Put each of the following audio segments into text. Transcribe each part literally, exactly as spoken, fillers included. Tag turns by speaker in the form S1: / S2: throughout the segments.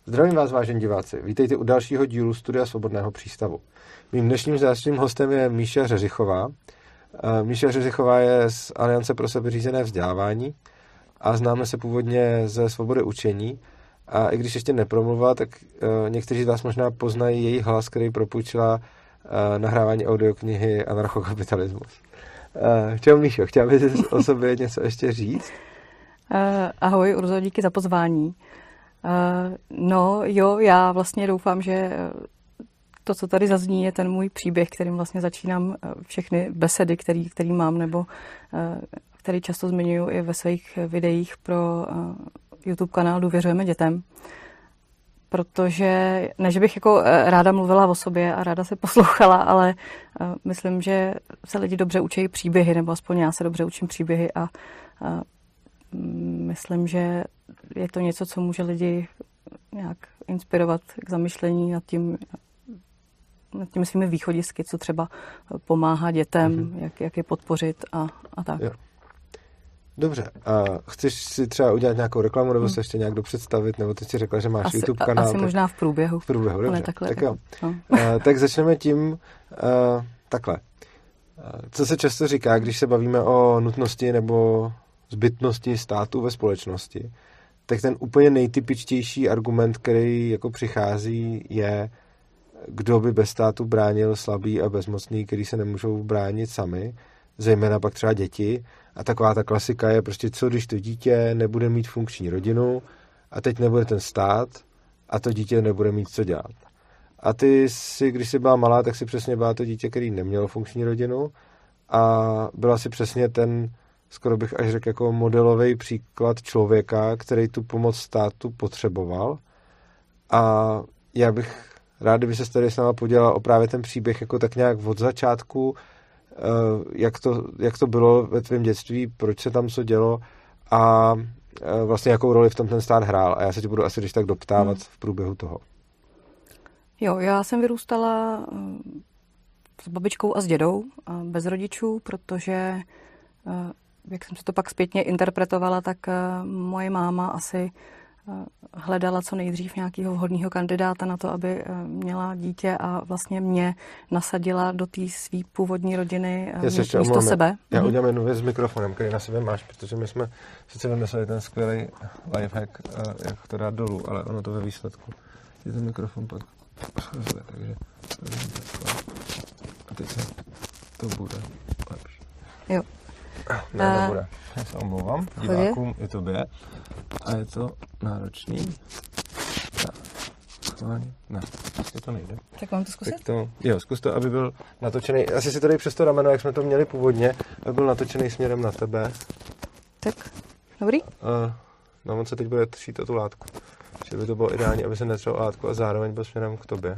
S1: Zdravím vás, vážení diváci. Vítejte u dalšího dílu Studia Svobodného přístavu. Mým dnešním zástupným hostem je Míša Řeřichová. Míša Řeřichová je z Aliance pro sebeřízené vzdělávání a známe se původně ze Svobody učení. A i když ještě nepromluvila, tak někteří z vás možná poznají její hlas, který propůjčila nahrávání audioknihy Anarchokapitalismus. Čau Míšo, chtěla bys o sobě něco ještě říct?
S2: Ahoj Urzo, díky za pozvání. No jo, já vlastně doufám, že to, co tady zazní, je ten můj příběh, kterým vlastně začínám všechny besedy, který, který mám, nebo který často zmiňuji i ve svých videích pro YouTube kanál Důvěřujeme dětem. Protože, ne, že bych jako ráda mluvila o sobě a ráda se poslouchala, ale myslím, že se lidi dobře učí příběhy, nebo aspoň já se dobře učím příběhy a, a myslím, že je to něco, co může lidi nějak inspirovat k zamyšlení nad tím, nad těmi svými východisky, co třeba pomáhá dětem, mm-hmm. jak, jak je podpořit a, a tak. Jo.
S1: Dobře. A chceš si třeba udělat nějakou reklamu, nebo se ještě nějak dopředstavit, nebo ty si řekla, že máš
S2: asi,
S1: YouTube kanál?
S2: Asi
S1: tak...
S2: možná v průběhu.
S1: V průběhu, dobře.
S2: Takhle,
S1: tak jo.
S2: No.
S1: Uh, tak začneme tím uh, takhle. Uh, co se často říká, když se bavíme o nutnosti nebo zbytnosti státu ve společnosti, tak ten úplně nejtypičtější argument, který jako přichází, je, kdo by bez státu bránil slabý a bezmocný, který se nemůžou bránit sami, zejména pak třeba děti. A taková ta klasika je prostě, co když to dítě nebude mít funkční rodinu a teď nebude ten stát a to dítě nebude mít co dělat. A ty si, když jsi byla malá, tak si přesně byla to dítě, který nemělo funkční rodinu a byla si přesně ten, skoro bych až řekl, jako modelový příklad člověka, který tu pomoc státu potřeboval. A já bych rád, kdyby se tady s náma podělala o právě ten příběh jako tak nějak od začátku, jak to, jak to bylo ve tvém dětství, proč se tam co dělo a vlastně jakou roli v tom ten stát hrál. A já se ti budu asi když tak doptávat hmm. v průběhu toho.
S2: Jo, já jsem vyrůstala s babičkou a s dědou, bez rodičů, protože jak jsem si to pak zpětně interpretovala, tak moje máma asi hledala co nejdřív nějakého vhodného kandidáta na to, aby měla dítě a vlastně mě nasadila do té své původní rodiny místo omlám, sebe.
S1: Já mm-hmm. udělám jednu věc s mikrofonem, který na sebe máš, protože my jsme sice vymysleli ten skvělý lifehack, jak to dát dolů, ale ono to ve výsledku je ten mikrofon pak schazuje, takže a teď se to bude lepší.
S2: Jo.
S1: Ne, nebude. Já se omlouvám divákům i tobě. A je to náročný. Tak, schválně. Ne, vlastně to nejde.
S2: Tak mám to zkusit?
S1: Tak to, jo, zkus to, aby byl natočený. Asi si tady přes to rameno, jak jsme to měli původně, aby byl natočený směrem na tebe.
S2: Tak, dobrý?
S1: Uh, no, on se teď bude třít o tu látku. Že by to bylo ideální, aby se netřel látku a zároveň byl směrem k tobě.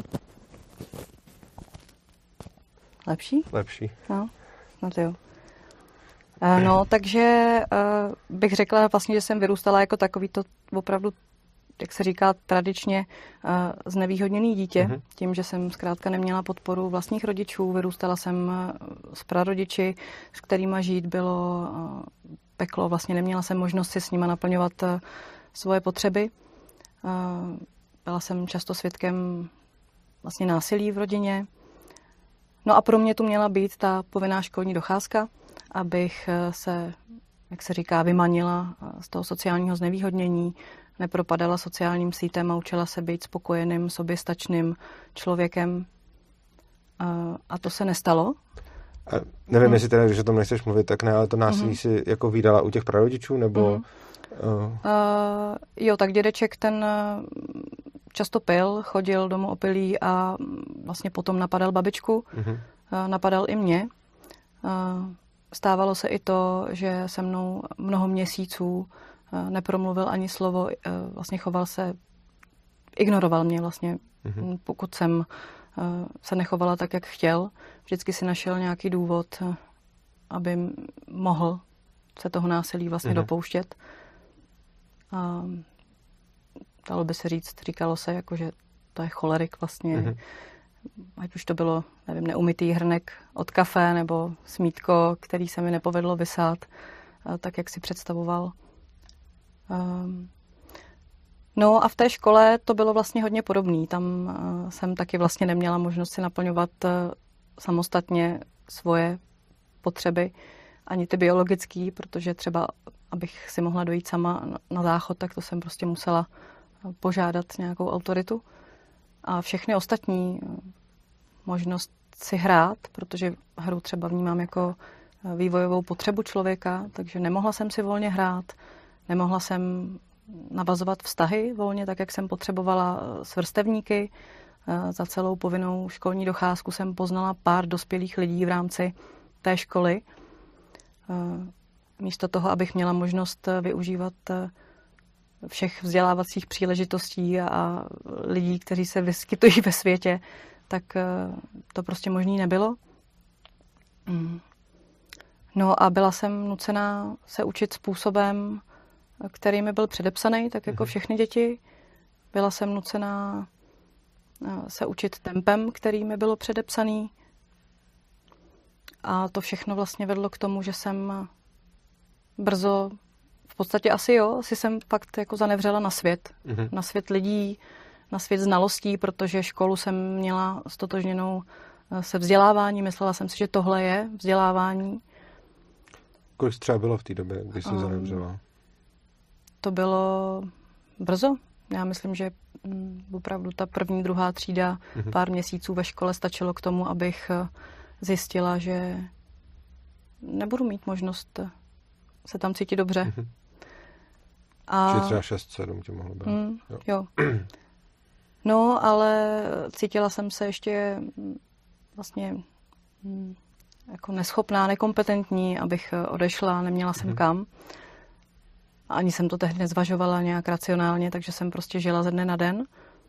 S2: Lepší?
S1: Lepší.
S2: No, no to jo. No, takže uh, bych řekla vlastně, že jsem vyrůstala jako takový to opravdu, jak se říká tradičně, uh, znevýhodněný dítě. Uh-huh. Tím, že jsem zkrátka neměla podporu vlastních rodičů. Vyrůstala jsem s prarodiči, s kterýma žít bylo uh, peklo. Vlastně neměla jsem možnost si s nima naplňovat uh, svoje potřeby. Uh, byla jsem často svědkem vlastně násilí v rodině. No a pro mě tu měla být ta povinná školní docházka, abych se, jak se říká, vymanila z toho sociálního znevýhodnění, nepropadala sociálním sítem a učila se být spokojeným, soběstačným člověkem. A to se nestalo.
S1: A nevím, hmm. jestli teda, když o tom nechceš mluvit, tak ne, ale to násilí hmm. si jako vídala u těch prarodičů, nebo... Hmm. Uh... Uh,
S2: jo, tak dědeček ten často pil, chodil domů opilý a vlastně potom napadal babičku, uh-huh. napadal i mě. Stávalo se i to, že se mnou mnoho měsíců nepromluvil ani slovo, vlastně choval se, ignoroval mě vlastně, uh-huh. pokud jsem se nechovala tak, jak chtěl. Vždycky si našel nějaký důvod, aby mohl se toho násilí vlastně uh-huh. dopouštět. A dalo by se říct, říkalo se, jako, že to je cholerik vlastně. Mm-hmm. Ať už to bylo, nevím, neumytý hrnek od kafe nebo smítko, který se mi nepovedlo vysát, tak, jak si představoval. Um, No a v té škole to bylo vlastně hodně podobné. Tam uh, jsem taky vlastně neměla možnost si naplňovat uh, samostatně svoje potřeby, ani ty biologické, protože třeba, abych si mohla dojít sama na záchod, tak to jsem prostě musela požádat nějakou autoritu. A všechny ostatní možnost si hrát, protože hru třeba vnímám jako vývojovou potřebu člověka, takže nemohla jsem si volně hrát, nemohla jsem navazovat vztahy volně, tak jak jsem potřebovala s vrstevníky. Za celou povinnou školní docházku jsem poznala pár dospělých lidí v rámci té školy. Místo toho, abych měla možnost využívat všech vzdělávacích příležitostí a lidí, kteří se vyskytují ve světě, tak to prostě možný nebylo. No a byla jsem nucená se učit způsobem, který mi byl předepsaný, tak jako všechny děti. Byla jsem nucená se učit tempem, který mi bylo předepsaný. A to všechno vlastně vedlo k tomu, že jsem brzo, v podstatě asi jo, asi jsem fakt jako zanevřela na svět. Mm-hmm. Na svět lidí, na svět znalostí, protože školu jsem měla stotožněnou se vzděláváním. Myslela jsem si, že tohle je vzdělávání.
S1: Kolik třeba bylo v té době, když jsi um, zanevřela?
S2: To bylo brzo. Já myslím, že opravdu ta první, druhá třída, mm-hmm. pár měsíců ve škole stačilo k tomu, abych zjistila, že nebudu mít možnost se tam cítit dobře. Mm-hmm. A...
S1: Či třeba šest sedm tě mohlo být.
S2: Mm, jo. jo. No, ale cítila jsem se ještě vlastně jako neschopná, nekompetentní, abych odešla, neměla jsem mm-hmm. kam. Ani jsem to tehdy nezvažovala nějak racionálně, takže jsem prostě žila ze dne na den.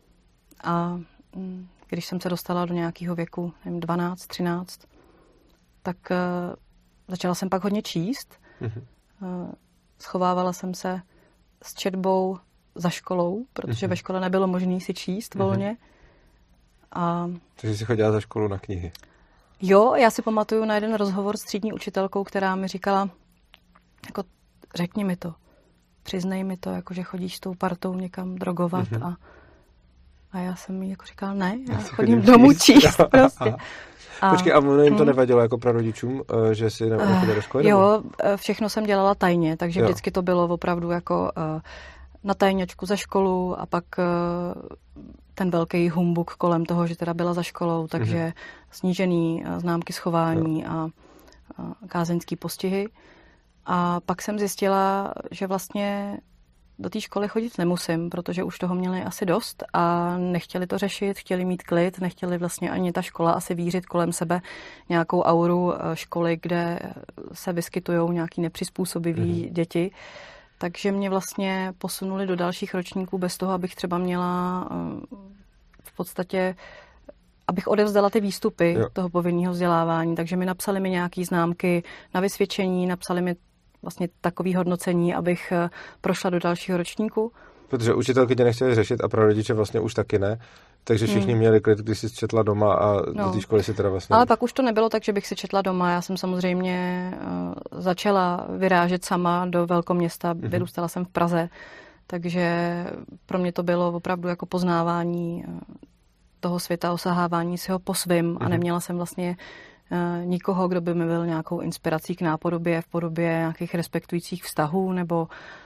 S2: A když jsem se dostala do nějakého věku, nevím, dvanáct, třináct, tak uh, začala jsem pak hodně číst. Mm-hmm. Uh, schovávala jsem se s četbou za školou, protože mm-hmm. ve škole nebylo možné si číst volně. Mm-hmm. A...
S1: Takže jsi chodila za školu na knihy?
S2: Jo, já si pamatuju na jeden rozhovor s třídní učitelkou, která mi říkala, jako řekni mi to, přiznej mi to, jako že chodíš s tou partou někam drogovat mm-hmm. a A já jsem jí jako říkala, ne, já, já chodím domů číst prostě.
S1: A, Počkej, a ono jim to nevadilo jako prarodičům, že si nechodila do školy?
S2: Jo, všechno jsem dělala tajně, takže jo. Vždycky to bylo opravdu jako na tajňačku za školu a pak ten velký humbuk kolem toho, že teda byla za školou, takže mm-hmm. snížený známky schování jo. a, a kázeňský postihy. A pak jsem zjistila, že vlastně do té školy chodit nemusím, protože už toho měli asi dost a nechtěli to řešit, chtěli mít klid, nechtěli vlastně ani ta škola asi vířit kolem sebe nějakou auru školy, kde se vyskytují nějaký nepřizpůsobiví mm-hmm. děti. Takže mě vlastně posunuli do dalších ročníků bez toho, abych třeba měla v podstatě, abych odevzdala ty výstupy jo. toho povinného vzdělávání. Takže mi napsali mi nějaké známky na vysvědčení, napsali mi vlastně takový hodnocení, abych prošla do dalšího ročníku.
S1: Protože učitelky tě nechtěli řešit a prarodiče vlastně už taky ne, takže všichni hmm. měli klid, když jsi četla doma a no. do té školy si teda vlastně...
S2: Ale pak už to nebylo tak, že bych si četla doma. Já jsem samozřejmě uh, začala vyrážet sama do velkoměsta, mm-hmm. vyrůstala jsem v Praze, takže pro mě to bylo opravdu jako poznávání uh, toho světa, osahávání si ho po svým mm-hmm. a neměla jsem vlastně nikoho, kdo by mi byl nějakou inspirací k nápodobě v podobě nějakých respektujících vztahů nebo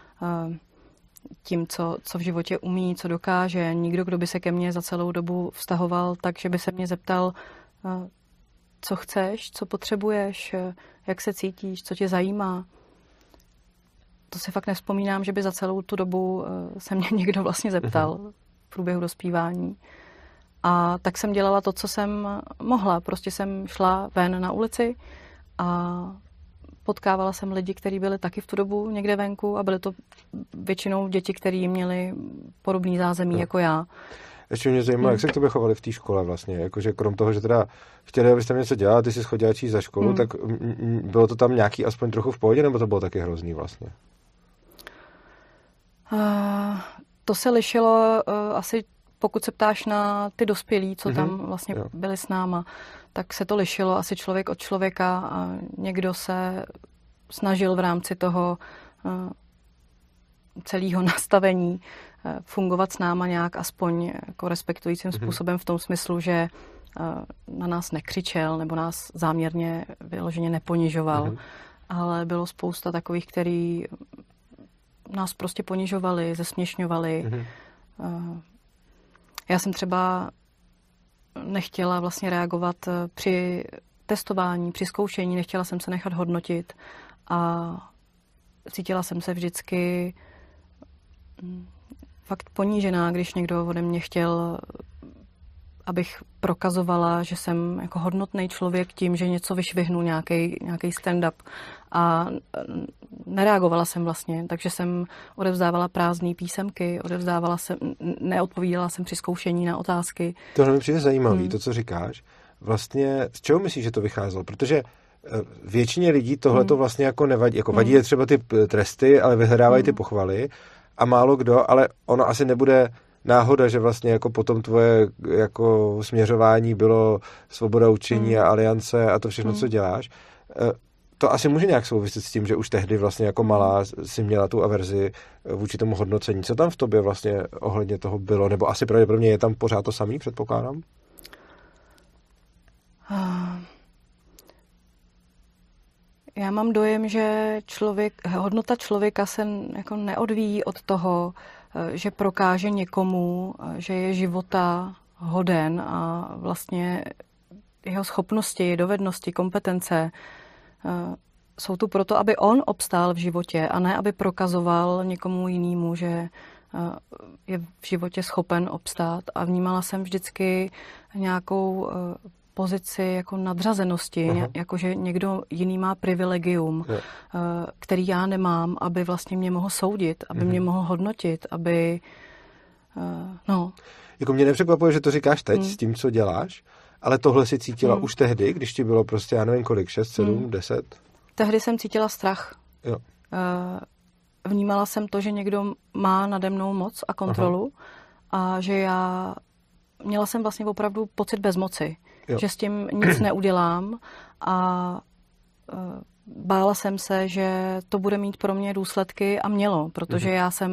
S2: tím, co, co v životě umí, co dokáže. Nikdo, kdo by se ke mně za celou dobu vztahoval, takže by se mě zeptal, co chceš, co potřebuješ, jak se cítíš, co tě zajímá. To si fakt nevzpomínám, že by za celou tu dobu se mě někdo vlastně zeptal v průběhu dospívání. A tak jsem dělala to, co jsem mohla. Prostě jsem šla ven na ulici a potkávala jsem lidi, kteří byli taky v tu dobu někde venku a byly to většinou děti, které měly podobný zázemí no. jako já.
S1: Ještě mě zajímalo, hmm. jak se k tobě chovali v té škole vlastně. Jakože krom toho, že teda chtěli, abyste něco dělala, ty jsi chodila číst za školu, hmm. tak m- bylo to tam nějaký aspoň trochu v pohodě, nebo to bylo taky hrozný vlastně?
S2: Uh, to se lišilo uh, asi pokud se ptáš na ty dospělí, co mm-hmm. tam vlastně jo. byli s náma, tak se to lišilo asi člověk od člověka a někdo se snažil v rámci toho uh, celého nastavení fungovat s náma nějak aspoň jako respektujícím
S1: mm-hmm.
S2: způsobem v tom smyslu, že na nás nekřičel nebo nás záměrně vyloženě neponižoval, mm-hmm. ale bylo spousta takových, který nás prostě ponižovali, zesměšňovali. Mm-hmm. Já jsem třeba nechtěla vlastně reagovat při testování, při zkoušení, nechtěla jsem se nechat hodnotit a cítila jsem se vždycky fakt ponížená, když někdo ode mě chtěl, abych prokazovala, že jsem jako hodnotný člověk tím, že něco vyšvihnu, nějaký nějaký stand-up. A nereagovala jsem vlastně, takže jsem odevzdávala prázdné písemky, odevzdávala jsem, neodpovídala jsem při zkoušení na otázky.
S1: Tohle mi přijde zajímavý, hmm. to, co říkáš. Vlastně, z čeho myslíš, že to vycházelo? Protože většině lidí tohle to vlastně jako nevadí. Jako vadí je třeba ty tresty, ale vyhledávají ty pochvaly a málo kdo, ale ono asi nebude náhoda, že vlastně jako potom tvoje jako směřování bylo svoboda učení mm. a aliance a to všechno, mm. co děláš. To asi může nějak souviset s tím, že už tehdy vlastně jako malá si měla tu averzi vůči tomu hodnocení. Co tam v tobě vlastně ohledně toho bylo? Nebo asi pravděpodobně je tam pořád to samý, předpokládám?
S2: Já mám dojem, že člověk, hodnota člověka se jako neodvíjí od toho, že prokáže někomu, že je života hoden a vlastně jeho schopnosti, dovednosti, kompetence jsou tu proto, aby on obstál v životě a ne, aby prokazoval někomu jinému, že je v životě schopen obstát. A vnímala jsem vždycky nějakou pozici jako nadřazenosti, uh-huh. jako že někdo jiný má privilegium, yeah. který já nemám, aby vlastně mě mohl soudit, aby uh-huh. mě mohl hodnotit, aby no.
S1: Jako mě nepřekvapuje, že to říkáš teď hmm. s tím, co děláš, ale tohle si cítila hmm. už tehdy, když ti bylo prostě, já nevím kolik, šest, sedm, hmm. deset?
S2: Tehdy jsem cítila strach.
S1: Jo.
S2: Vnímala jsem to, že někdo má nade mnou moc a kontrolu Aha. a že já měla jsem vlastně opravdu pocit bezmoci. Jo. Že s tím nic neudělám a uh, bála jsem se, že to bude mít pro mě důsledky a mělo, protože mhm. já jsem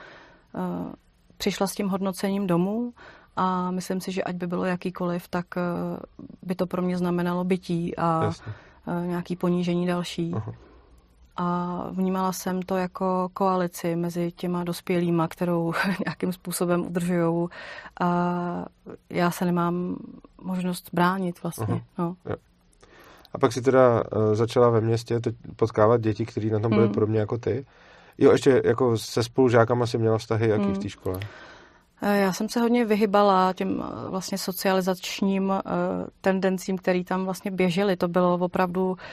S2: uh, přišla s tím hodnocením domů a myslím si, že ať by bylo jakýkoliv, tak uh, by to pro mě znamenalo bytí a uh, nějaký ponížení další. Aha. A vnímala jsem to jako koalici mezi těma dospělýma, kterou nějakým způsobem udržujou a já se nemám možnost bránit vlastně. No.
S1: A pak si teda uh, začala ve městě potkávat děti, kteří na tom byly hmm. podobně jako ty. Jo, ještě jako se spolužákama si měla vztahy, jaký hmm. v té škole?
S2: Já jsem se hodně vyhybala těm vlastně socializačním uh, tendencím, které tam vlastně běžely. To bylo opravdu uh,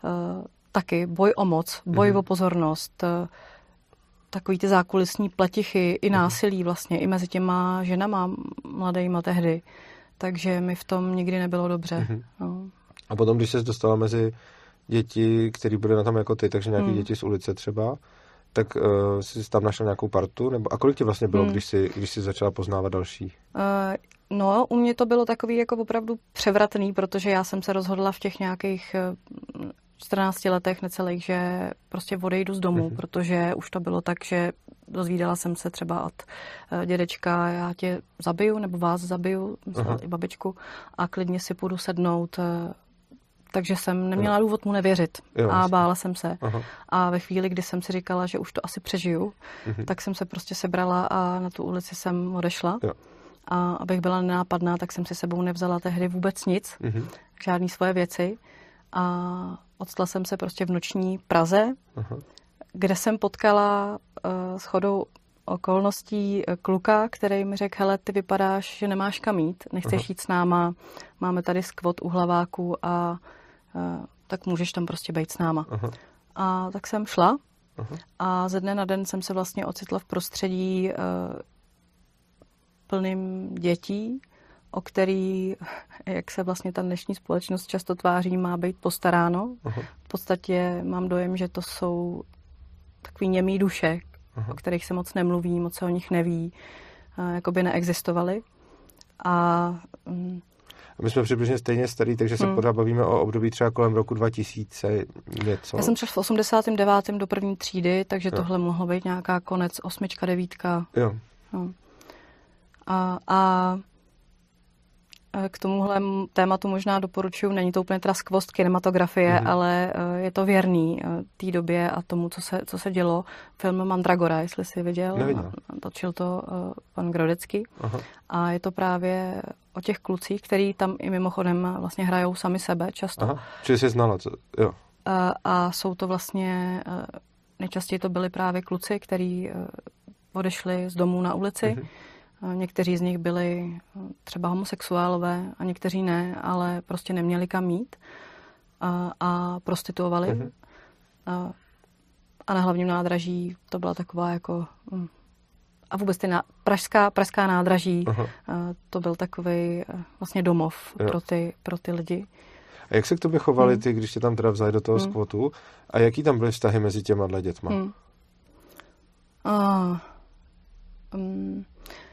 S2: taky boj o moc, boj mm-hmm. o pozornost, takový ty zákulisní pletichy, i násilí vlastně, i mezi těma ženama mladejma tehdy. Takže mi v tom nikdy nebylo dobře. Mm-hmm. No.
S1: A potom, když ses dostala mezi děti, které byly na tom jako ty, takže nějaké mm. děti z ulice třeba, tak uh, jsi tam našla nějakou partu? Nebo, a kolik ti vlastně bylo, mm. když, jsi, když jsi začala poznávat další?
S2: Uh, no, u mě to bylo takový jako opravdu převratný, protože já jsem se rozhodla v těch nějakých uh, čtrnácti letech necelých, že prostě odejdu z domu, mm-hmm. protože už to bylo tak, že dozvídala jsem se třeba od uh, dědečka, já tě zabiju, nebo vás zabiju, i babičku, a klidně si půjdu sednout. Uh, takže jsem neměla důvod mu nevěřit jo, a bála jsem se. Aha. A ve chvíli, kdy jsem si říkala, že už to asi přežiju, mm-hmm. tak jsem se prostě sebrala a na tu ulici jsem odešla. Jo. A abych byla nenápadná, tak jsem si sebou nevzala tehdy vůbec nic, mm-hmm. žádný svoje věci. A odstala jsem se prostě v noční Praze, Aha. kde jsem potkala uh, shodou okolností kluka, který mi řekl, hele, ty vypadáš, že nemáš kam jít, nechceš Aha. jít s náma, máme tady skvot u Hlaváku a uh, tak můžeš tam prostě být s náma. Aha. A tak jsem šla Aha. a ze dne na den jsem se vlastně ocitla v prostředí uh, plným dětí, o který, jak se vlastně ta dnešní společnost často tváří, má být postaráno. Aha. V podstatě mám dojem, že to jsou takový němý duše, Aha. o kterých se moc nemluví, moc se o nich neví, jako by neexistovaly. A, mm,
S1: a my jsme přibližně stejně starý, takže se hmm. pořád bavíme o období třeba kolem roku dva tisíce něco.
S2: Já jsem třeba v osmdesátém devátém do první třídy, takže jo. tohle mohlo být nějaká konec osmička, devítka.
S1: Jo.
S2: No. A, a k tomuhle tématu možná doporučuji, není to úplně teda skvost kinematografie, mm-hmm. ale je to věrný té době a tomu, co se, co se dělo. Film Mandragora, jestli jsi viděl.
S1: Neviděl.
S2: Točil to pan Grodecký. Aha. A je to právě o těch klucích, který tam i mimochodem vlastně hrajou sami sebe často. Aha,
S1: čili jsi znala, co? Jo.
S2: A, a jsou to vlastně, nejčastěji to byli právě kluci, kteří odešli z domů na ulici. Mm-hmm. Někteří z nich byli třeba homosexuálové a někteří ne, ale prostě neměli kam jít a, a prostituovali. Mm-hmm. A, a na hlavním nádraží to byla taková jako... A vůbec ty ná, pražská, pražská nádraží, a, to byl takový vlastně domov pro ty, pro ty lidi.
S1: A jak se k tobě chovali ty, když tě tam teda vzali do toho hmm. skvotu? A jaký tam byly vztahy mezi těma dle dětma? Hmm.
S2: A, um,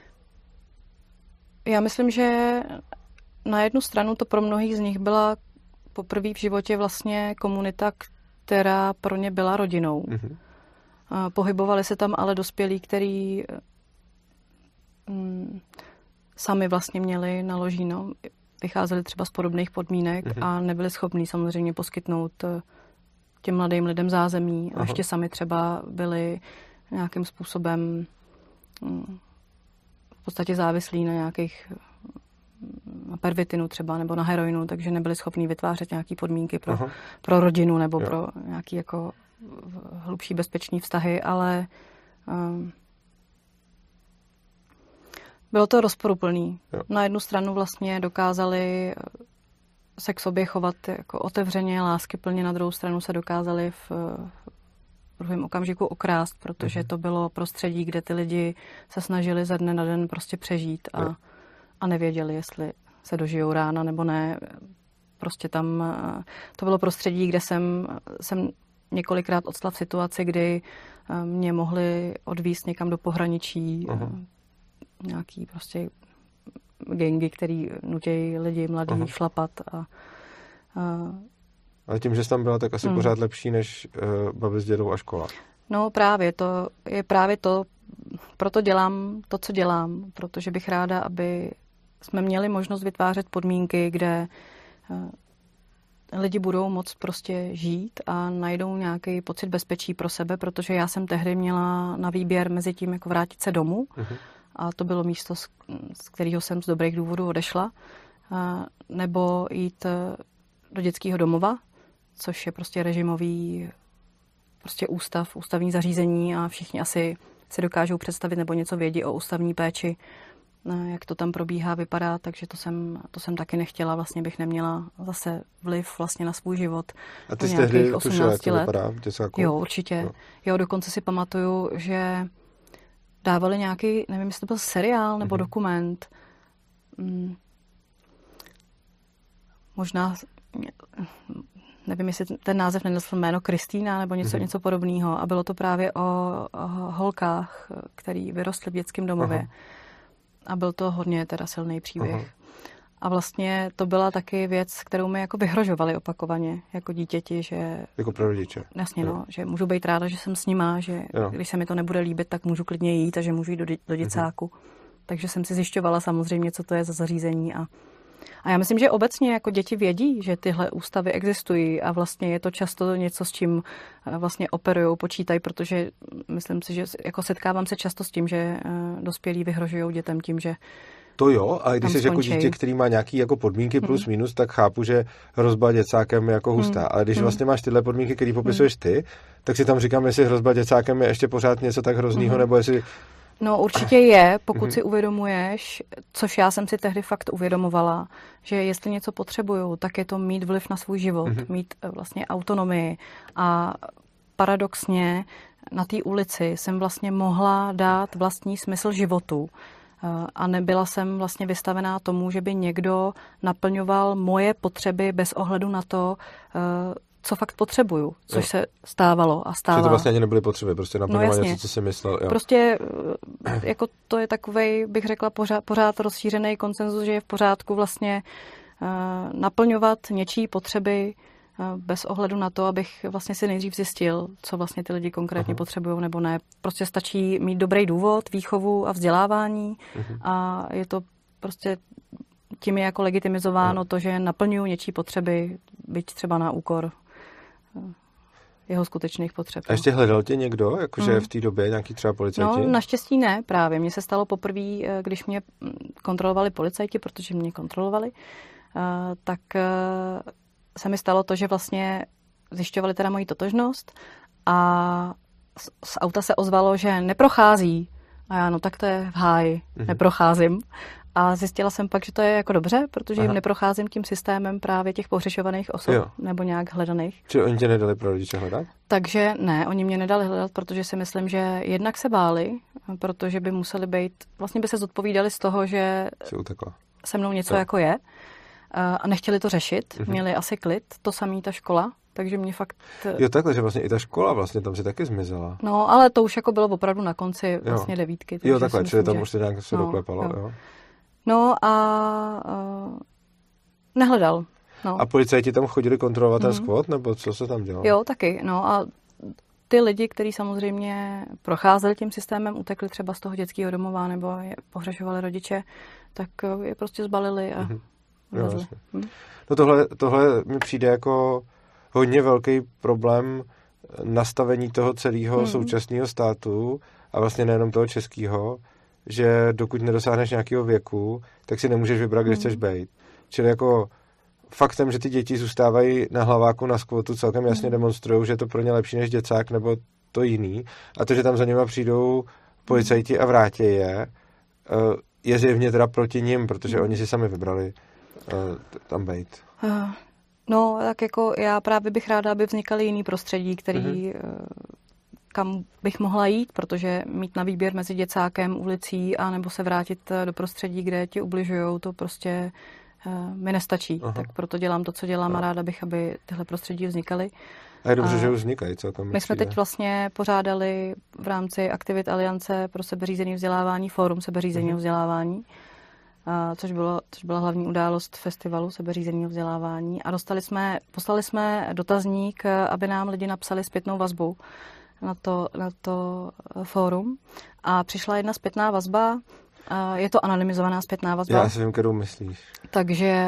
S2: já myslím, že na jednu stranu to pro mnohých z nich byla poprvé v životě vlastně komunita, která pro ně byla rodinou. Mm-hmm. A pohybovali se tam ale dospělí, který um, sami vlastně měli naloženo, vycházeli třeba z podobných podmínek mm-hmm. a nebyli schopní samozřejmě poskytnout těm mladým lidem zázemí. A ještě sami třeba byli nějakým způsobem um, v podstatě závislí na nějakých na pervitinu třeba nebo na heroinu, takže nebyli schopní vytvářet nějaké podmínky pro, pro rodinu nebo jo. pro nějaké jako hlubší bezpečný vztahy, ale um, bylo to rozporuplný. Jo. Na jednu stranu vlastně dokázali se k sobě chovat jako otevřeně, láskyplně, na druhou stranu se dokázali v v druhém okamžiku okrást, protože to bylo prostředí, kde ty lidi se snažili ze dne na den prostě přežít a, a nevěděli, jestli se dožijou rána nebo ne. Prostě tam to bylo prostředí, kde jsem, jsem několikrát odstala v situaci, kdy mě mohli odvízt někam do pohraničí. Aha. Nějaký prostě gengy, který nutějí lidi mladý Aha. šlapat a, a
S1: ale tím, že jsi tam byla, tak asi hmm. pořád lepší než uh, babi s dědou a škola.
S2: No právě, to je právě to, proto dělám to, co dělám, protože bych ráda, aby jsme měli možnost vytvářet podmínky, kde uh, lidi budou moct prostě žít a najdou nějaký pocit bezpečí pro sebe, protože já jsem tehdy měla na výběr mezi tím, jako vrátit se domů uh-huh. a to bylo místo, z, z kterého jsem z dobrých důvodů odešla, uh, nebo jít uh, do dětského domova, což je prostě režimový prostě ústav, ústavní zařízení a všichni asi si dokážou představit nebo něco vědí o ústavní péči, jak to tam probíhá, vypadá, takže to jsem, to jsem taky nechtěla, vlastně bych neměla zase vliv vlastně na svůj život.
S1: A ty jsi tehdy tušila, jak to vypadá v děcáku?
S2: Jo, určitě. No. Jo, dokonce si pamatuju, že dávali nějaký, nevím, jestli to byl seriál nebo mm-hmm. dokument, hmm. možná nevím, jestli ten název nenesl jméno Kristýna nebo něco, mm-hmm. něco podobného. A bylo to právě o, o holkách, který vyrostly v dětském domově. Aha. A byl to hodně teda silný příběh. Aha. A vlastně to byla taky věc, kterou mi jako vyhrožovali opakovaně jako dítěti, že...
S1: Jako pro rodiče.
S2: Jasně, no, že můžu být ráda, že jsem s nima, že jo. když se mi to nebude líbit, tak můžu klidně jít a že můžu jít do, do děcáku. Mm-hmm. Takže jsem si zjišťovala samozřejmě, co to je za zařízení a A já myslím, že obecně jako děti vědí, že tyhle ústavy existují a vlastně je to často něco, s čím vlastně operujou, počítají, protože myslím si, že jako setkávám se často s tím, že dospělí vyhrožují dětem tím, že
S1: to jo, ale když jsi jako dítě, který má nějaký jako podmínky plus hmm. minus, tak chápu, že hrozba děcákem je jako hustá. Hmm. Ale když hmm. vlastně máš tyhle podmínky, které popisuješ ty, tak si tam říkám, jestli hrozba děcákem je ještě pořád něco tak hroznýho, hmm. nebo jestli...
S2: No určitě je, pokud si uvědomuješ, což já jsem si tehdy fakt uvědomovala, že jestli něco potřebuju, tak je to mít vliv na svůj život, mm-hmm. mít vlastně autonomii. A paradoxně na té ulici jsem vlastně mohla dát vlastní smysl životu. A nebyla jsem vlastně vystavená tomu, že by někdo naplňoval moje potřeby bez ohledu na to, co fakt potřebuju, což jo. se stávalo a stává.
S1: Že to vlastně ani nebyly potřeby, prostě naplňoval no něco, co si myslel. Jo.
S2: Prostě jako to je takovej, bych řekla, pořád, pořád rozšířený konsenzus, že je v pořádku vlastně uh, naplňovat něčí potřeby bez ohledu na to, abych vlastně si nejdřív zjistil, co vlastně ty lidi konkrétně potřebují nebo ne. Prostě stačí mít dobrý důvod, výchovu a vzdělávání uh-huh. a je to prostě tím je jako legitimizováno uh-huh. to, že naplňují něčí potřeby, byť třeba na úkor jeho skutečných potřeb.
S1: A ještě hledal tě někdo, jakože mm. v té době nějaký třeba policajti?
S2: No, naštěstí ne právě. Mně se stalo poprvé, když mě kontrolovali policajti, protože mě kontrolovali, tak se mi stalo to, že vlastně zjišťovali teda moji totožnost a z auta se ozvalo, že neprochází. A já, no tak to je v háji, mm-hmm. neprocházím. A zjistila jsem pak, že to je jako dobře, protože Aha. jim neprocházím tím systémem právě těch pohřešovaných osob jo. nebo nějak hledaných.
S1: Čili oni tě nedali pro rodiče hledat?
S2: Takže ne, oni mě nedali hledat, protože si myslím, že jednak se báli, protože by museli být, vlastně by se zodpovídali z toho, že
S1: si utekla.
S2: Se mnou něco jo. jako je a nechtěli to řešit, mhm. měli asi klid, to samý ta škola. Takže mě fakt...
S1: Jo, takhle, že vlastně i ta škola vlastně tam si taky zmizela.
S2: No, ale to už jako bylo opravdu na konci vlastně jo. devítky.
S1: Jo, takhle, čili tam že... už se nějak se no, doklepalo, jo. jo.
S2: No a uh, nehledal. No.
S1: A policajti tam chodili kontrolovat mm. ten squat, nebo co se tam dělalo?
S2: Jo, taky. No a ty lidi, kteří samozřejmě procházeli tím systémem, utekli třeba z toho dětského domova nebo je pohřešovali rodiče, tak je prostě zbalili a mm-hmm.
S1: jo, mm. No tohle, tohle mi přijde jako hodně velký problém nastavení toho celého mm. současného státu a vlastně nejenom toho českého, že dokud nedosáhneš nějakého věku, tak si nemůžeš vybrat, kde mm. chceš být. Čili jako faktem, že ty děti zůstávají na hlaváku na skvotu, celkem jasně mm. demonstrují, že je to pro ně lepší než děcák nebo to jiný. A to, že tam za nima přijdou policajti a vrátí je, je zjevně teda proti nim, protože mm. oni si sami vybrali tam být.
S2: Uh, no, tak jako já právě bych ráda, aby vznikaly jiný prostředí, který... Mm. kam bych mohla jít, protože mít na výběr mezi děcákem, ulicí a nebo se vrátit do prostředí, kde ti ubližujou, to prostě uh, mi nestačí. Aha. Tak proto dělám to, co dělám a ráda bych, aby tyhle prostředí vznikaly.
S1: A je dobře, a že už vznikají. Co tam
S2: my jsme teď vlastně pořádali v rámci aktivit Aliance pro sebeřízené vzdělávání, fórum sebeřízeného vzdělávání, a což, bylo, což byla hlavní událost festivalu sebeřízeného vzdělávání. A dostali jsme, poslali jsme dotazník, aby nám lidi napsali zpětnou vazbu na to, na to fórum. A přišla jedna zpětná vazba, je to anonymizovaná zpětná vazba.
S1: Já si vím, kterou myslíš.
S2: Takže,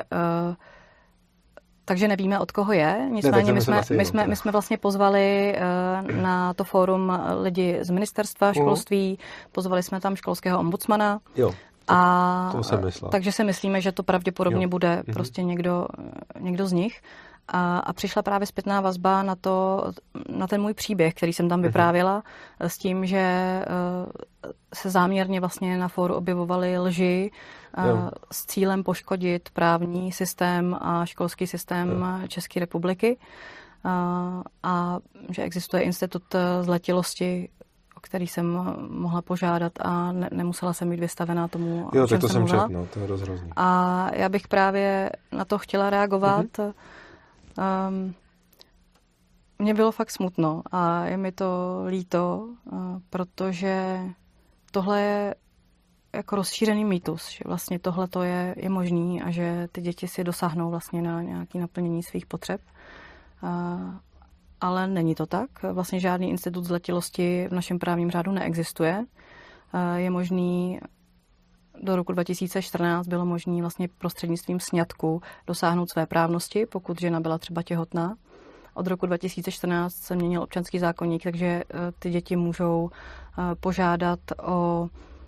S2: takže nevíme, od koho je. Nicméně ne, my, jsme, my, jsme, my jsme vlastně pozvali na to fórum lidi z ministerstva školství, pozvali jsme tam školského ombudsmana.
S1: Jo.
S2: A
S1: to jsem myslela.
S2: Takže si myslíme, že to pravděpodobně jo. bude mhm. prostě někdo, někdo z nich. A, a přišla právě zpětná vazba na to, na ten můj příběh, který jsem tam vyprávěla, uh-huh. s tím, že uh, se záměrně vlastně na fóru objevovaly lži uh, s cílem poškodit právní systém a školský systém uh. České republiky. Uh, a že existuje institut zletilosti, o který jsem mohla požádat a ne, nemusela jsem být vystavená tomu,
S1: jo, tak to jsem četl, no, to je dost hrozný.
S2: A já bych právě na to chtěla reagovat. Uh-huh. Um, mně bylo fakt smutno a je mi to líto, uh, protože tohle je jako rozšířený mýtus, že vlastně tohle to je, je možný a že ty děti si dosáhnou vlastně na nějaké naplnění svých potřeb. Uh, ale není to tak. Vlastně žádný institut zletilosti v našem právním řádu neexistuje. Uh, je možný do roku dva tisíce čtrnáct bylo možné vlastně prostřednictvím sňatku dosáhnout své právnosti, pokud žena byla třeba těhotná. Od roku dva tisíce čtrnáct se měnil občanský zákoník, takže ty děti můžou požádat o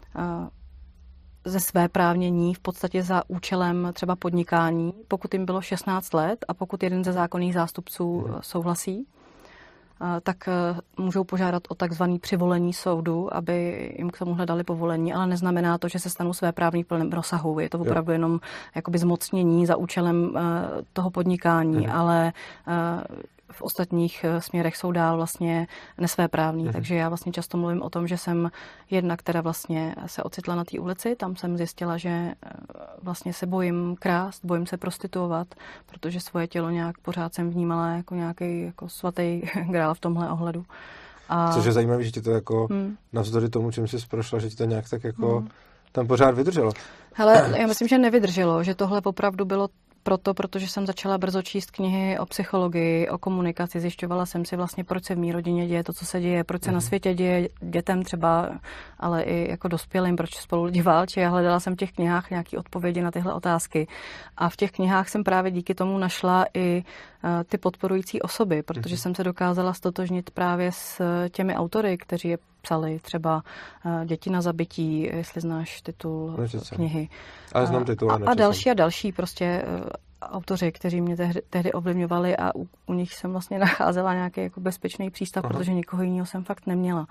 S2: ze své právnění v podstatě za účelem třeba podnikání, pokud jim bylo šestnáct let a pokud jeden ze zákonných zástupců souhlasí, tak můžou požádat o takzvaný přivolení soudu, aby jim k tomuhle dali povolení, ale neznamená to, že se stanou své právní v plném rozsahu. Je to opravdu jo. jenom jakoby zmocnění za účelem toho podnikání, mhm. ale v ostatních směrech jsou dál vlastně nesvéprávný. Mhm. Takže já vlastně často mluvím o tom, že jsem jedna, která vlastně se ocitla na té ulici, tam jsem zjistila, že vlastně se bojím krást, bojím se prostituovat, protože svoje tělo nějak pořád jsem vnímala jako nějaký jako svatý grál v tomhle ohledu. A...
S1: Což je zajímavé, že ti to jako hmm. navzdory tomu, čím jsi prošla, že ti to nějak tak jako hmm. tam pořád vydrželo.
S2: Hele, já myslím, že nevydrželo, že tohle opravdu bylo proto, protože jsem začala brzo číst knihy o psychologii, o komunikaci, zjišťovala jsem si vlastně, proč se v mý rodině děje to, co se děje, proč se mm. na světě děje dětem třeba, ale i jako dospělým, proč spolu lidi válčí. Já hledala jsem v těch knihách nějaké odpovědi na tyhle otázky. A v těch knihách jsem právě díky tomu našla i uh, ty podporující osoby, protože mm. jsem se dokázala stotožnit právě s těmi autory, kteří je psali, třeba uh, Děti na zabití, jestli znáš titul
S1: Nečetce.
S2: Knihy.
S1: Ale znám titul,
S2: a, a další a další prostě uh, autoři, kteří mě tehdy, tehdy ovlivňovali a u, u nich jsem vlastně nacházela nějaký jako bezpečný přístav, Aha. protože nikoho jiného jsem fakt neměla.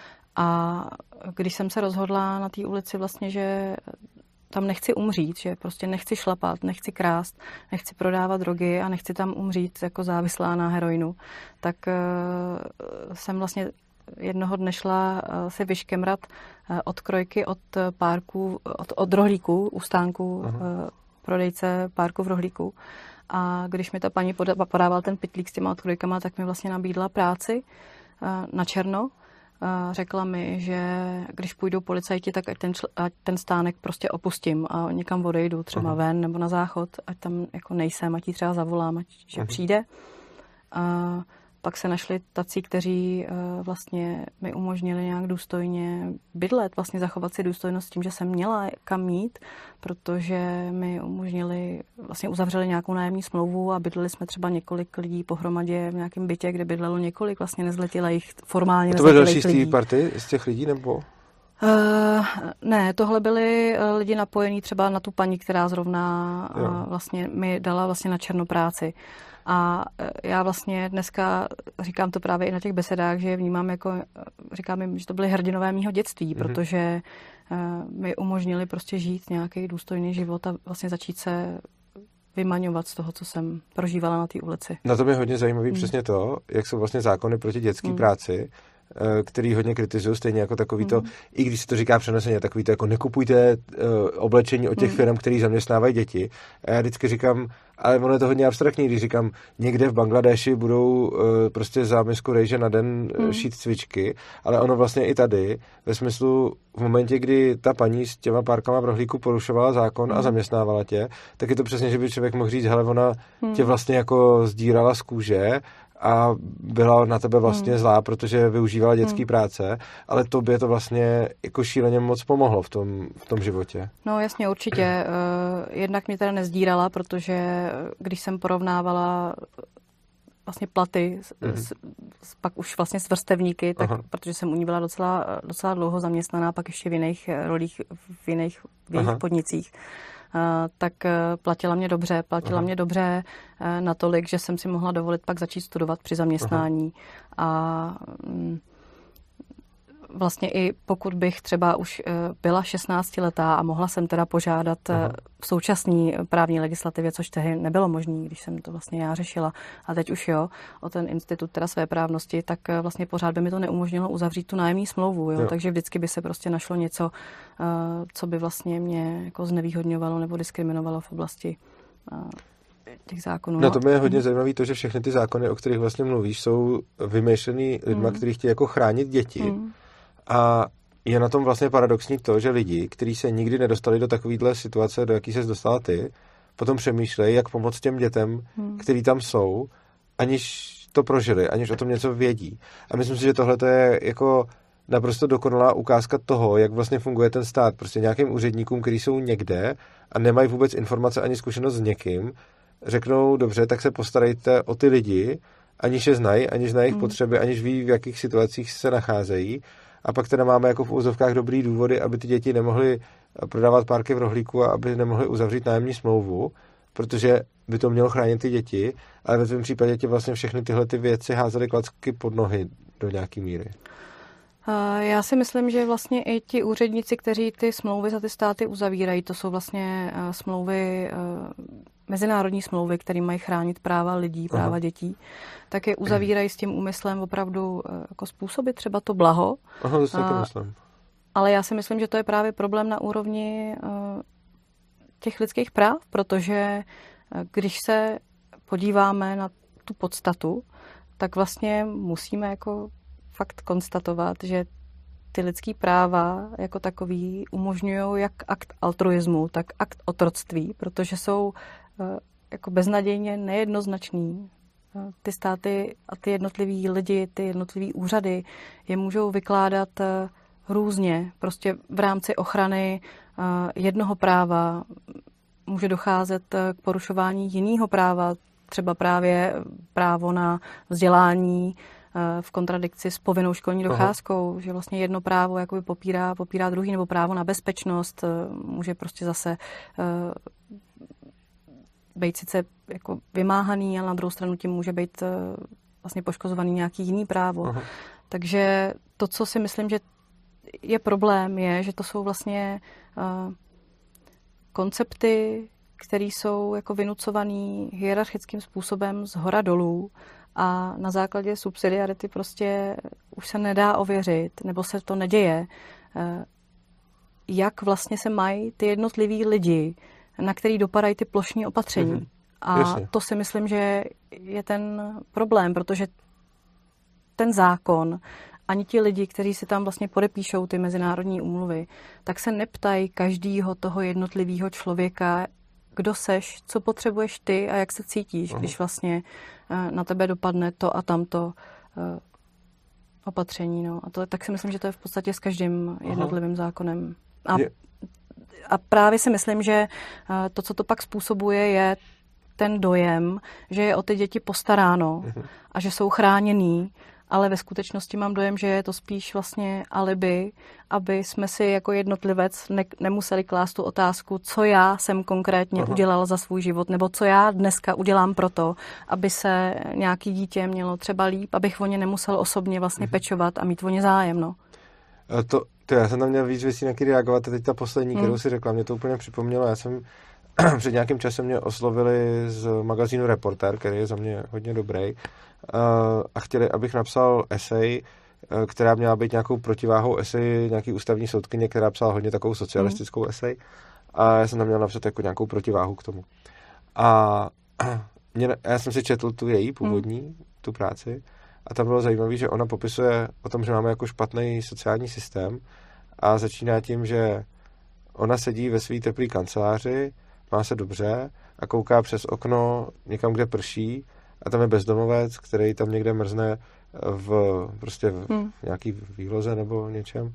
S2: A když jsem se rozhodla na té ulici vlastně, že tam nechci umřít, že prostě nechci šlapat, nechci krást, nechci prodávat drogy a nechci tam umřít jako závislá na heroinu, tak uh, jsem vlastně jednoho dne šla uh, si vyškemrat uh, odkrojky od párků, od, od rohlíků, u stánku uh, prodejce párku v rohlíku. A když mi ta paní podávala ten pytlík s těma odkrojkama, tak mi vlastně nabídla práci uh, na černo. Řekla mi, že když půjdou policajti, tak ať ten, ať ten stánek prostě opustím a někam odejdu, třeba uh-huh. ven nebo na záchod, ať tam jako nejsem, ať jí třeba zavolám, ať že uh-huh. přijde. A pak se našli tací, kteří uh, vlastně mi umožnili nějak důstojně bydlet, vlastně zachovat si důstojnost tím, že jsem měla kam mít, protože mi umožnili, vlastně uzavřeli nějakou nájemní smlouvu a bydleli jsme třeba několik lidí pohromadě v nějakém bytě, kde bydlelo několik vlastně nezletilých, formálně nezletilých lidí.
S1: To byly další z té party, z těch lidí, nebo?
S2: Uh, ne, tohle byli uh, lidi napojení třeba na tu paní, která zrovna uh, vlastně mi dala vlastně na černopráci. A já vlastně dneska říkám to právě i na těch besedách, že je vnímám jako, říkám jim, že to byly hrdinové mýho dětství, mm-hmm. protože uh, mi umožnili prostě žít nějaký důstojný život a vlastně začít se vymaňovat z toho, co jsem prožívala na té ulici.
S1: Na tom je hodně zajímavý mm. přesně to, jak jsou vlastně zákony proti dětské mm. práci, který hodně kritizují, stejně jako takový to, mm. i když se to říká přeneseně, takový to jako nekupujte uh, oblečení od těch mm. firm, který zaměstnávají děti. A já vždycky říkám, ale ono je to hodně abstraktní, když říkám, někde v Bangladeši budou uh, prostě za misku rejže na den mm. šít cvičky, ale ono vlastně i tady, ve smyslu v momentě, kdy ta paní s těma párkama v rohlíku porušovala zákon mm. a zaměstnávala tě, tak je to přesně, že by člověk mohl říct, hele, ona mm. tě vlastně jako zdírala z kůže a byla na tebe vlastně hmm. zlá, protože využívala dětský hmm. práce, ale tobě to vlastně jako šíleně moc pomohlo v tom, v tom životě.
S2: No jasně, určitě. Jednak mě teda nezdírala, protože když jsem porovnávala vlastně platy hmm. s, s, pak už vlastně s vrstevníky, tak Aha. protože jsem u ní byla docela, docela dlouho zaměstnaná, pak ještě v jiných rolích, v jiných, v jiných podnicích, Uh, tak uh, platila mě dobře, platila Aha. mě dobře uh, natolik, že jsem si mohla dovolit pak začít studovat při zaměstnání. Aha. A um, vlastně i pokud bych třeba už uh, byla šestnáctiletá a mohla jsem teda požádat uh, v současné právní legislativě, což tehdy nebylo možné, když jsem to vlastně já řešila, a teď už jo, o ten institut teda svéprávnosti, tak uh, vlastně pořád by mi to neumožnilo uzavřít tu nájemní smlouvu, jo? Jo. Takže vždycky by se prostě našlo něco, uh, co by vlastně mě jako znevýhodňovalo nebo diskriminovalo v oblasti uh, těch zákonů.
S1: No to mě je hodně zajímavé to, že všechny ty zákony, o kterých vlastně mluvíš, jsou vymýšlený lidma, mm. kteří chtějí jako chránit děti. Mm. A je na tom vlastně paradoxní to, že lidi, kteří se nikdy nedostali do takovéhle situace, do jaký ses dostala ty, potom přemýšlejí, jak pomoct těm dětem, hmm. který tam jsou, aniž to prožili, aniž o tom něco vědí. A myslím si, že tohle je jako naprosto dokonalá ukázka toho, jak vlastně funguje ten stát. Prostě nějakým úředníkům, kteří jsou někde a nemají vůbec informace ani zkušenost s někým, řeknou, dobře, tak se postarejte o ty lidi, aniž je znají, aniž znají jejich hmm. potřeby, aniž ví, v jakých situacích se nacházejí. A pak teda máme jako v úzovkách dobrý důvody, aby ty děti nemohly prodávat párky v rohlíku a aby nemohly uzavřít nájemní smlouvu, protože by to mělo chránit ty děti, ale ve tvém případě ti vlastně všechny tyhle ty věci házely klacky pod nohy do nějaký míry.
S2: Já si myslím, že vlastně i ti úředníci, kteří ty smlouvy za ty státy uzavírají, to jsou vlastně smlouvy, mezinárodní smlouvy, které mají chránit práva lidí, práva Aha. dětí, tak je uzavírají s tím úmyslem opravdu jako způsobit třeba to blaho.
S1: Aha, to si to myslím.
S2: Ale já si myslím, že to je právě problém na úrovni těch lidských práv, protože když se podíváme na tu podstatu, tak vlastně musíme jako fakt konstatovat, že ty lidský práva jako takový umožňují jak akt altruismu, tak akt otroctví, protože jsou jako beznadějně nejednoznačný. Ty státy a ty jednotliví lidi, ty jednotliví úřady je můžou vykládat různě. Prostě v rámci ochrany jednoho práva může docházet k porušování jiného práva, třeba právě právo na vzdělání v kontradikci s povinnou školní docházkou, Aha. že vlastně jedno právo jakoby popírá, popírá druhý, nebo právo na bezpečnost může prostě zase být sice jako vymáhaný, ale na druhou stranu tím může být vlastně poškozovaný nějaký jiný právo. Aha. Takže to, co si myslím, že je problém, je, že to jsou vlastně uh, koncepty, které jsou jako vynucovaný hierarchickým způsobem z hora dolů a na základě subsidiarity prostě už se nedá ověřit, nebo se to neděje, uh, jak vlastně se mají ty jednotliví lidi, na který dopadají ty plošní opatření. Mm-hmm. A Jasně. to si myslím, že je ten problém, protože ten zákon, ani ti lidi, kteří si tam vlastně podepíšou ty mezinárodní úmluvy, tak se neptají každýho toho jednotlivého člověka, kdo seš, co potřebuješ ty a jak se cítíš, Aha. když vlastně na tebe dopadne to a tamto opatření. No. A to, tak si myslím, že to je v podstatě s každým jednotlivým Aha. zákonem. A, a právě si myslím, že to, co to pak způsobuje, je ten dojem, že je o ty děti postaráno Aha. a že jsou chráněný, ale ve skutečnosti mám dojem, že je to spíš vlastně alibi, aby jsme si jako jednotlivec ne- nemuseli klást tu otázku, co já jsem konkrétně Aha. udělal za svůj život, nebo co já dneska udělám proto, aby se nějaký dítě mělo třeba líp, abych o ně nemusel osobně vlastně Aha. pečovat a mít o ně zájem. No.
S1: To, to já jsem tam měl víc věcí, na které reagovat, a teď ta poslední, kterou hmm. si řekla, mě to úplně připomnělo. Já jsem před nějakým časem mě oslovili z magazínu Reporter, který je za mě hodně dobrý, a chtěli, abych napsal esej, která měla být nějakou protiváhou esej nějaký ústavní soudkyně, která psala hodně takovou socialistickou mm. esej, a já jsem tam měl napsat jako nějakou protiváhu k tomu. A mě, já jsem si četl tu její původní, mm. tu práci, a tam bylo zajímavé, že ona popisuje o tom, že máme jako špatný sociální systém, a začíná tím, že ona sedí ve své teplé kanceláři, má se dobře a kouká přes okno někam, kde prší, a tam je bezdomovec, který tam někde mrzne v prostě v hmm. nějaký výloze nebo něčem.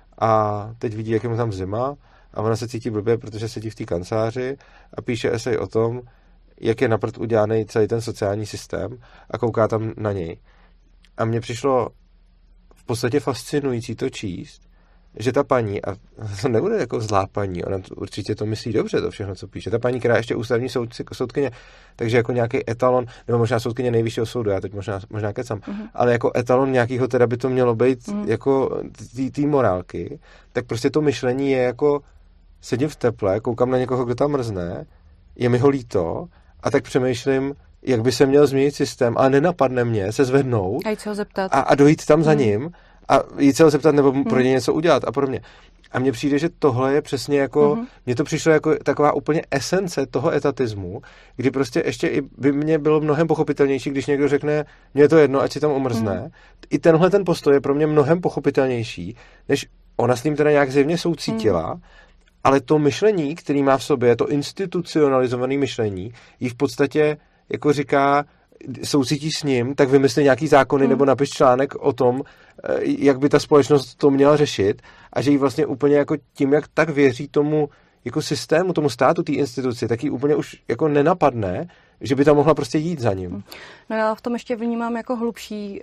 S1: A teď vidí, jak je mu tam zima, a ona se cítí blbě, protože sedí v té kanceláři a píše esej o tom, jak je na prd udělaný celý ten sociální systém, a kouká tam na něj. A mně přišlo v podstatě fascinující to číst, že ta paní, a to nebude jako zlá paní, ona určitě to myslí dobře, to všechno, co píše. Ta paní, která ještě ústavní soud, soudkyně, takže jako nějaký etalon, nebo možná soudkyně nejvyššího soudu, já teď možná, možná kecam, uh-huh. ale jako etalon nějakýho, teda by to mělo být uh-huh. jako té morálky, tak prostě to myšlení je jako sedím v teple, koukám na někoho, kdo tam mrzne, je mi ho líto, a tak přemýšlím, jak by se měl změnit systém, ale nenapadne mě se zvednout
S2: a, se ho zeptat.
S1: a, a dojít tam za uh-huh. ním, a jít se ho zeptat, nebo pro ně něco udělat a podobně. A mně přijde, že tohle je přesně jako, mm-hmm. mně to přišlo jako taková úplně esence toho etatismu, kdy prostě ještě i by mě bylo mnohem pochopitelnější, když někdo řekne, mně je to jedno, ať si tam umrzne. Mm-hmm. I tenhle ten postoj je pro mě mnohem pochopitelnější, než ona s tím teda nějak zjevně soucítila, mm-hmm. ale to myšlení, který má v sobě, to institucionalizované myšlení, jí v podstatě jako říká, soucítí s ním, tak vymysli nějaký zákony hmm. nebo napiš článek o tom, jak by ta společnost to měla řešit, a že jí vlastně úplně jako tím, jak tak věří tomu jako systému, tomu státu, té instituci, tak jí úplně už jako nenapadne, že by tam mohla prostě jít za ním.
S2: No já v tom ještě vnímám jako hlubší.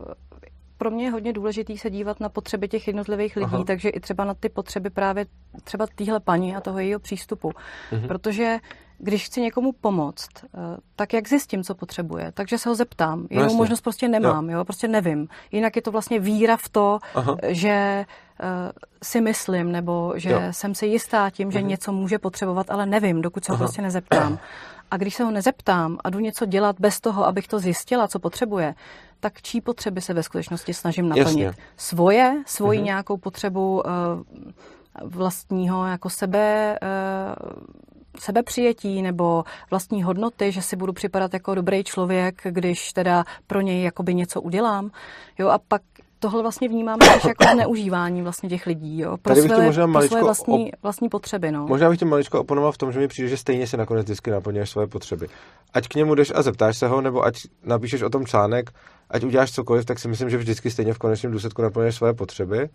S2: Pro mě je hodně důležitý se dívat na potřeby těch jednotlivých lidí, Aha. takže i třeba na ty potřeby právě třeba téhle paní a toho jejího přístupu. Mhm. Protože když chci někomu pomoct, tak jak zjistím, co potřebuje? Takže se ho zeptám. Jinou no možnost prostě nemám, jo. jo, prostě nevím. Jinak je to vlastně víra v to, Aha. že uh, si myslím, nebo že jo. jsem si jistá tím, že mhm. něco může potřebovat, ale nevím, dokud se ho Aha. prostě nezeptám. A když se ho nezeptám a jdu něco dělat bez toho, abych to zjistila, co potřebuje, tak čí potřeby se ve skutečnosti snažím naplnit? Jasně. Svoje, svoji mhm. nějakou potřebu uh, vlastního jako sebe... Uh, sebepřijetí nebo vlastní hodnoty, že si budu připadat jako dobrý člověk, když teda pro něj jakoby něco udělám. Jo, a pak tohle vlastně vnímám až jako zneužívání vlastně těch lidí, jo, pro své, pro své vlastní, op... vlastní potřeby, no.
S1: Možná bych tě maličko oponoval v tom, že mi přijde, že stejně si nakonec vždycky naplňuješ svoje potřeby. Ať k němu jdeš a zeptáš se ho, nebo ať napíšeš o tom článek, ať uděláš cokoliv, tak si myslím, že vždycky stejně v konečném důsledku naplňuješ svoje potřeby.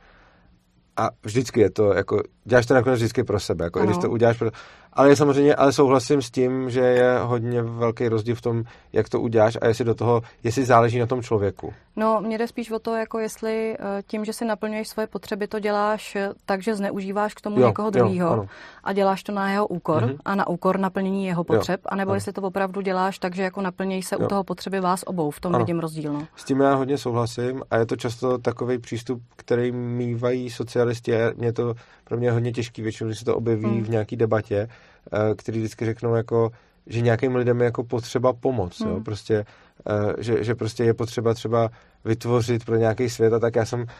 S1: A vždycky je to, jako, děláš to nakonec vždycky pro sebe, jako, i když to uděláš pro... Ale je samozřejmě, ale souhlasím s tím, že je hodně velký rozdíl v tom, jak to uděláš a jestli do toho, jestli záleží na tom člověku.
S2: No, mně jde spíš o to, jako jestli tím, že si naplňuješ svoje potřeby, to děláš tak, že zneužíváš k tomu jo, někoho druhýho a děláš to na jeho úkor mm-hmm. a na úkor naplnění jeho potřeb, jo, anebo ano. jestli to opravdu děláš tak, že jako naplnějí se jo. u toho potřeby vás obou, v tom ano. vidím rozdíl. No.
S1: S tím já hodně souhlasím a je to často takový přístup, který mívají socialisti a mě to pro mě je hodně těžký, většinou, když se to objeví mm. v nějaký debatě, který vždycky řeknou, jako, že nějakým lidem je jako potřeba pomoc, mm. jo? Prostě, že, že prostě je potřeba třeba vytvořit pro nějaký svět a tak já jsem,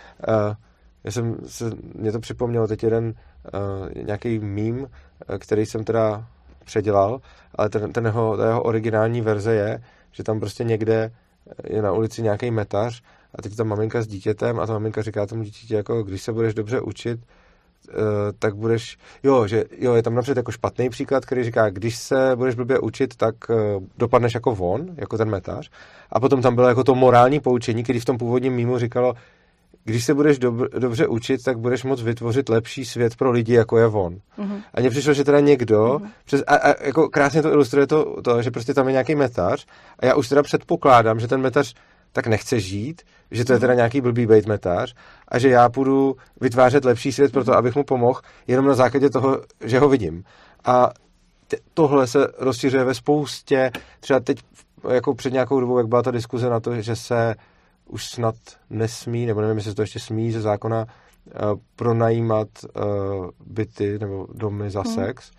S1: já jsem se, mě to připomnělo teď jeden nějaký mím, který jsem teda předělal, ale ten, ten jeho, ta jeho originální verze je, že tam prostě někde je na ulici nějaký metař a teď ta maminka s dítětem a ta maminka říká tomu dítěti, jako když se budeš dobře učit, Uh, tak budeš, jo, že jo, je tam například jako špatný příklad, který říká, když se budeš blbě učit, tak uh, dopadneš jako on, jako ten metař. A potom tam bylo jako to morální poučení, který v tom původním mýmu říkalo, když se budeš dob- dobře učit, tak budeš moct vytvořit lepší svět pro lidi, jako je on. Uh-huh. A mně přišlo, že teda někdo, uh-huh. přes, a, a jako krásně to ilustruje to, to, že prostě tam je nějaký metař a já už teda předpokládám, že ten metař tak nechce žít, že to je teda nějaký blbý bejt metář a že já půjdu vytvářet lepší svět pro to, abych mu pomohl, jenom na základě toho, že ho vidím. A t- tohle se rozšiřuje ve spoustě, třeba teď jako před nějakou dobou, jak byla ta diskuze na to, že se už snad nesmí, nebo nevím, jestli se to ještě smí ze zákona uh, pronajímat uh, byty nebo domy za hmm. sex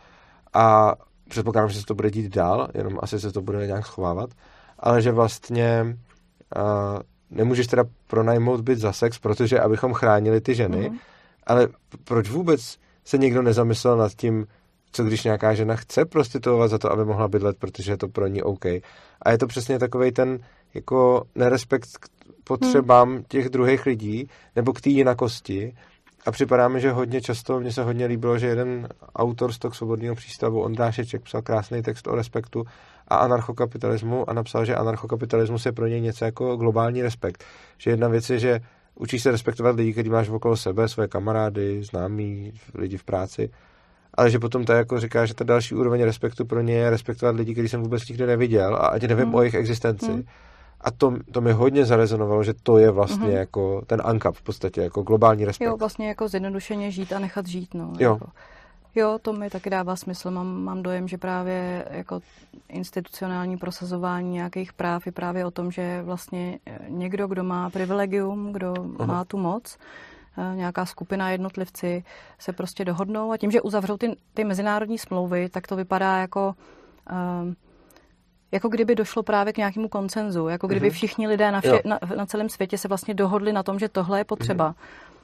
S1: a předpokládám, že se to bude dít dál, jenom asi se to bude nějak schovávat, ale že vlastně Uh, nemůžeš teda pronajmout byt za sex, protože abychom chránili ty ženy, mm. ale proč vůbec se někdo nezamyslel nad tím, co když nějaká žena chce prostituovat za to, aby mohla bydlet, protože je to pro ní OK. A je to přesně takovej ten jako nerespekt k potřebám mm. těch druhých lidí, nebo k té jinakosti. A připadá mi, že hodně často, mně se hodně líbilo, že jeden autor z toho Svobodného přístavu, Ondrášeček, psal krásný text o respektu a anarchokapitalismu a napsal, že anarchokapitalismus je pro něj něco jako globální respekt. Že jedna věc je, že učíš se respektovat lidi, kteří máš okolo sebe, své kamarády, známí, lidi v práci, ale že potom ta jako říká, že ta další úroveň respektu pro ně je respektovat lidi, kteří jsem vůbec nikdy neviděl a ať nevím hmm. o jejich existenci. Hmm. A to, to mi hodně zarezonovalo, že to je vlastně mm-hmm. jako ten ankap v podstatě, jako globální respekt.
S2: Jo, vlastně jako zjednodušeně žít a nechat žít, no.
S1: Jo.
S2: Jako, jo, to mi taky dává smysl. Mám, mám dojem, že právě jako institucionální prosazování nějakých práv je právě o tom, že vlastně někdo, kdo má privilegium, kdo uh-huh. má tu moc, nějaká skupina jednotlivci se prostě dohodnou a tím, že uzavřou ty, ty mezinárodní smlouvy, tak to vypadá jako... Um, jako kdyby došlo právě k nějakému konsenzu, jako kdyby všichni lidé na, vše, na, na celém světě se vlastně dohodli na tom, že tohle je potřeba.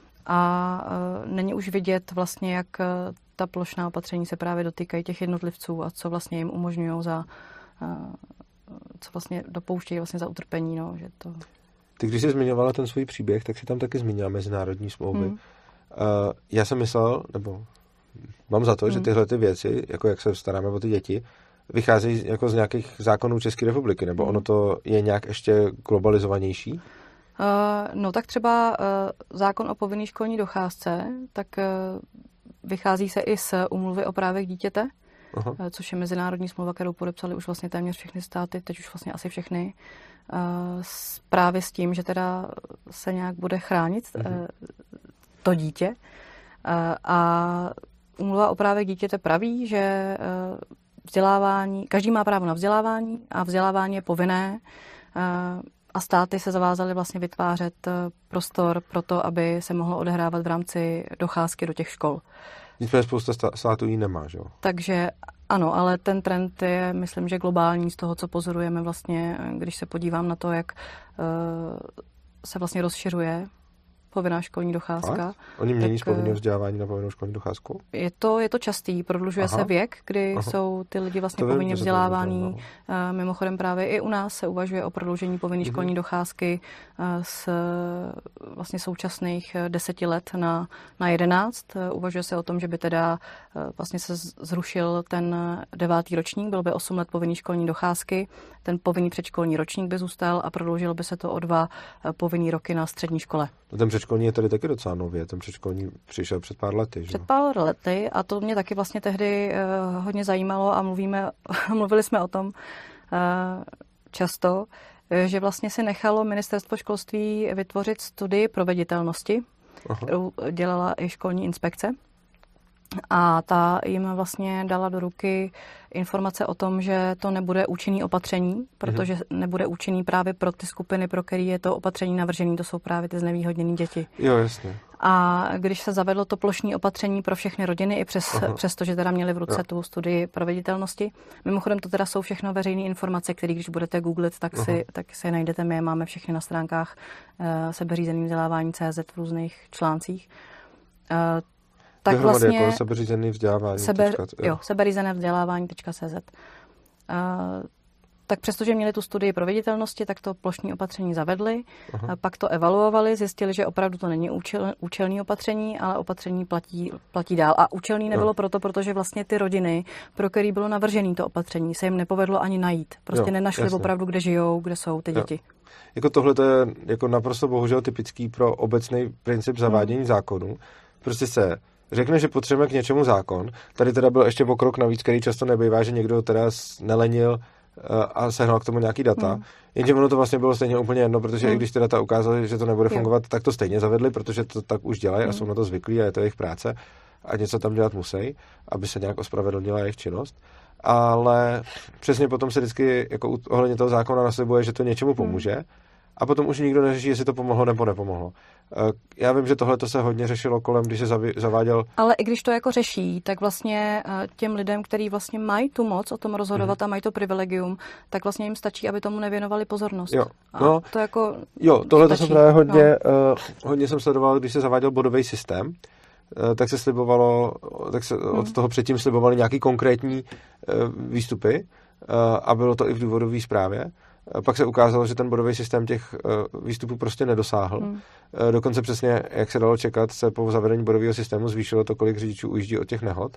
S2: A uh, není už vidět vlastně, jak uh, ta plošná opatření se právě dotýkají těch jednotlivců a co vlastně jim umožňují za, uh, co vlastně dopouštějí vlastně za utrpení, no, že to...
S1: Ty, když jsi zmiňovala ten svůj příběh, tak si tam taky zmínila mezinárodní smlouvy. Hmm. Uh, já jsem myslel, nebo mám za to, hmm. že tyhle ty věci, jako jak se staráme o ty děti, vycházejí jako z nějakých zákonů České republiky, nebo ono to je nějak ještě globalizovanější? Uh,
S2: no tak třeba uh, zákon o povinné školní docházce, tak uh, vychází se i z úmluvy o právech dítěte, uh, což je mezinárodní smlouva, kterou podepsali už vlastně téměř všechny státy, teď už vlastně asi všechny, uh, s, právě s tím, že teda se nějak bude chránit uh, uh, to dítě. Uh, a úmluva o právech dítěte praví, že uh, vzdělávání, každý má právo na vzdělávání a vzdělávání je povinné a státy se zavázaly vlastně vytvářet prostor pro to, aby se mohlo odehrávat v rámci docházky do těch škol.
S1: Nicméně spousta států ji nemá, že jo?
S2: Takže ano, ale ten trend je, myslím, že globální z toho, co pozorujeme vlastně, když se podívám na to, jak se vlastně rozšiřuje povinná školní docházka.
S1: A? Oni mění
S2: tak,
S1: z povinného vzdělávání na povinnou školní docházku?
S2: Je to, je to častý, prodlužuje Aha. se věk, kdy Aha. jsou ty lidi vlastně to povinně vzdělávaný. Mimochodem právě i u nás se uvažuje o prodloužení povinné mm-hmm. školní docházky z vlastně současných deseti let na, na jedenáct. Uvažuje se o tom, že by teda vlastně se zrušil ten devátý ročník, byl by osm let povinný školní docházky, ten povinný předškolní ročník by zůstal a prodloužilo by se to o dva povinný roky na střední škole.
S1: No ten předškolní je tady taky docela nově, ten předškolní přišel před pár lety. Že?
S2: Před pár lety a to mě taky vlastně tehdy uh, hodně zajímalo a mluvíme, mluvili jsme o tom uh, často, že vlastně si nechalo ministerstvo školství vytvořit studii proveditelnosti, Aha. kterou dělala i školní inspekce. A ta jim vlastně dala do ruky informace o tom, že to nebude účinný opatření, protože mm-hmm. nebude účinný právě pro ty skupiny, pro které je to opatření navržené, to jsou právě ty znevýhodněné děti.
S1: Jo, jasně.
S2: A když se zavedlo to plošné opatření pro všechny rodiny, i přes, přes to, že teda měli v ruce jo. tu studii proveditelnosti. Mimochodem to teda jsou všechno veřejné informace, které když budete googlit, tak si, tak si najdete. My je máme všechny na stránkách uh, sebeřízeným vzdělávání tečka cé zet v různých článcích. Uh, tak
S1: Dohromady
S2: vlastně
S1: jako sebeřízený vzdělávání.
S2: Sebe, jo, sebeřízené vzdělávání tečka cé zet. Uh, tak přestože měli tu studii proveditelnosti, tak to plošní opatření zavedli, Aha. pak to evaluovali, zjistili, že opravdu to není účel, účelný opatření, ale opatření platí, platí dál. A účelný nebylo jo. proto, protože vlastně ty rodiny, pro který bylo navržené to opatření, se jim nepovedlo ani najít. Prostě jo, nenašli jasně. opravdu, kde žijou, kde jsou ty jo. děti.
S1: Jako tohle to je jako naprosto bohužel typický pro obecný princip zavádění hmm. zákonů. Prostě se řekne, že potřebujeme k něčemu zákon. Tady teda byl ještě pokrok navíc, který často nebývá, že někdo teda nelenil a sehnal k tomu nějaký data. Hmm. Jenže ono to vlastně bylo stejně úplně jedno, protože hmm. i když ty data ukázaly, že to nebude fungovat, jo. tak to stejně zavedli, protože to tak už dělají hmm. a jsou na to zvyklí a je to jejich práce a něco tam dělat musí, aby se nějak ospravedlnila jejich činnost. Ale přesně potom se vždycky jako ohledně toho zákona naslibuje, že to něčemu pomůže. Hmm. A potom už nikdo neřeší, jestli to pomohlo nebo nepomohlo. Já vím, že tohle to se hodně řešilo kolem, když se zaváděl...
S2: Ale i když to jako řeší, tak vlastně těm lidem, kteří vlastně mají tu moc o tom rozhodovat mm. a mají to privilegium, tak vlastně jim stačí, aby tomu nevěnovali pozornost.
S1: Jo, no,
S2: to jako
S1: jo tohle to jsem právě hodně, no. uh, hodně jsem sledoval, když se zaváděl bodový systém, uh, tak se slibovalo, tak se mm. od toho předtím slibovali nějaký konkrétní uh, výstupy uh, a bylo to i v důvodové zprávě. Pak se ukázalo, že ten bodový systém těch uh, výstupů prostě nedosáhl. Hmm. Uh, dokonce přesně, jak se dalo čekat, se po zavedení bodového systému zvýšilo to, kolik řidičů ujíždí od těch nehod.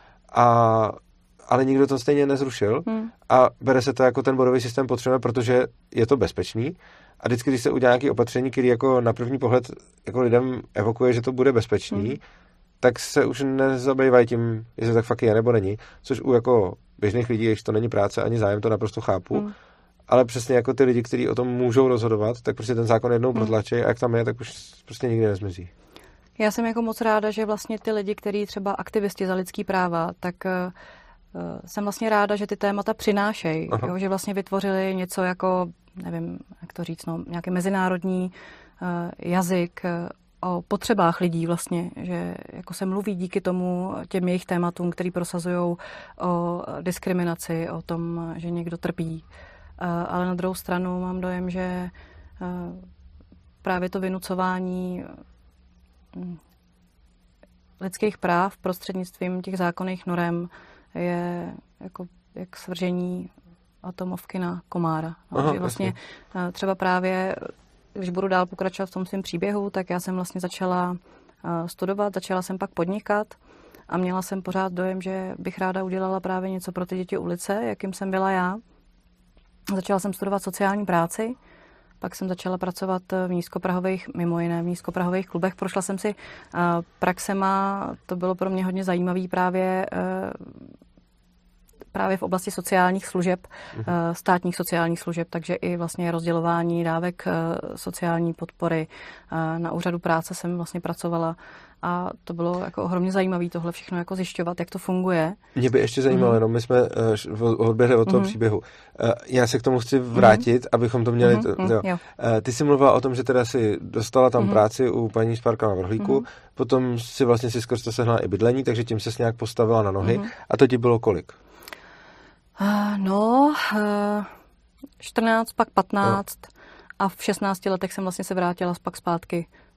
S1: A, ale nikdo to stejně nezrušil. Hmm. A bere se to jako ten bodový systém potřebuje, protože je to bezpečný. A vždycky, když se udělá nějaké opatření, který jako na první pohled jako lidem evokuje, že to bude bezpečný, hmm. tak se už nezabývají tím, jestli tak fakt je nebo není. Což u jako běžných lidí, jež to není práce ani zájem, to naprosto chápu. Hmm. Ale přesně jako ty lidi, kteří o tom můžou rozhodovat, tak prostě ten zákon jednou hmm. protlačí a jak tam je, tak už prostě nikdy nezmizí.
S2: Já jsem jako moc ráda, že vlastně ty lidi, kteří třeba aktivisti za lidský práva, tak uh, jsem vlastně ráda, že ty témata přinášejí, jo, že vlastně vytvořili něco jako, nevím, jak to říct, no, nějaký mezinárodní uh, jazyk uh, o potřebách lidí vlastně, že jako se mluví díky tomu těm jejich tématům, který prosazují o diskriminaci, o tom, že někdo trpí. Ale na druhou stranu mám dojem, že právě to vynucování lidských práv prostřednictvím těch zákonných norem je jako jak svržení atomovky na komára. No, Aha, že vlastně jasně. třeba právě, když budu dál pokračovat v tom svém příběhu, tak já jsem vlastně začala studovat, začala jsem pak podnikat a měla jsem pořád dojem, že bych ráda udělala právě něco pro ty děti ulice, jakým jsem byla já. Začala jsem studovat sociální práci, pak jsem začala pracovat v nízkoprahových, mimo jiné v nízkoprahových klubech. Prošla jsem si praxema, to bylo pro mě hodně zajímavý právě, právě v oblasti sociálních služeb, mm-hmm. státních sociálních služeb, takže i vlastně rozdělování dávek sociální podpory. Na úřadu práce jsem vlastně pracovala a to bylo jako ohromně zajímavé tohle všechno jako zjišťovat, jak to funguje.
S1: Mě by ještě zajímalo, mm. jenom my jsme uh, odběhli od toho mm. příběhu. Uh, já se k tomu chci vrátit, mm. abychom to měli... Mm. T- jo. Jo. Uh, ty jsi mluvila o tom, že teda si dostala tam mm. práci u paní z Parka na Vrhlíku, mm. potom si vlastně si skrz to sehnala i bydlení, takže tím ses nějak postavila na nohy. Mm. A to ti bylo kolik?
S2: Uh, no, uh, čtrnáct, pak patnáct no. a v šestnácti letech jsem vlastně se vrátila pak zpátky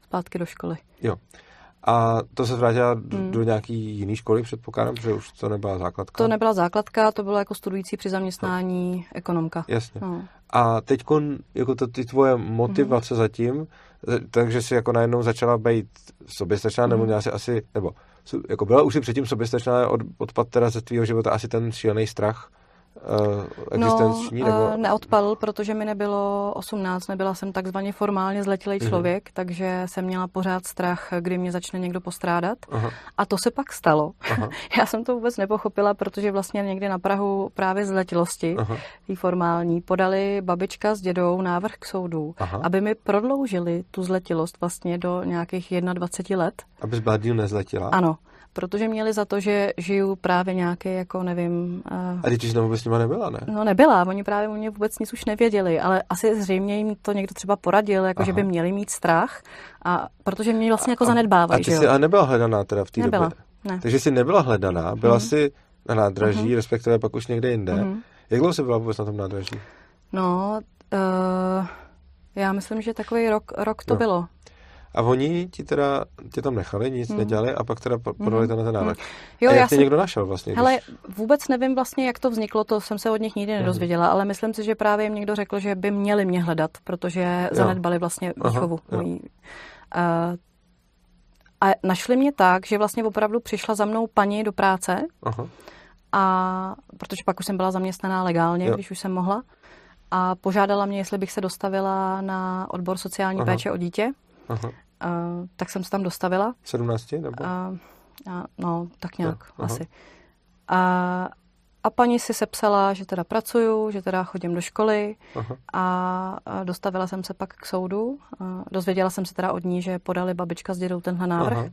S2: zpátky do školy.
S1: Jo. A to se vrátila
S2: hmm.
S1: do nějaký jiný školy, předpokládám, protože už to nebyla základka?
S2: To nebyla základka, to bylo jako studující při zaměstnání no. ekonomka.
S1: Jasně.
S2: No.
S1: A teď jako to, ty tvoje motivace hmm. zatím, takže jsi jako najednou začala být soběstačná, hmm. nebo měla si asi, nebo jako byla už si předtím soběstačná, od, odpad teda ze tvýho života asi ten šílený strach uh, existenční?
S2: No,
S1: nebo...
S2: uh, neodpadl, protože mi nebylo osmnáct, nebyla jsem takzvaně formálně zletilý člověk, mm-hmm. takže jsem měla pořád strach, kdy mě začne někdo postrádat. Aha. A to se pak stalo. Já jsem to vůbec nepochopila, protože vlastně někdy na prahu právě zletilosti, tý formální, podali babička s dědou návrh k soudu, Aha. aby mi prodloužili tu zletilost vlastně do nějakých dvacet jedna let.
S1: Abys byla díl nezletila?
S2: Ano. Protože měli za to, že žiju právě nějaký, jako nevím... Uh...
S1: A když tam vůbec s nima nebyla, ne?
S2: No nebyla, oni právě o mě vůbec nic už nevěděli, ale asi zřejmě jim to někdo třeba poradil, jako že by měli mít strach, a protože mě vlastně jako zanedbávají.
S1: A ty jsi ale nebyla hledaná teda v té době?
S2: Nebyla, ne.
S1: Takže jsi nebyla hledaná, byla mm. jsi na nádraží, mm. respektive pak už někde jinde.
S2: Mm.
S1: Jak dlouho jsi byla vůbec na tom nádraží?
S2: No, uh, já myslím, že takový rok, rok to no. bylo.
S1: A oni ti teda tě tam nechali, nic mm. nedělali a pak teda podali to na ten návrh.
S2: Mm. Jo,
S1: a jak
S2: já
S1: tě jsem... někdo našel vlastně?
S2: Hele, když... vůbec nevím vlastně, jak to vzniklo, to jsem se od nich nikdy nedozvěděla, mm. ale myslím si, že právě jim někdo řekl, že by měli mě hledat, protože jo. zanedbali vlastně výchovu. Aha, mojí. Uh, a našli mě tak, že vlastně opravdu přišla za mnou paní do práce, Aha. a protože pak už jsem byla zaměstnaná legálně, jo. když už jsem mohla, a požádala mě, jestli bych se dostavila na odbor sociální Aha. péče o dítě. Aha. Uh, tak jsem se tam dostavila.
S1: sedmnácti nebo?
S2: Uh, uh, no, tak nějak no, asi. A, a paní si sepsala, že teda pracuju, že teda chodím do školy aha. a dostavila jsem se pak k soudu. Uh, dozvěděla jsem se teda od ní, že podali babička s dědou tenhle návrh. Aha.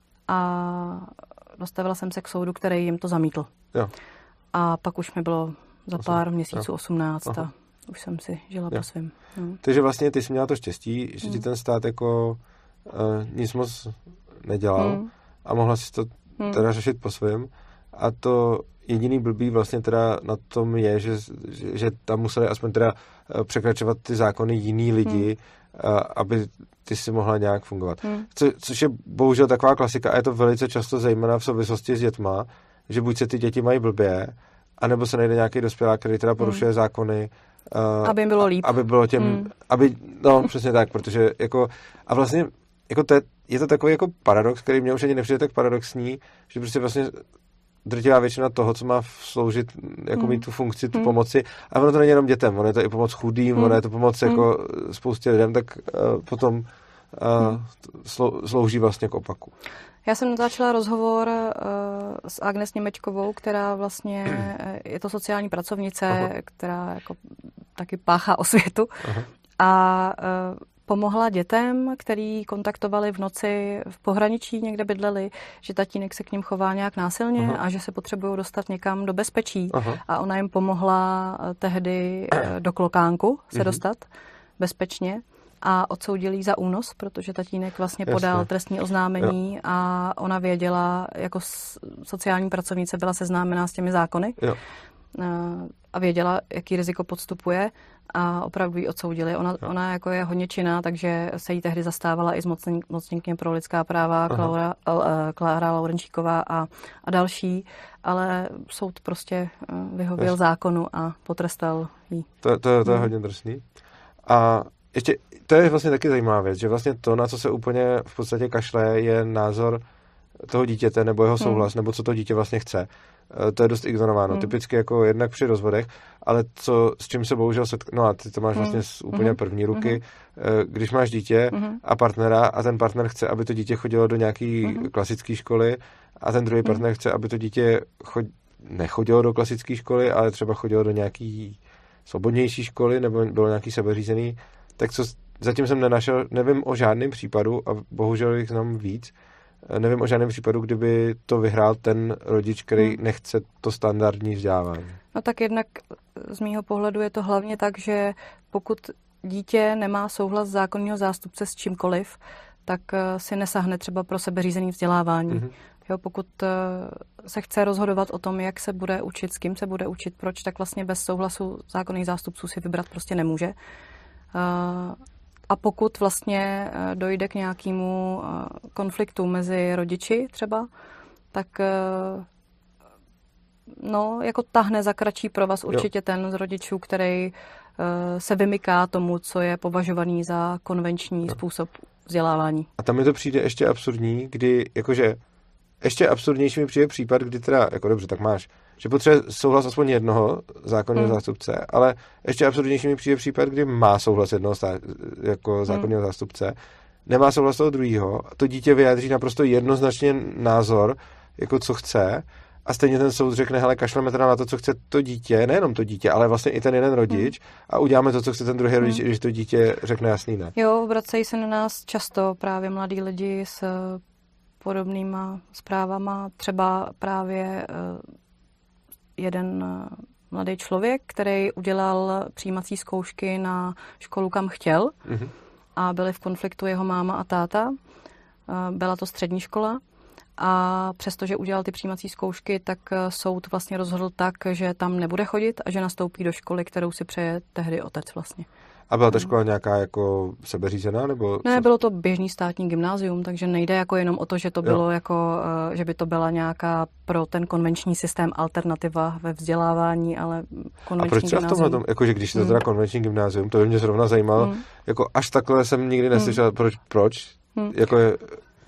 S2: A dostavila jsem se k soudu, který jim to zamítl. Jo. A pak už mi bylo za pár Osm. měsíců jo. osmnáct aha. a už jsem si žila jo. po svém. No.
S1: Takže vlastně ty jsi měla to štěstí, že ti ten stát jako uh, nic moc nedělal hmm. a mohla si to hmm. teda řešit po svém. A to jediný blbý vlastně teda na tom je, že, že, že tam museli aspoň teda překračovat ty zákony jiný lidi, hmm. uh, aby ty si mohla nějak fungovat. Hmm. Co, což je bohužel taková klasika a je to velice často zejména v souvislosti s dětma, že buď se ty děti mají blbě, anebo se najde nějaký dospělák, který teda porušuje hmm. zákony,
S2: Uh, aby jim bylo líp.
S1: Aby bylo těm, mm. aby, no přesně tak, protože jako, a vlastně jako to je, je to takový jako paradox, který mě už ani nepřijde tak paradoxní, že prostě vlastně drtivá většina toho, co má sloužit, jako mm. mít tu funkci, tu mm. pomoci, a ono to není jenom dětem, ono je to i pomoc chudým, mm. ono je to pomoc mm. jako spoustě lidem, tak uh, potom uh, mm. slou, slouží vlastně k opaku.
S2: Já jsem natáčela rozhovor uh, s Agnes Němečkovou, která vlastně je to sociální pracovnice, Aha. která jako taky páchá osvětu. Aha. A uh, pomohla dětem, který kontaktovali v noci v pohraničí, někde bydleli, že tatínek se k ním chová nějak násilně Aha. a že se potřebují dostat někam do bezpečí. Aha. A ona jim pomohla tehdy uh, do Klokánku se mhm. dostat bezpečně. A odsoudili za únos, protože tatínek vlastně podal Jasně. trestní oznámení jo. a ona věděla, jako sociální pracovnice byla seznámená s těmi zákony jo. a věděla, jaký riziko podstupuje a opravdu ji odsoudili. Ona, ona jako je hodně činná, takže se jí tehdy zastávala i zmocněnkyně pro lidská práva Klára, Klára Laurenčíková a, a další, ale soud prostě vyhověl Jasně. zákonu a potrestal jí.
S1: To, to, to je hodně drsný. A ještě, to je vlastně taky zajímavá věc, že vlastně to, na co se úplně v podstatě kašle, je názor toho dítěte nebo jeho souhlas, hmm. nebo co to dítě vlastně chce. To je dost ignorováno. Hmm. Typicky jako jednak při rozvodech, ale co, s čím se bohužel setká, no a ty to máš hmm. vlastně z úplně hmm. první ruky, hmm. když máš dítě hmm. a partnera a ten partner chce, aby to dítě chodilo do nějaký hmm. klasické školy a ten druhý partner hmm. chce, aby to dítě chod, nechodilo do klasické školy, ale třeba chodilo do nějaký svobodnější školy nebo bylo nějaký sebeřízený, tak co zatím jsem nenašel, nevím o žádném případu, a bohužel jich znám víc, nevím o žádném případu, kdyby to vyhrál ten rodič, který hmm. nechce to standardní vzdělávání.
S2: No tak jednak z mýho pohledu je to hlavně tak, že pokud dítě nemá souhlas zákonného zástupce s čímkoliv, tak si nesahne třeba pro sebeřízený vzdělávání. Hmm. Jo, pokud se chce rozhodovat o tom, jak se bude učit, s kým se bude učit, proč, tak vlastně bez souhlasu zákonných zástupců si vybrat prostě nemůže. Uh, a pokud vlastně dojde k nějakému konfliktu mezi rodiči třeba, tak no, jako tahne za kratší provaz určitě jo. ten z rodičů, který se vymyká tomu, co je považovaný za konvenční jo. způsob vzdělávání.
S1: A tam mi to přijde ještě absurdní, kdy jakože ještě absurdnější mi přijde případ, kdy teda, jako dobře, tak máš, že potřebuje souhlas aspoň jednoho zákonného hmm. zástupce, ale ještě absurdnější mi přijde případ, kdy má souhlas jednoho stá, jako zákonného hmm. zástupce, nemá souhlas toho druhého, to dítě vyjádří naprosto jednoznačně názor, jako co chce, a stejně ten soud řekne, hele, kašleme teda na to, co chce to dítě, nejenom to dítě, ale vlastně i ten jeden rodič hmm. a uděláme to, co chce ten druhý rodič, hmm. když to dítě řekne jasný ne.
S2: Jo, obracejí se na nás často právě mladí lidi s podobnýma zprávama, třeba právě jeden mladý člověk, který udělal přijímací zkoušky na školu, kam chtěl mm-hmm. a byli v konfliktu jeho máma a táta. Byla to střední škola a přestože udělal ty přijímací zkoušky, tak soud vlastně rozhodl tak, že tam nebude chodit a že nastoupí do školy, kterou si přeje tehdy otec vlastně.
S1: A byla ta škola nějaká jako sebeřízená? Nebo
S2: ne, co? Bylo to běžný státní gymnázium, takže nejde jako jenom o to, že to bylo jo. jako, že by to byla nějaká pro ten konvenční systém alternativa ve vzdělávání, ale konvenční
S1: A proč třeba v tomhle tom, jakože když je to teda konvenční gymnázium, to by mě zrovna zajímalo, hmm. jako až takhle jsem nikdy neslyšel, hmm. proč, proč? Hmm. Jako je...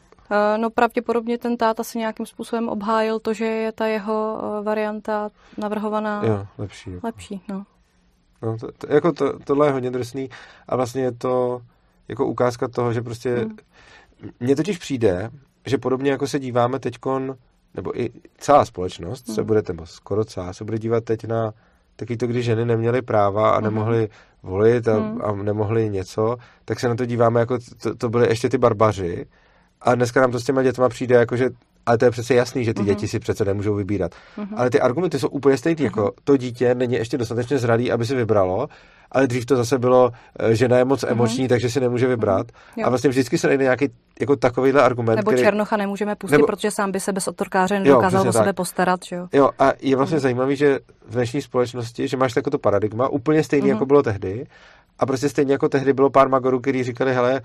S2: No pravděpodobně ten táta si nějakým způsobem obhájil to, že je ta jeho varianta navrhovaná
S1: jo, lepší. Jako.
S2: Lepší, no.
S1: No, to, to, jako to, tohle je hodně drsný a vlastně je to jako ukázka toho, že prostě hmm. mně totiž přijde, že podobně jako se díváme teďkon, nebo i celá společnost hmm. se bude, nebo skoro celá, se bude dívat teď na taky to, když ženy neměly práva a nemohly hmm. volit a, hmm. a nemohly něco, tak se na to díváme jako to, to byly ještě ty barbaři a dneska nám to s těma dětma přijde jako, že ale to je přece jasný, že ty mm-hmm. děti si přece nemůžou vybírat. Mm-hmm. Ale ty argumenty jsou úplně stejný, mm-hmm. jako to dítě není ještě dostatečně zralý, aby si vybralo, ale dřív to zase bylo, žena je moc mm-hmm. emoční, takže si nemůže vybrat. Mm-hmm. A vlastně vždycky se najde nějaký jako takovýhle argument.
S2: Nebo
S1: který...
S2: černocha nemůžeme pustit, nebo... protože sám by se bez otrokáře nedokázal o sebe postarat. Že jo?
S1: jo, a je vlastně mm-hmm. zajímavý, že v dnešní společnosti, že máš takové to paradigma, úplně stejný, mm-hmm. jako bylo tehdy. A prostě stejně jako tehdy bylo pár magorů, kteří říkali, hele,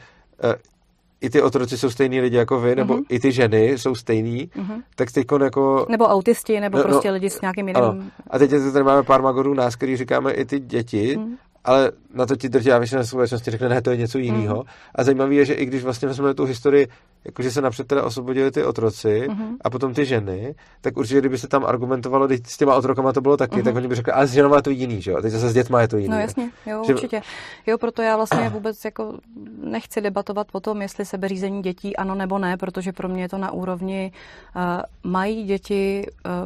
S1: i ty otroci jsou stejný lidi jako vy, nebo mm-hmm. i ty ženy jsou stejný, mm-hmm. tak teďkon jako...
S2: Nebo autisti, nebo no, prostě no, lidi s nějakým jiným...
S1: Ano. A teď tady máme pár magorů nás, který říkáme i ty děti, mm. ale na to ti drtivá většina společnosti řekne, ne, to je něco jiného. Mm. A zajímavé je, že i když vlastně vezmeme tu historii, jakože se napřed teda osvobodili ty otroci mm-hmm. a potom ty ženy, tak určitě, kdyby se tam argumentovalo, když s těma otrokama to bylo taky, mm-hmm. tak oni by řekli, ale s ženama je to jiný, že jo? A teď zase s dětma je to jiný.
S2: No jasně, jo, že... určitě. Jo, proto já vlastně vůbec jako nechci debatovat o tom, jestli sebeřízení dětí ano nebo ne, protože pro mě je to na úrovni, uh, mají děti uh,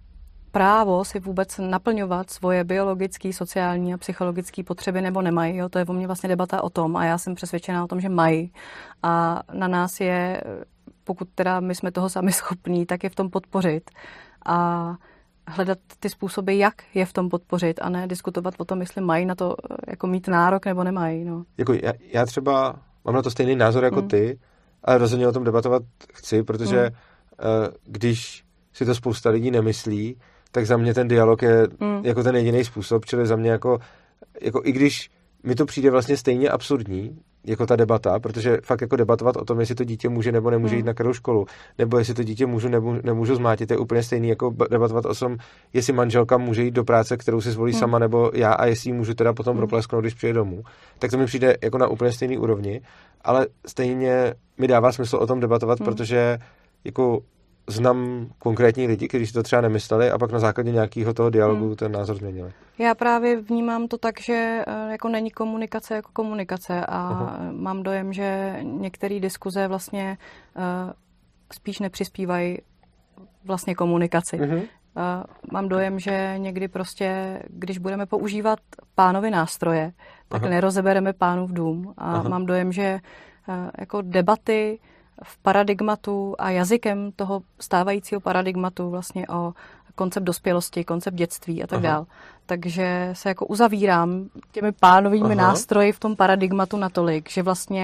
S2: právo si vůbec naplňovat svoje biologické, sociální a psychologické potřeby nebo nemají. Jo? To je o mě vlastně debata o tom a já jsem přesvědčená o tom, že mají. A na nás je, pokud teda my jsme toho sami schopní, tak je v tom podpořit a hledat ty způsoby, jak je v tom podpořit a ne diskutovat o tom, jestli mají na to jako mít nárok nebo nemají. No.
S1: Jako já, já třeba mám na to stejný názor jako mm. ty, ale rozhodně o tom debatovat chci, protože mm. uh, když si to spousta lidí nemyslí, tak za mě ten dialog je mm. jako ten jediný způsob, čili za mě jako, jako i když mi to přijde vlastně stejně absurdní, jako ta debata, protože fakt jako debatovat o tom, jestli to dítě může nebo nemůže jít na kterou školu, nebo jestli to dítě můžu nebo nemůžu zmátit, je úplně stejný jako debatovat o tom, jestli manželka může jít do práce, kterou si zvolí mm. sama, nebo já a jestli můžu teda potom mm. proplesknout, když přijde domů. Tak to mi přijde jako na úplně stejný úrovni, ale stejně mi dává smysl o tom debatovat, mm. protože jako znám konkrétní lidi, kteří si to třeba nemysleli a pak na základě nějakého toho dialogu hmm. ten názor změnili.
S2: Já právě vnímám to tak, že jako není komunikace jako komunikace a Aha. mám dojem, že některé diskuze vlastně uh, spíš nepřispívají vlastně komunikaci. Uh-huh. Uh, mám dojem, že někdy prostě, když budeme používat pánovi nástroje, tak Aha. nerozebereme pánův dům a Aha. mám dojem, že uh, jako debaty v paradigmatu a jazykem toho stávajícího paradigmatu vlastně o koncept dospělosti, koncept dětství a tak dál. Takže se jako uzavírám těmi pánovými Aha. nástroji v tom paradigmatu natolik, že vlastně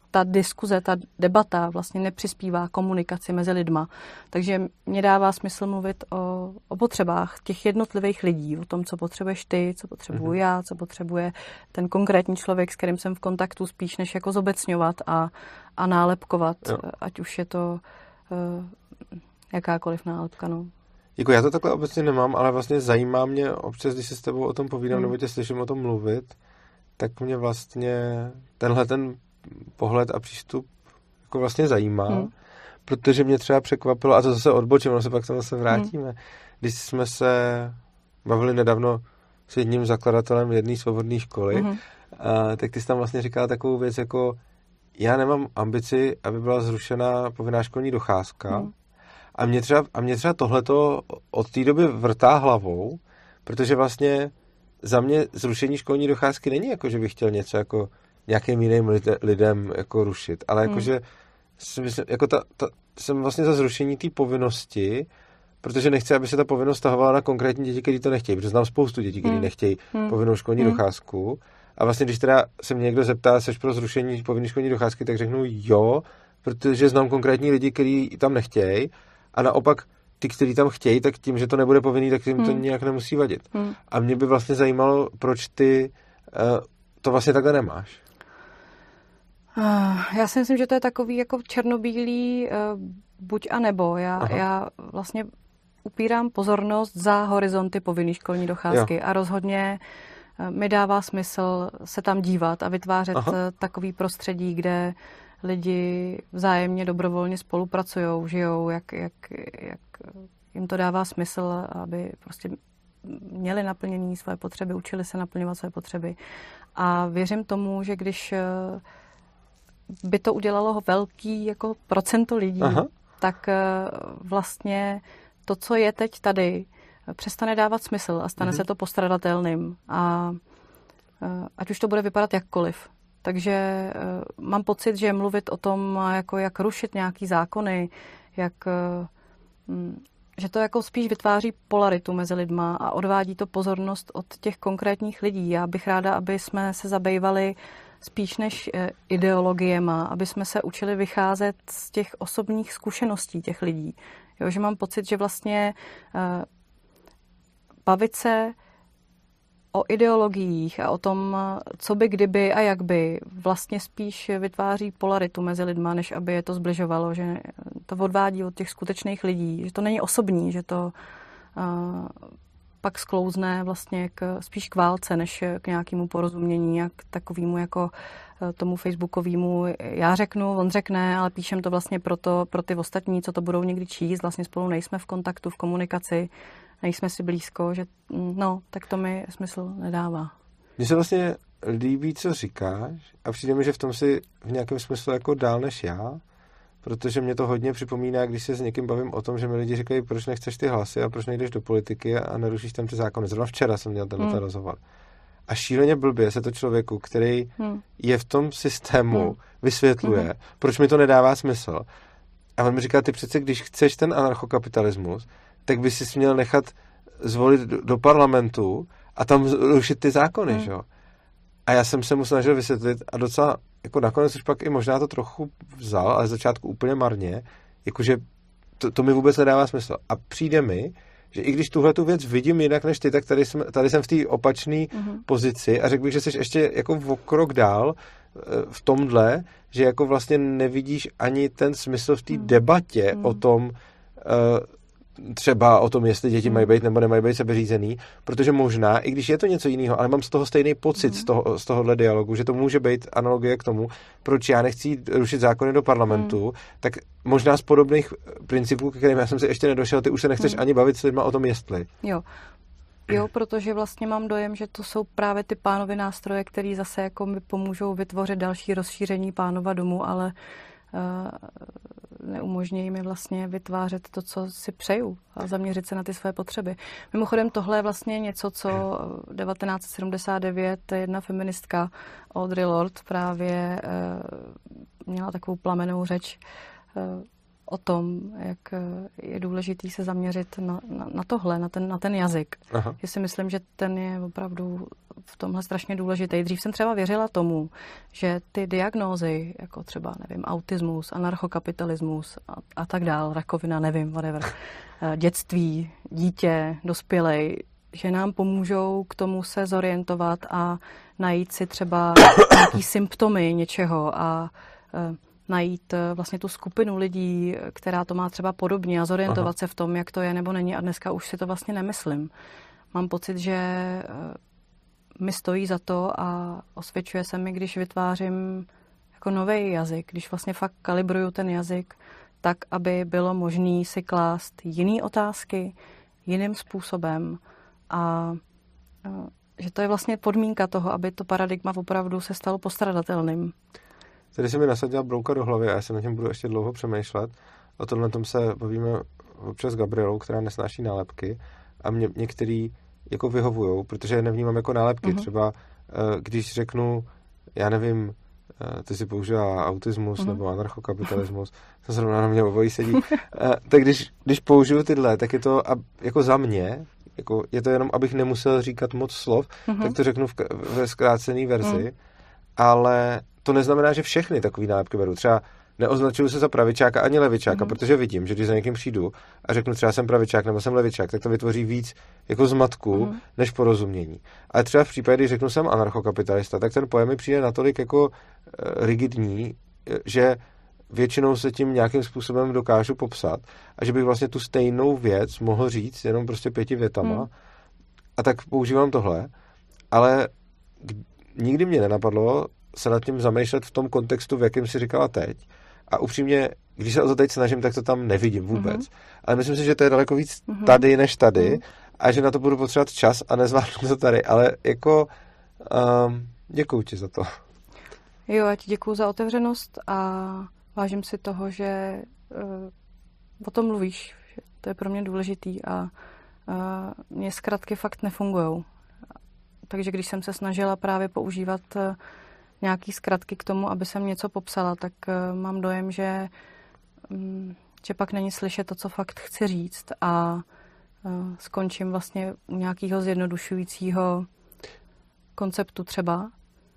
S2: ta diskuze, ta debata vlastně nepřispívá komunikaci mezi lidma. Takže mě dává smysl mluvit o, o potřebách těch jednotlivých lidí, o tom, co potřebuješ ty, co potřebuju mm-hmm. já, co potřebuje ten konkrétní člověk, s kterým jsem v kontaktu, spíš než jako zobecňovat a, a nálepkovat, jo. ať už je to uh, jakákoliv nálepka. No.
S1: Jako já to takhle obecně nemám, ale vlastně zajímá mě občas, když se s tebou o tom povídám, mm. nebo tě slyším o tom mluvit, tak mě vlastně tenhle ten pohled a přístup jako vlastně zajímá, mm. protože mě třeba překvapilo, a to zase odbočím, ono se pak zase vrátíme, mm. když jsme se bavili nedávno s jedním zakladatelem jedné svobodné školy, mm. a, tak ty jsi tam vlastně říkala takovou věc, jako já nemám ambici, aby byla zrušena povinná školní docházka, mm. a mě třeba, a mě třeba tohleto od té doby vrtá hlavou, protože vlastně za mě zrušení školní docházky není jako, že bych chtěl něco jako nějakým jiným lidem jako rušit, ale jako, hmm. že jsem, jako ta, ta, jsem vlastně za zrušení té povinnosti, protože nechci, aby se ta povinnost stahovala na konkrétní děti, kteří to nechtějí, protože znám spoustu dětí, kteří hmm. nechtějí hmm. povinnou školní hmm. docházku. A vlastně, když teda se mě někdo zeptá, seš pro zrušení povinné školní docházky, tak řeknu jo, protože znám konkrétní lidi, kteří tam nechtějí, a naopak ty, kteří tam chtějí, tak tím, že to nebude povinný, tak jim hmm. to nějak nemusí vadit. Hmm. A mě by vlastně zajímalo, proč ty uh, to vlastně takhle nemáš.
S2: Uh, já si myslím, že to je takový jako černobílý uh, buď a nebo. Já, já vlastně upírám pozornost za horizonty povinné školní docházky jo. a rozhodně uh, mi dává smysl se tam dívat a vytvářet uh, takový prostředí, kde lidi vzájemně dobrovolně spolupracují, žijou, jak, jak, jak jim to dává smysl, aby prostě měli naplnění své potřeby, učili se naplňovat své potřeby. A věřím tomu, že když by to udělalo velký jako procento lidí, Aha. tak vlastně to, co je teď tady, přestane dávat smysl a stane mhm. se to postradatelným. A ať už to bude vypadat jakkoliv. Takže uh, mám pocit, že mluvit o tom, jako jak rušit nějaký zákony, jak, uh, že to jako spíš vytváří polaritu mezi lidma a odvádí to pozornost od těch konkrétních lidí. Já bych ráda, aby jsme se zabývali spíš než uh, ideologiema, aby jsme se učili vycházet z těch osobních zkušeností těch lidí. Jo, že mám pocit, že vlastně uh, bavit se o ideologiích a o tom, co by, kdyby a jak by, vlastně spíš vytváří polaritu mezi lidma, než aby je to zbližovalo, že to odvádí od těch skutečných lidí, že to není osobní, že to uh, pak sklouzne vlastně k, spíš k válce, než k nějakému porozumění a k takovému jako tomu facebookovému já řeknu, on řekne, ale píšem to vlastně proto, pro ty ostatní, co to budou někdy číst, vlastně spolu nejsme v kontaktu, v komunikaci, nejsme si blízko, že no, tak to mi smysl nedává.
S1: Mně se vlastně líbí, co říkáš a přijde mi, že v tom si v nějakém smyslu jako dál než já, protože mě to hodně připomíná, když se s někým bavím o tom, že mi lidi říkají, proč nechceš ty hlasy a proč nejdeš do politiky a nerušíš tam ty zákony. Zrovna včera jsem měl tenhle hmm. rozhovor. A šíleně blbě se to člověku, který hmm. je v tom systému, hmm. vysvětluje, hmm. proč mi to nedává smysl. A on mi říká, ty přece, když chceš ten anarchokapitalismus, tak by si měl nechat zvolit do, do parlamentu a tam rušit ty zákony, hmm. že jo? A já jsem se mu snažil vysvětlit a docela, jako nakonec už pak i možná to trochu vzal, ale z začátku úplně marně, jakože to, to mi vůbec nedává smysl. A přijde mi, že i když tuhle tu věc vidím jinak než ty, tak tady jsem, tady jsem v té opačné mm-hmm. pozici a řekl bych, že jsi ještě jako o krok dál v tomhle, že jako vlastně nevidíš ani ten smysl v té mm. debatě mm. o tom, třeba o tom, jestli děti mm. mají být nebo nemají být sebeřízený, protože možná, i když je to něco jiného, ale mám z toho stejný pocit mm. z, toho, z tohohle dialogu, že to může být analogie k tomu, proč já nechci rušit zákony do parlamentu, mm. tak možná z podobných principů, ke kterým já jsem se ještě nedošel, ty už se nechceš mm. ani bavit s lidma o tom, jestli.
S2: Jo. Jo, protože vlastně mám dojem, že to jsou právě ty pánovy nástroje, které zase jako mi pomůžou vytvořit další rozšíření pánova domu, ale uh, neumožňují mi vlastně vytvářet to, co si přeju a zaměřit se na ty své potřeby. Mimochodem tohle je vlastně něco, co devatenáct set sedmdesát devět jedna feministka Audre Lorde právě uh, měla takovou plamenou řeč uh, o tom, jak je důležitý se zaměřit na, na, na tohle, na ten, na ten jazyk. Aha. Že si myslím, že ten je opravdu v tomhle strašně důležitý. Dřív jsem třeba věřila tomu, že ty diagnózy, jako třeba, nevím, autismus, anarchokapitalismus a, a tak dál, rakovina, nevím, whatever, dětství, dítě, dospělej, že nám pomůžou k tomu se zorientovat a najít si třeba nějaký symptomy něčeho a e, najít vlastně tu skupinu lidí, která to má třeba podobně a zorientovat Aha. se v tom, jak to je nebo není. A dneska už si to vlastně nemyslím. Mám pocit, že e, mi stojí za to a osvědčuje se mi, když vytvářím jako nový jazyk, když vlastně fakt kalibruju ten jazyk tak, aby bylo možné si klást jiné otázky jiným způsobem a že to je vlastně podmínka toho, aby to paradigma opravdu se stalo postradatelným.
S1: Tady se mi nasadila brouka do hlavy a já se na tím budu ještě dlouho přemýšlet. O tomhle tom se bavíme občas s Gabrielou, která nesnáší nálepky a mě některý jako vyhovujou, protože je nevnímám jako nálepky. Uh-huh. Třeba když řeknu, já nevím, ty si používá autismus uh-huh. nebo anarchokapitalismus, to zrovna na mě obojí sedí. Tak když, když použiju tyhle, tak je to jako za mě, jako je to jenom, abych nemusel říkat moc slov, uh-huh. tak to řeknu v, ve zkrácené verzi, uh-huh. ale to neznamená, že všechny takový nálepky beru. Třeba neoznačuju se za pravičáka ani levičáka, mm-hmm. protože vidím, že když za někým přijdu a řeknu třeba jsem pravičák nebo jsem levičák, tak to vytvoří víc jako zmatku mm-hmm. než porozumění. Ale třeba v případě, když řeknu jsem anarchokapitalista, tak ten pojem mi přijde natolik jako uh, rigidní, že většinou se tím nějakým způsobem dokážu popsat a že bych vlastně tu stejnou věc mohl říct jenom prostě pěti větama mm. a tak používám tohle, ale nikdy mě nenapadlo se nad tím zamýšlet v tom kontextu, v jakém si říkala teď. A upřímně, když se o to teď snažím, tak to tam nevidím vůbec. Mm-hmm. Ale myslím si, že to je daleko víc mm-hmm. tady než tady mm-hmm. a že na to budu potřebovat čas a nezvládnu to tady. Ale jako um, děkuju ti za to.
S2: Jo, já ti děkuju za otevřenost a vážím si toho, že uh, o tom mluvíš. Že to je pro mě důležitý a uh, mě zkratky fakt nefungujou. Takže když jsem se snažila právě používat uh, nějaký zkratky k tomu, aby jsem něco popsala, tak uh, mám dojem, že, um, že pak není slyšet to, co fakt chci říct a uh, skončím vlastně u nějakého zjednodušujícího konceptu třeba.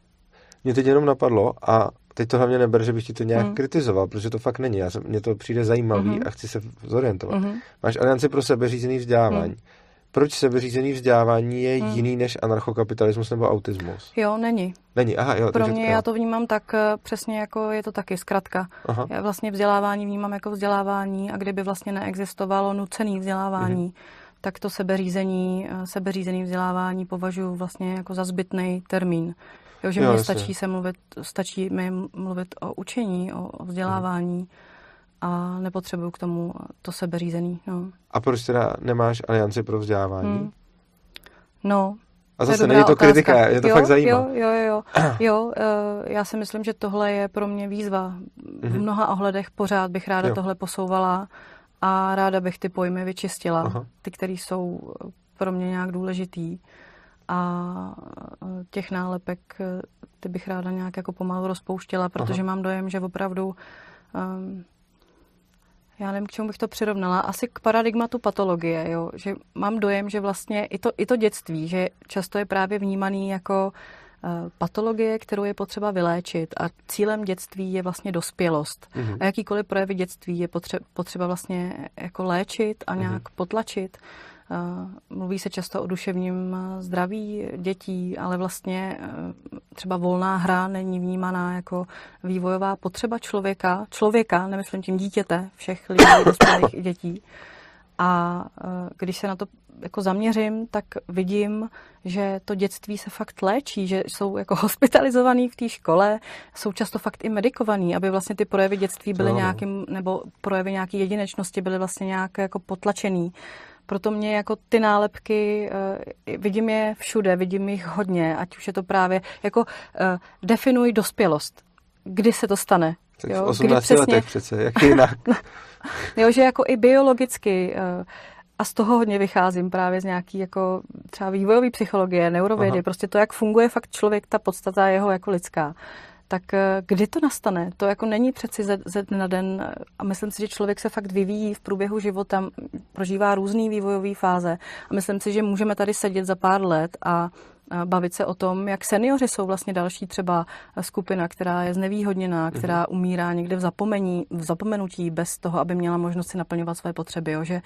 S1: Mě teď jenom napadlo a teď to hlavně neber, že bych ti to nějak mm. kritizoval, protože to fakt není. Já jsem, mně to přijde zajímavý mm-hmm. a chci se zorientovat. Mm-hmm. Máš Alianci pro sebeřízený vzdělávání. Mm. Proč sebeřízený vzdělávání je hmm. jiný než anarchokapitalismus nebo autismus?
S2: Jo, není.
S1: Není, aha, jo.
S2: Pro mě, já to vnímám tak přesně jako je to taky zkratka. Aha. Já vlastně vzdělávání vnímám jako vzdělávání a kdyby vlastně neexistovalo nucené vzdělávání, hmm. tak to sebeřízení, sebeřízený vzdělávání považuji vlastně jako za zbytný termín. Jo, že jo, mně stačí se mluvit, stačí mi mluvit o učení, o, o vzdělávání. Hmm. A nepotřebuju k tomu to sebeřízený. No.
S1: A proč teda nemáš Alianci pro vzdělávání? Hmm.
S2: No,
S1: a zase není to otázka. Kritika, je to
S2: jo,
S1: fakt zajímá.
S2: Jo, jo, jo. jo uh, já si myslím, že tohle je pro mě výzva. V mnoha ohledech pořád bych ráda jo. tohle posouvala a ráda bych ty pojmy vyčistila. Aha. Ty, které jsou pro mě nějak důležitý. A těch nálepek ty bych ráda nějak jako pomalu rozpouštěla, protože Aha. mám dojem, že opravdu um, já nevím, k čemu bych to přirovnala, asi k paradigmatu patologie, jo? Že mám dojem, že vlastně i to, i to dětství, že často je právě vnímaný jako uh, patologie, kterou je potřeba vyléčit a cílem dětství je vlastně dospělost. Mm-hmm. A jakýkoliv projevy dětství je potře- potřeba vlastně jako léčit a nějak mm-hmm. potlačit. Uh, mluví se často o duševním zdraví dětí, ale vlastně uh, třeba volná hra není vnímaná jako vývojová potřeba člověka, člověka, nemyslím tím dítěte, všech lidí, dospělých i dětí. A uh, když se na to jako zaměřím, tak vidím, že to dětství se fakt léčí, že jsou jako hospitalizovaný v té škole, jsou často fakt i medikovaný, aby vlastně ty projevy dětství byly no. nějakým, nebo projevy nějaké jedinečnosti byly vlastně nějak jako potlačený. Proto mě jako ty nálepky, uh, vidím je všude, vidím jich hodně, ať už je to právě jako uh, definuj dospělost. Kdy se to stane?
S1: Tak jo? V osmnácti letech přece, jak jinak.
S2: Jo, že jako i biologicky uh, a z toho hodně vycházím právě z nějaký jako třeba vývojové psychologie, neurovědy, Aha. prostě to, jak funguje fakt člověk, ta podstata jeho jako lidská. tak kdy to nastane? To jako není přeci ze, ze dne na den a myslím si, že člověk se fakt vyvíjí v průběhu života, prožívá různý vývojové fáze a myslím si, že můžeme tady sedět za pár let a bavit se o tom, jak seniori jsou vlastně další třeba skupina, která je znevýhodněná, která umírá někde v zapomení, v zapomenutí bez toho, aby měla možnost si naplňovat své potřeby. Jo? Že,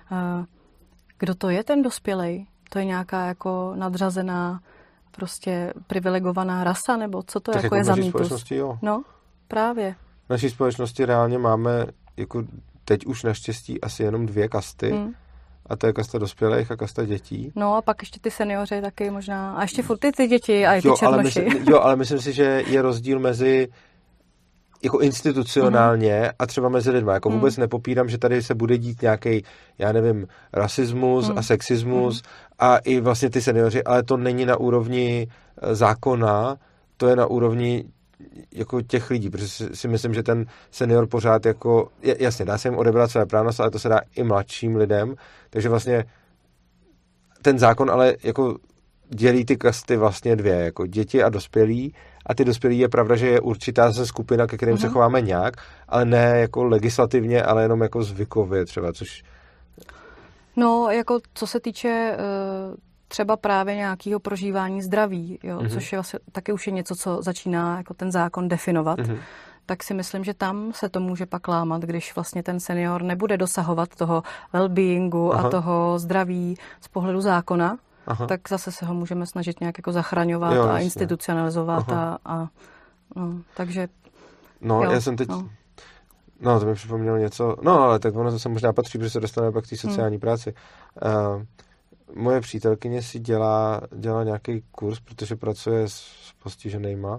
S2: kdo to je ten dospělej? To je nějaká jako nadřazená, prostě privilegovaná rasa, nebo co to
S1: tak
S2: jako,
S1: jako
S2: je za mýtus?
S1: Společnosti, jo.
S2: No, právě.
S1: V naší společnosti reálně máme jako teď už naštěstí asi jenom dvě kasty. Hmm. A to je kasta dospělých a kasta dětí.
S2: No a pak ještě ty seniori taky možná. A ještě furt ty, ty děti a ty
S1: jo,
S2: černoši.
S1: Ale myslím, jo, ale myslím si, že je rozdíl mezi jako institucionálně mm. a třeba mezi lidmi. Jako mm. vůbec nepopírám, že tady se bude dít nějaký, já nevím, rasismus mm. a sexismus mm. a i vlastně ty seniori, ale to není na úrovni zákona, to je na úrovni jako těch lidí, protože si myslím, že ten senior pořád jako, jasně, dá se jim odebrat své právnost, ale to se dá i mladším lidem, takže vlastně ten zákon ale jako dělí ty kasty vlastně dvě, jako děti a dospělí a ty dospělí je pravda, že je určitá se skupina, ke kterým mm-hmm. se chováme nějak, ale ne jako legislativně, ale jenom jako zvykově třeba, což...
S2: No, jako co se týče uh... třeba právě nějakého prožívání zdraví, jo, mm-hmm. což je vlastně taky už je něco, co začíná jako ten zákon definovat, mm-hmm. tak si myslím, že tam se to může pak lámat, když vlastně ten senior nebude dosahovat toho well-beingu Aha. a toho zdraví z pohledu zákona, Aha. tak zase se ho můžeme snažit nějak jako zachraňovat jo, a institucionalizovat a, a no, takže
S1: No,
S2: jo,
S1: já jsem teď
S2: no.
S1: no, to mi připomnělo něco, no, ale tak ono to se možná patří, protože se dostaneme pak k té sociální hmm. práci. Uh, Moje přítelkyně si dělá, dělá nějaký kurz, protože pracuje s, s postiženýma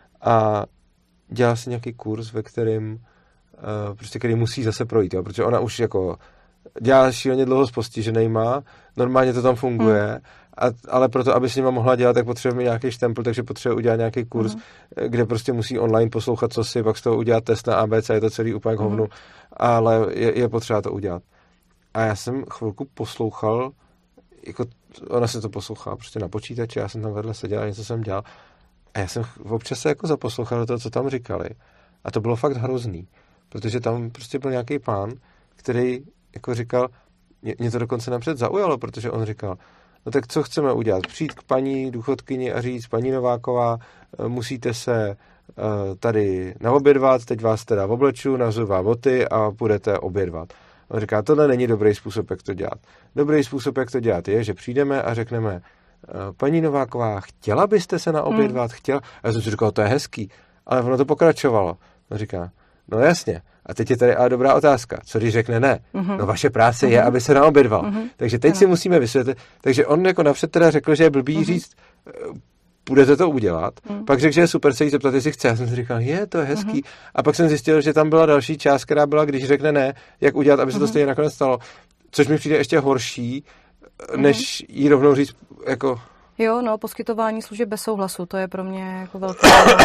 S1: a dělá si nějaký kurz, ve kterým uh, prostě který musí zase projít, jo, protože ona už jako dělá šíleně dlouho s postiženýma, normálně to tam funguje, hmm. a, ale proto, aby s nima mohla dělat, tak potřebuje nějaký štempl, takže potřebuje udělat nějaký kurz, hmm. kde prostě musí online poslouchat, co si, pak z toho udělat test na A B C, je to celý úplně k hovnu, hmm. ale je, je potřeba to udělat. A já jsem chvilku poslouchal, jako ona se to poslouchala prostě na počítači, já jsem tam vedle seděl a něco jsem dělal a já jsem občas se jako zaposlouchal do toho, co tam říkali a to bylo fakt hrozný, protože tam prostě byl nějaký pán, který jako říkal, mě, mě to dokonce napřed zaujalo, protože on říkal, no tak co chceme udělat, přijít k paní důchodkyni a říct, paní Nováková, musíte se uh, tady naobědvat, teď vás teda obleču, nazuju vám boty a půjdete obědvat. On říká, tohle není dobrý způsob, jak to dělat. Dobrý způsob, jak to dělat, je, že přijdeme a řekneme, paní Nováková, chtěla byste se naobědvat? Mm. Chtěla? A já jsem si říkal, to je hezký. Ale ono to pokračovalo. On říká, no jasně. A teď je tady ale dobrá otázka. Co když řekne ne? Mm-hmm. No vaše práce mm-hmm. je, aby se naobědval. Mm-hmm. Takže teď ano. si musíme vysvětlit. Takže on jako napřed teda řekl, že je blbý mm-hmm. říct, budete to udělat. Mm. Pak řekl, že je super se jí zeptat, jestli chce. Já jsem si říkal, je, to je hezký. Mm-hmm. A pak jsem zjistil, že tam byla další část, která byla, když řekne ne, jak udělat, aby se mm-hmm. to stejně nakonec stalo. Což mi přijde ještě horší, než mm-hmm. jí rovnou říct, jako...
S2: Jo, no, poskytování služeb bez souhlasu, to je pro mě jako velký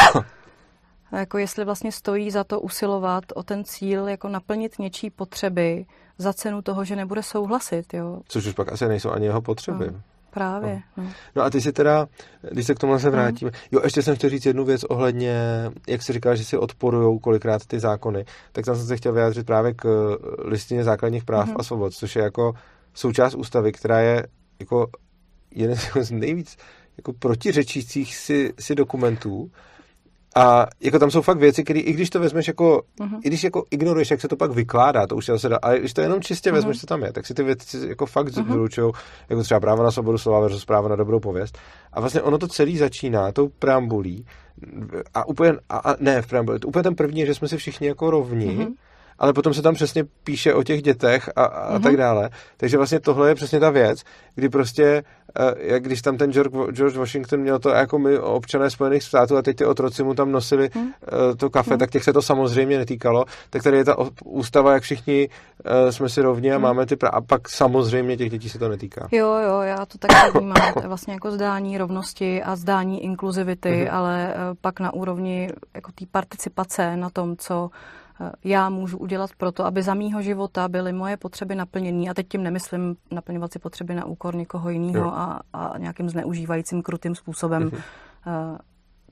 S2: jako jestli vlastně stojí za to usilovat o ten cíl, jako naplnit něčí potřeby za cenu toho, že nebude souhlasit, jo.
S1: Což už pak asi nejsou ani jeho potřeby.
S2: No. Právě. No.
S1: no a ty si teda, když se k tomu se vrátíme, mm. jo, ještě jsem chtěl říct jednu věc ohledně, jak jsi říkal, že si odporujou kolikrát ty zákony, tak tam jsem se chtěl vyjádřit právě k listině základních práv mm. a svobod, což je jako součást ústavy, která je jako jeden z nejvíc jako protiřečících si, si dokumentů. A jako tam jsou fakt věci, které, i když to vezmeš jako, uh-huh. i když jako ignoruješ, jak se to pak vykládá, to už se dá, ale když to jenom čistě uh-huh. vezmeš, co tam je, tak si ty věci jako fakt uh-huh. vylučujou, jako třeba právo na svobodu slova versus právo na dobrou pověst. A vlastně ono to celý začíná tou preambulí a úplně, a, a ne v preambuli, úplně ten první je, že jsme si všichni jako rovni, uh-huh. ale potom se tam přesně píše o těch dětech a, a uh-huh. tak dále. Takže vlastně tohle je přesně ta věc, kdy prostě, jak když tam ten George Washington měl to jako my občané Spojených států a teď ty otroci mu tam nosili uh-huh. to kafe, uh-huh. tak těch se to samozřejmě netýkalo. Tak tady je ta ústava, jak všichni jsme si rovni a uh-huh. máme ty práva. A pak samozřejmě těch dětí se to netýká.
S2: Jo, jo, já to taky vnímám. To je vlastně jako zdání rovnosti a zdání inkluzivity, uh-huh. ale pak na úrovni jako té participace na tom, co já můžu udělat proto, aby za mýho života byly moje potřeby naplněné. A teď tím nemyslím naplňovat si potřeby na úkor někoho jiného a, a nějakým zneužívajícím krutým způsobem uh-huh.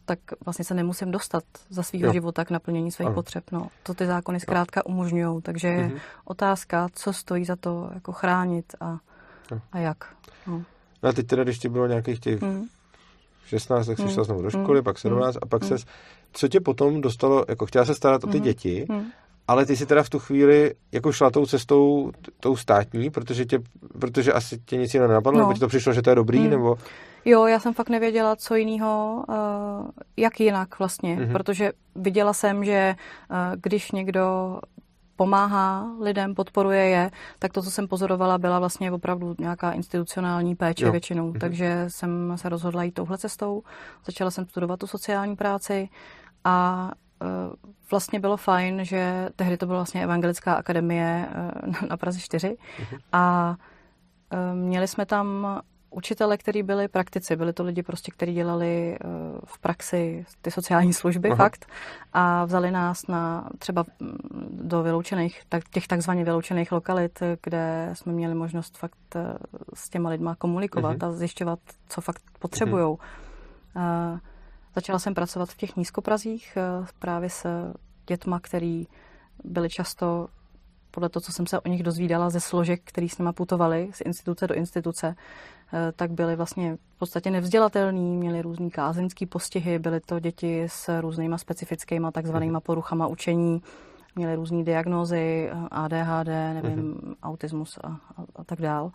S2: tak vlastně se nemusím dostat za svýho jo. života k naplnění svých ano. potřeb. No, to ty zákony zkrátka umožňují. Takže je mm-hmm. otázka, co stojí za to jako chránit a, a jak. No.
S1: No a teď teda, když ti bylo nějakých těch mm. šestnáct, tak jsi mm. šla znovu do školy, mm. pak sedmnáct a pak mm. ses... Co tě potom dostalo, jako chtěla se starat o ty mm. děti, mm. ale ty si teda v tu chvíli jako šla tou cestou, tou státní, protože, tě, protože asi tě nic jiného nenapadlo, no. nebo ti to přišlo, že to je dobrý, mm. nebo...
S2: Jo, já jsem fakt nevěděla, co jiného, uh, jak jinak vlastně, mm-hmm. protože viděla jsem, že uh, když někdo pomáhá lidem, podporuje je, tak to, co jsem pozorovala, byla vlastně opravdu nějaká institucionální péče jo. většinou, mm-hmm. takže jsem se rozhodla jít touhle cestou, začala jsem studovat tu sociální práci a uh, vlastně bylo fajn, že tehdy to byla vlastně Evangelická akademie uh, na Praze čtyři mm-hmm. a uh, měli jsme tam učitele, kteří byli praktici, byli to lidi prostě, kteří dělali uh, v praxi ty sociální služby, Aha. fakt, a vzali nás na třeba do vyloučených, tak, těch takzvaně vyloučených lokalit, kde jsme měli možnost fakt uh, s těma lidma komunikovat uh-huh. a zjišťovat, co fakt potřebujou. Uh-huh. Uh, začala jsem pracovat v těch nízkoprazích uh, právě s dětma, který byli často podle toho, co jsem se o nich dozvídala ze složek, který s nima putovali z instituce do instituce, tak byli vlastně v podstatě nevzdělatelní, měli různý kázeňský postihy, byly to děti s různýma specifickýma takzvanýma poruchama učení, měli různý diagnózy, A D H D, nevím, uh-huh. autismus a, a, a tak dál.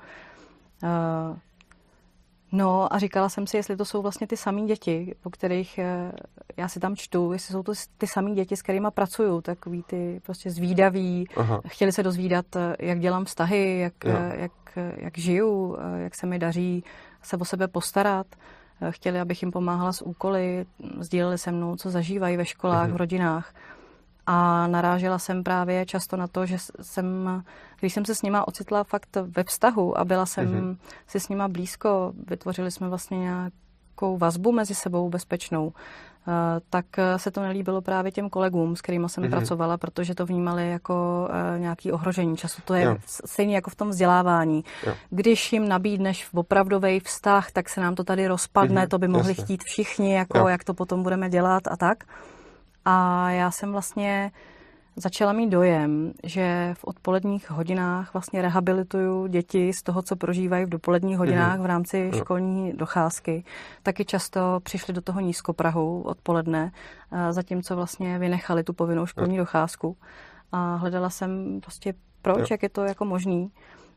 S2: No a říkala jsem si, jestli to jsou vlastně ty samý děti, po kterých já si tam čtu, jestli jsou to ty samý děti, s kterýma pracuju, takový ty prostě zvídaví, Aha. chtěli se dozvídat, jak dělám vztahy, jak, jak, jak žiju, jak se mi daří se o sebe postarat. Chtěli, abych jim pomáhala s úkoly, sdíleli se mnou, co zažívají ve školách, Aha. v rodinách. A narážela jsem právě často na to, že jsem, když jsem se s nima ocitla fakt ve vztahu a byla jsem mm-hmm. si s nima blízko, vytvořili jsme vlastně nějakou vazbu mezi sebou bezpečnou, tak se to nelíbilo právě těm kolegům, s kterými jsem mm-hmm. pracovala, protože to vnímali jako nějaké ohrožení času. To je jo. stejně jako v tom vzdělávání. Jo. Když jim nabídneš opravdový vztah, tak se nám to tady rozpadne, mm-hmm. to by mohli Jasně. chtít všichni, jako jo. jak to potom budeme dělat a tak. A já jsem vlastně začala mít dojem, že v odpoledních hodinách vlastně rehabilituju děti z toho, co prožívají v dopoledních hodinách mm-hmm. v rámci školní docházky. Taky často přišli do toho nízkoprahu odpoledne, zatímco vlastně vynechali tu povinnou školní docházku. A hledala jsem prostě proč, jo. jak je to jako možný.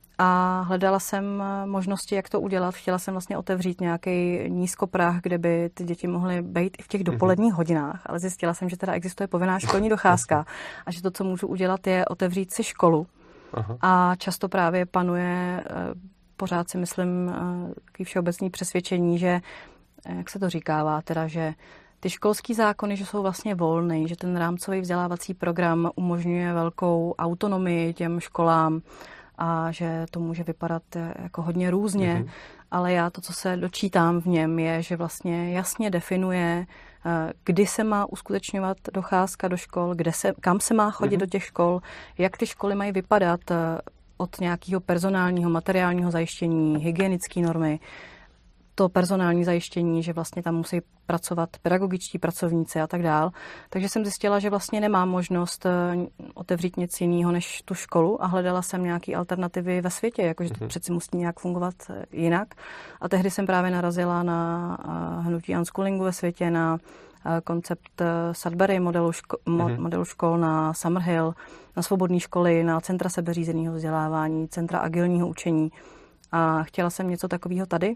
S2: A hledala jsem možnosti, jak to udělat. Chtěla jsem vlastně otevřít nějaký nízkoprah, kde by ty děti mohly být i v těch dopoledních hodinách, ale zjistila jsem, že teda existuje povinná školní docházka a že to, co můžu udělat, je otevřít si školu. Aha. A často právě panuje, pořád si myslím, takový všeobecný přesvědčení, že, jak se to říkává, teda, že ty školský zákony, že jsou vlastně volný, že ten rámcový vzdělávací program umožňuje velkou autonomii těm školám, a že to může vypadat jako hodně různě, mm-hmm. ale já to, co se dočítám v něm, je, že vlastně jasně definuje, kdy se má uskutečňovat docházka do škol, kde se, kam se má chodit mm-hmm. do těch škol, jak ty školy mají vypadat od nějakého personálního, materiálního zajištění, hygienické normy, to personální zajištění, že vlastně tam musí pracovat pedagogičtí pracovníci a tak dál. Takže jsem zjistila, že vlastně nemám možnost otevřít nic jiného než tu školu a hledala jsem nějaké alternativy ve světě, jakože to mm-hmm. přeci musí nějak fungovat jinak. A tehdy jsem právě narazila na hnutí unschoolingu ve světě, na koncept Sudbury modelu, ško- mm-hmm. modelu škol, na Summerhill, na svobodné školy, na centra sebeřízeného vzdělávání, centra agilního učení. A chtěla jsem něco takového tady.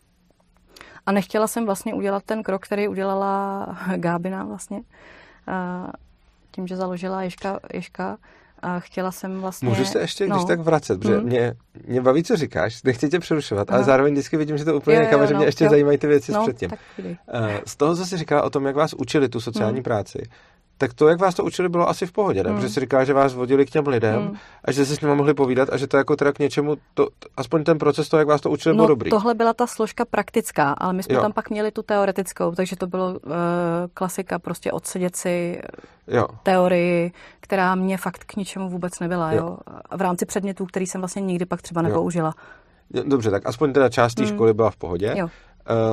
S2: A nechtěla jsem vlastně udělat ten krok, který udělala Gábina vlastně, tím, že založila Ježka, Ježka. A chtěla jsem vlastně...
S1: Můžu se ještě
S2: no.
S1: když tak vracet, protože mm. mě, mě baví, co říkáš, nechci tě přerušovat, ale zároveň vždycky vidím, že to úplně někam, že mě no, ještě jo. zajímají ty věci
S2: no,
S1: předtím. Z toho, co jsi říkala o tom, jak vás učili tu sociální mm. práci, tak to, jak vás to učili, bylo asi v pohodě, ne? Mm. Protože jsi říkala, že vás vodili k těm lidem mm. a že jste s nimi mohli povídat a že to jako teda k něčemu, to, aspoň ten proces toho, jak vás to učili,
S2: no,
S1: byl dobrý.
S2: Tohle byla ta složka praktická, ale my jsme
S1: jo.
S2: tam pak měli tu teoretickou, takže to bylo uh, klasika, prostě odsedět si
S1: jo.
S2: teorii, která mě fakt k ničemu vůbec nebyla, jo. jo? V rámci předmětů, který jsem vlastně nikdy pak třeba nepoužila.
S1: Jo. Dobře, tak aspoň teda část té mm. školy byla v pohodě.
S2: Jo.
S1: Uh,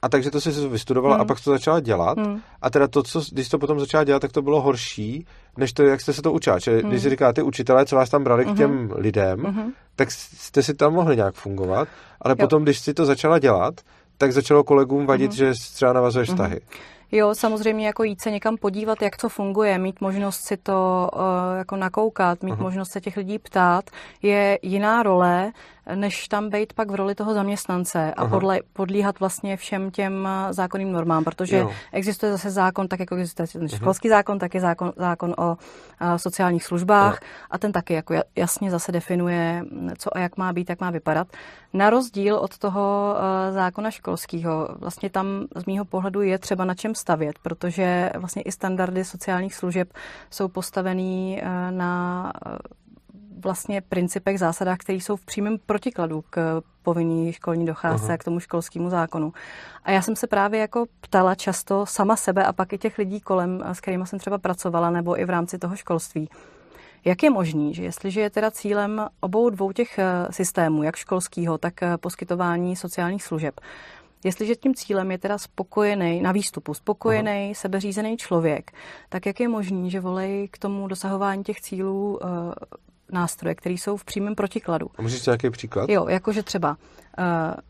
S1: A takže to jsi vystudovala
S2: hmm.
S1: a pak to začala dělat. Hmm. A teda to, co, když to potom začala dělat, tak to bylo horší, než to, jak jste se to učila. Čili hmm. když si říká, ty učitelé, co vás tam brali hmm. k těm lidem, hmm. tak jste si tam mohli nějak fungovat. Ale jo. potom, když si to začala dělat, tak začalo kolegům vadit, hmm. že třeba navazuješ hmm. vztahy.
S2: Jo, samozřejmě jako jít se někam podívat, jak to funguje, mít možnost si to uh, jako nakoukat, mít uh-huh. možnost se těch lidí ptát, je jiná role, než tam být pak v roli toho zaměstnance a podle, podlíhat vlastně všem těm zákonným normám, protože jo. existuje zase zákon, tak jako existuje uh-huh. školský zákon, tak je zákon, zákon o uh, sociálních službách uh-huh. a ten taky jako jasně zase definuje, co a jak má být, jak má vypadat. Na rozdíl od toho uh, zákona školského, vlastně tam z mýho pohledu je třeba na čem stavět, protože vlastně i standardy sociálních služeb jsou postavený uh, na uh, vlastně principech, zásadách, které jsou v přímém protikladu k povinné školní docházce uh-huh. a k tomu školskému zákonu. A já jsem se právě jako ptala často sama sebe a pak i těch lidí kolem, s kterými jsem třeba pracovala, nebo i v rámci toho školství. Jak je možný, že jestliže je teda cílem obou dvou těch systémů, jak školského, tak poskytování sociálních služeb, jestliže tím cílem je teda spokojený, na výstupu spokojený, uh-huh. sebeřízený člověk, tak jak je možný, že volej k tomu dosahování těch cílů uh, nástroje, které jsou v přímém protikladu.
S1: A můžeš nějaký příklad?
S2: Jo, jakože třeba uh,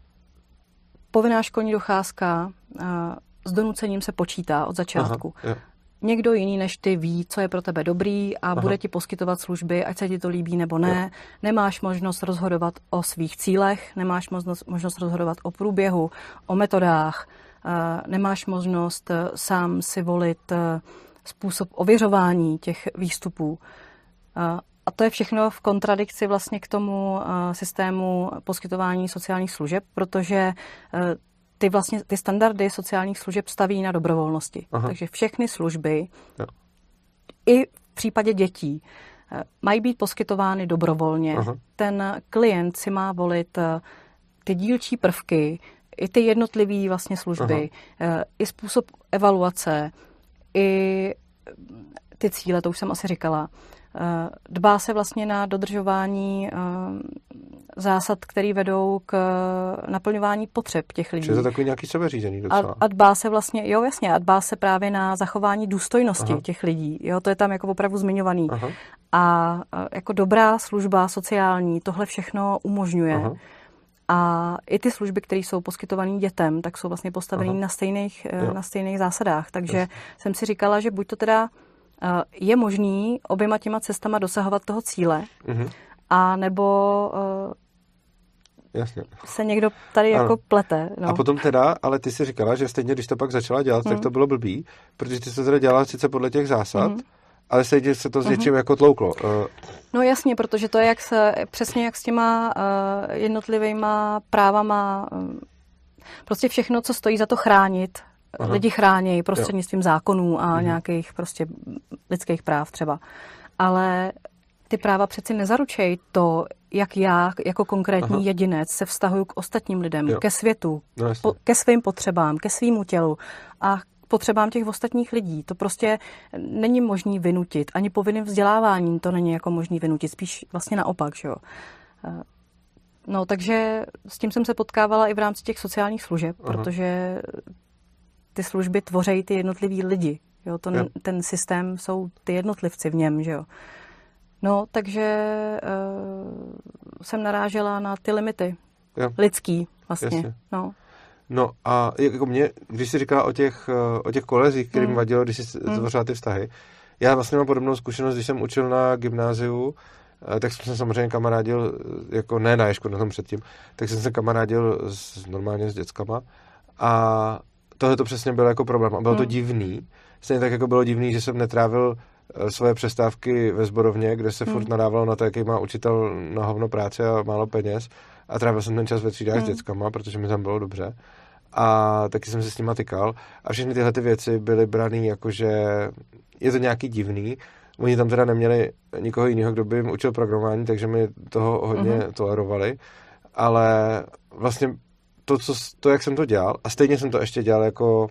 S2: povinná školní docházka uh, s donucením se počítá od začátku. Aha, někdo jiný než ty ví, co je pro tebe dobrý a Aha. bude ti poskytovat služby, ať se ti to líbí nebo ne. Jo. Nemáš možnost rozhodovat o svých cílech, nemáš možnost, možnost rozhodovat o průběhu, o metodách, uh, nemáš možnost uh, sám si volit uh, způsob ověřování těch výstupů. Uh, A to je všechno v kontradikci vlastně k tomu uh, systému poskytování sociálních služeb, protože uh, ty vlastně ty standardy sociálních služeb staví na dobrovolnosti. Aha. Takže všechny služby, jo. i v případě dětí, uh, mají být poskytovány dobrovolně. Aha. Ten klient si má volit uh, ty dílčí prvky, i ty jednotlivé vlastně služby, uh, i způsob evaluace, i ty cíle, to už jsem asi říkala. Dbá se vlastně na dodržování zásad, které vedou k naplňování potřeb těch lidí.
S1: Čiže to takový nějaký sebeřízení docela.
S2: A, a dbá se vlastně, jo jasně, a dbá se právě na zachování důstojnosti Aha. těch lidí. Jo, to je tam jako opravdu zmiňovaný. Aha. A jako dobrá služba sociální tohle všechno umožňuje. Aha. A i ty služby, které jsou poskytované dětem, tak jsou vlastně postavené na stejných, na stejných zásadách. Takže Jasně. jsem si říkala, že buď to teda je možný oběma těma cestama dosahovat toho cíle, mm-hmm. a nebo uh,
S1: Jasně.
S2: se někdo tady ano. jako plete. No.
S1: A potom teda, ale ty si říkala, že stejně, když to pak začala dělat, mm. tak to bylo blbý, protože ty se teda dělala sice podle těch zásad, mm. ale stejně se to s něčím mm-hmm. jako tlouklo. Uh,
S2: no jasně, protože to je jak se, přesně jak s těma uh, jednotlivýma právama, um, prostě všechno, co stojí za to chránit, Aha. lidi chrání prostřednictvím jo. zákonů a mhm. nějakých prostě lidských práv třeba. Ale ty práva přeci nezaručejí to, jak já jako konkrétní Aha. jedinec se vztahuju k ostatním lidem, jo. ke světu, no, po, ke svým potřebám, ke svýmu tělu a potřebám těch ostatních lidí. To prostě není možný vynutit. Ani povinným vzděláváním to není jako možný vynutit. Spíš vlastně naopak, že jo. No, takže s tím jsem se potkávala i v rámci těch sociálních služeb, Aha. protože ty služby tvoří ty jednotliví lidi. Jo? To, jo. Ten systém jsou ty jednotlivci v něm. Že jo? No, takže uh, jsem narážela na ty limity. Jo. Lidský vlastně. No.
S1: no a jako mě, když jsi říkala o těch, o těch kolezích, kterým mm. vadilo, když jsi mm. tvořila ty vztahy, já vlastně mám podobnou zkušenost, když jsem učil na gymnáziu, tak jsem se samozřejmě kamarádil, jako ne na ješku, na tom předtím, tak jsem se kamarádil s, normálně s dětskama a tohle to přesně bylo jako problém a bylo to hmm. divný. Stejně tak jako bylo divný, že jsem netrávil svoje přestávky ve sborovně, kde se hmm. furt nadávalo na to, jaký má učitel na hovno práce a málo peněz a trávil jsem ten čas ve třídách hmm. s dětskama, protože mi tam bylo dobře a taky jsem se s nima tykal a všechny tyhle ty věci byly braný jako, že je to nějaký divný. Oni tam teda neměli nikoho jiného, kdo by jim učil programování, takže mi toho hodně hmm. tolerovali, ale vlastně To, co, to, jak jsem to dělal, a stejně jsem to ještě dělal jako,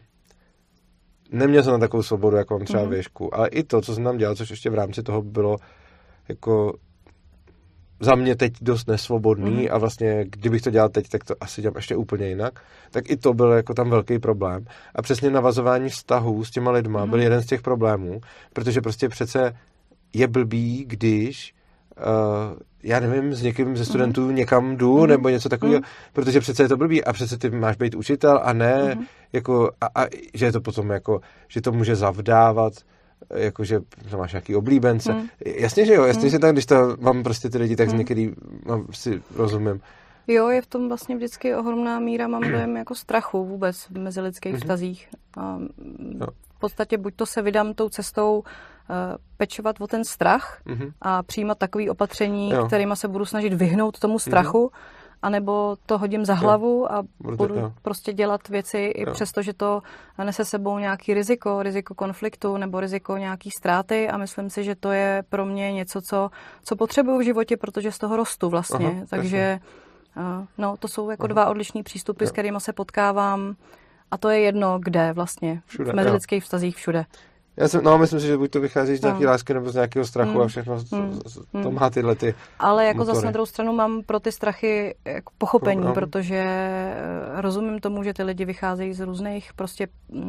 S1: neměl jsem na takovou svobodu, jako mám třeba mm-hmm. věšku, ale i to, co jsem tam dělal, což ještě v rámci toho bylo jako za mě teď dost nesvobodný
S2: mm.
S1: a vlastně, kdybych to dělal teď, tak to asi dělám ještě úplně jinak, tak i to byl jako tam velký problém. A přesně navazování vztahů s těma lidma mm. byl jeden z těch problémů, protože prostě přece je blbý, když uh, já nevím, s někým ze studentů mm. někam jdu, mm. nebo něco takového, mm. protože přece je to blbý a přece ty máš být učitel a ne, mm. jako, a, a že je to potom jako, že to může zavdávat, jakože to máš nějaký oblíbence. Mm. Jasně, že jo, jasně, mm. že tak, když to mám prostě ty lidi, tak z některý mám, si rozumím.
S2: Jo, je v tom vlastně vždycky ohromná míra, mám dojem, jako strachu vůbec v mezilidských mm-hmm. vztazích. A v podstatě buď to se vydám tou cestou uh, pečovat o ten strach mm-hmm. a přijímat takový opatření, jo. kterýma se budu snažit vyhnout tomu strachu, mm-hmm. anebo to hodím za hlavu jo. a budu, budu prostě dělat věci i jo. přesto, že to nese sebou nějaký riziko, riziko konfliktu nebo riziko nějaký ztráty a myslím si, že to je pro mě něco, co, co potřebuju v životě, protože z toho rostu vlastně. Aha, takže uh, no, to jsou jako Aha. dva odlišný přístupy, jo. s kterými se potkávám a to je jedno, kde vlastně. Všude, v mezilidských vztazích všude.
S1: Já jsem, no, myslím si, že buď to vychází z nějaké no. lásky nebo z nějakého strachu mm. a všechno mm. to má tyhle ty
S2: Ale jako
S1: motory.
S2: Zase na druhou stranu mám pro ty strachy jako pochopení, no. protože rozumím tomu, že ty lidi vycházejí z různých prostě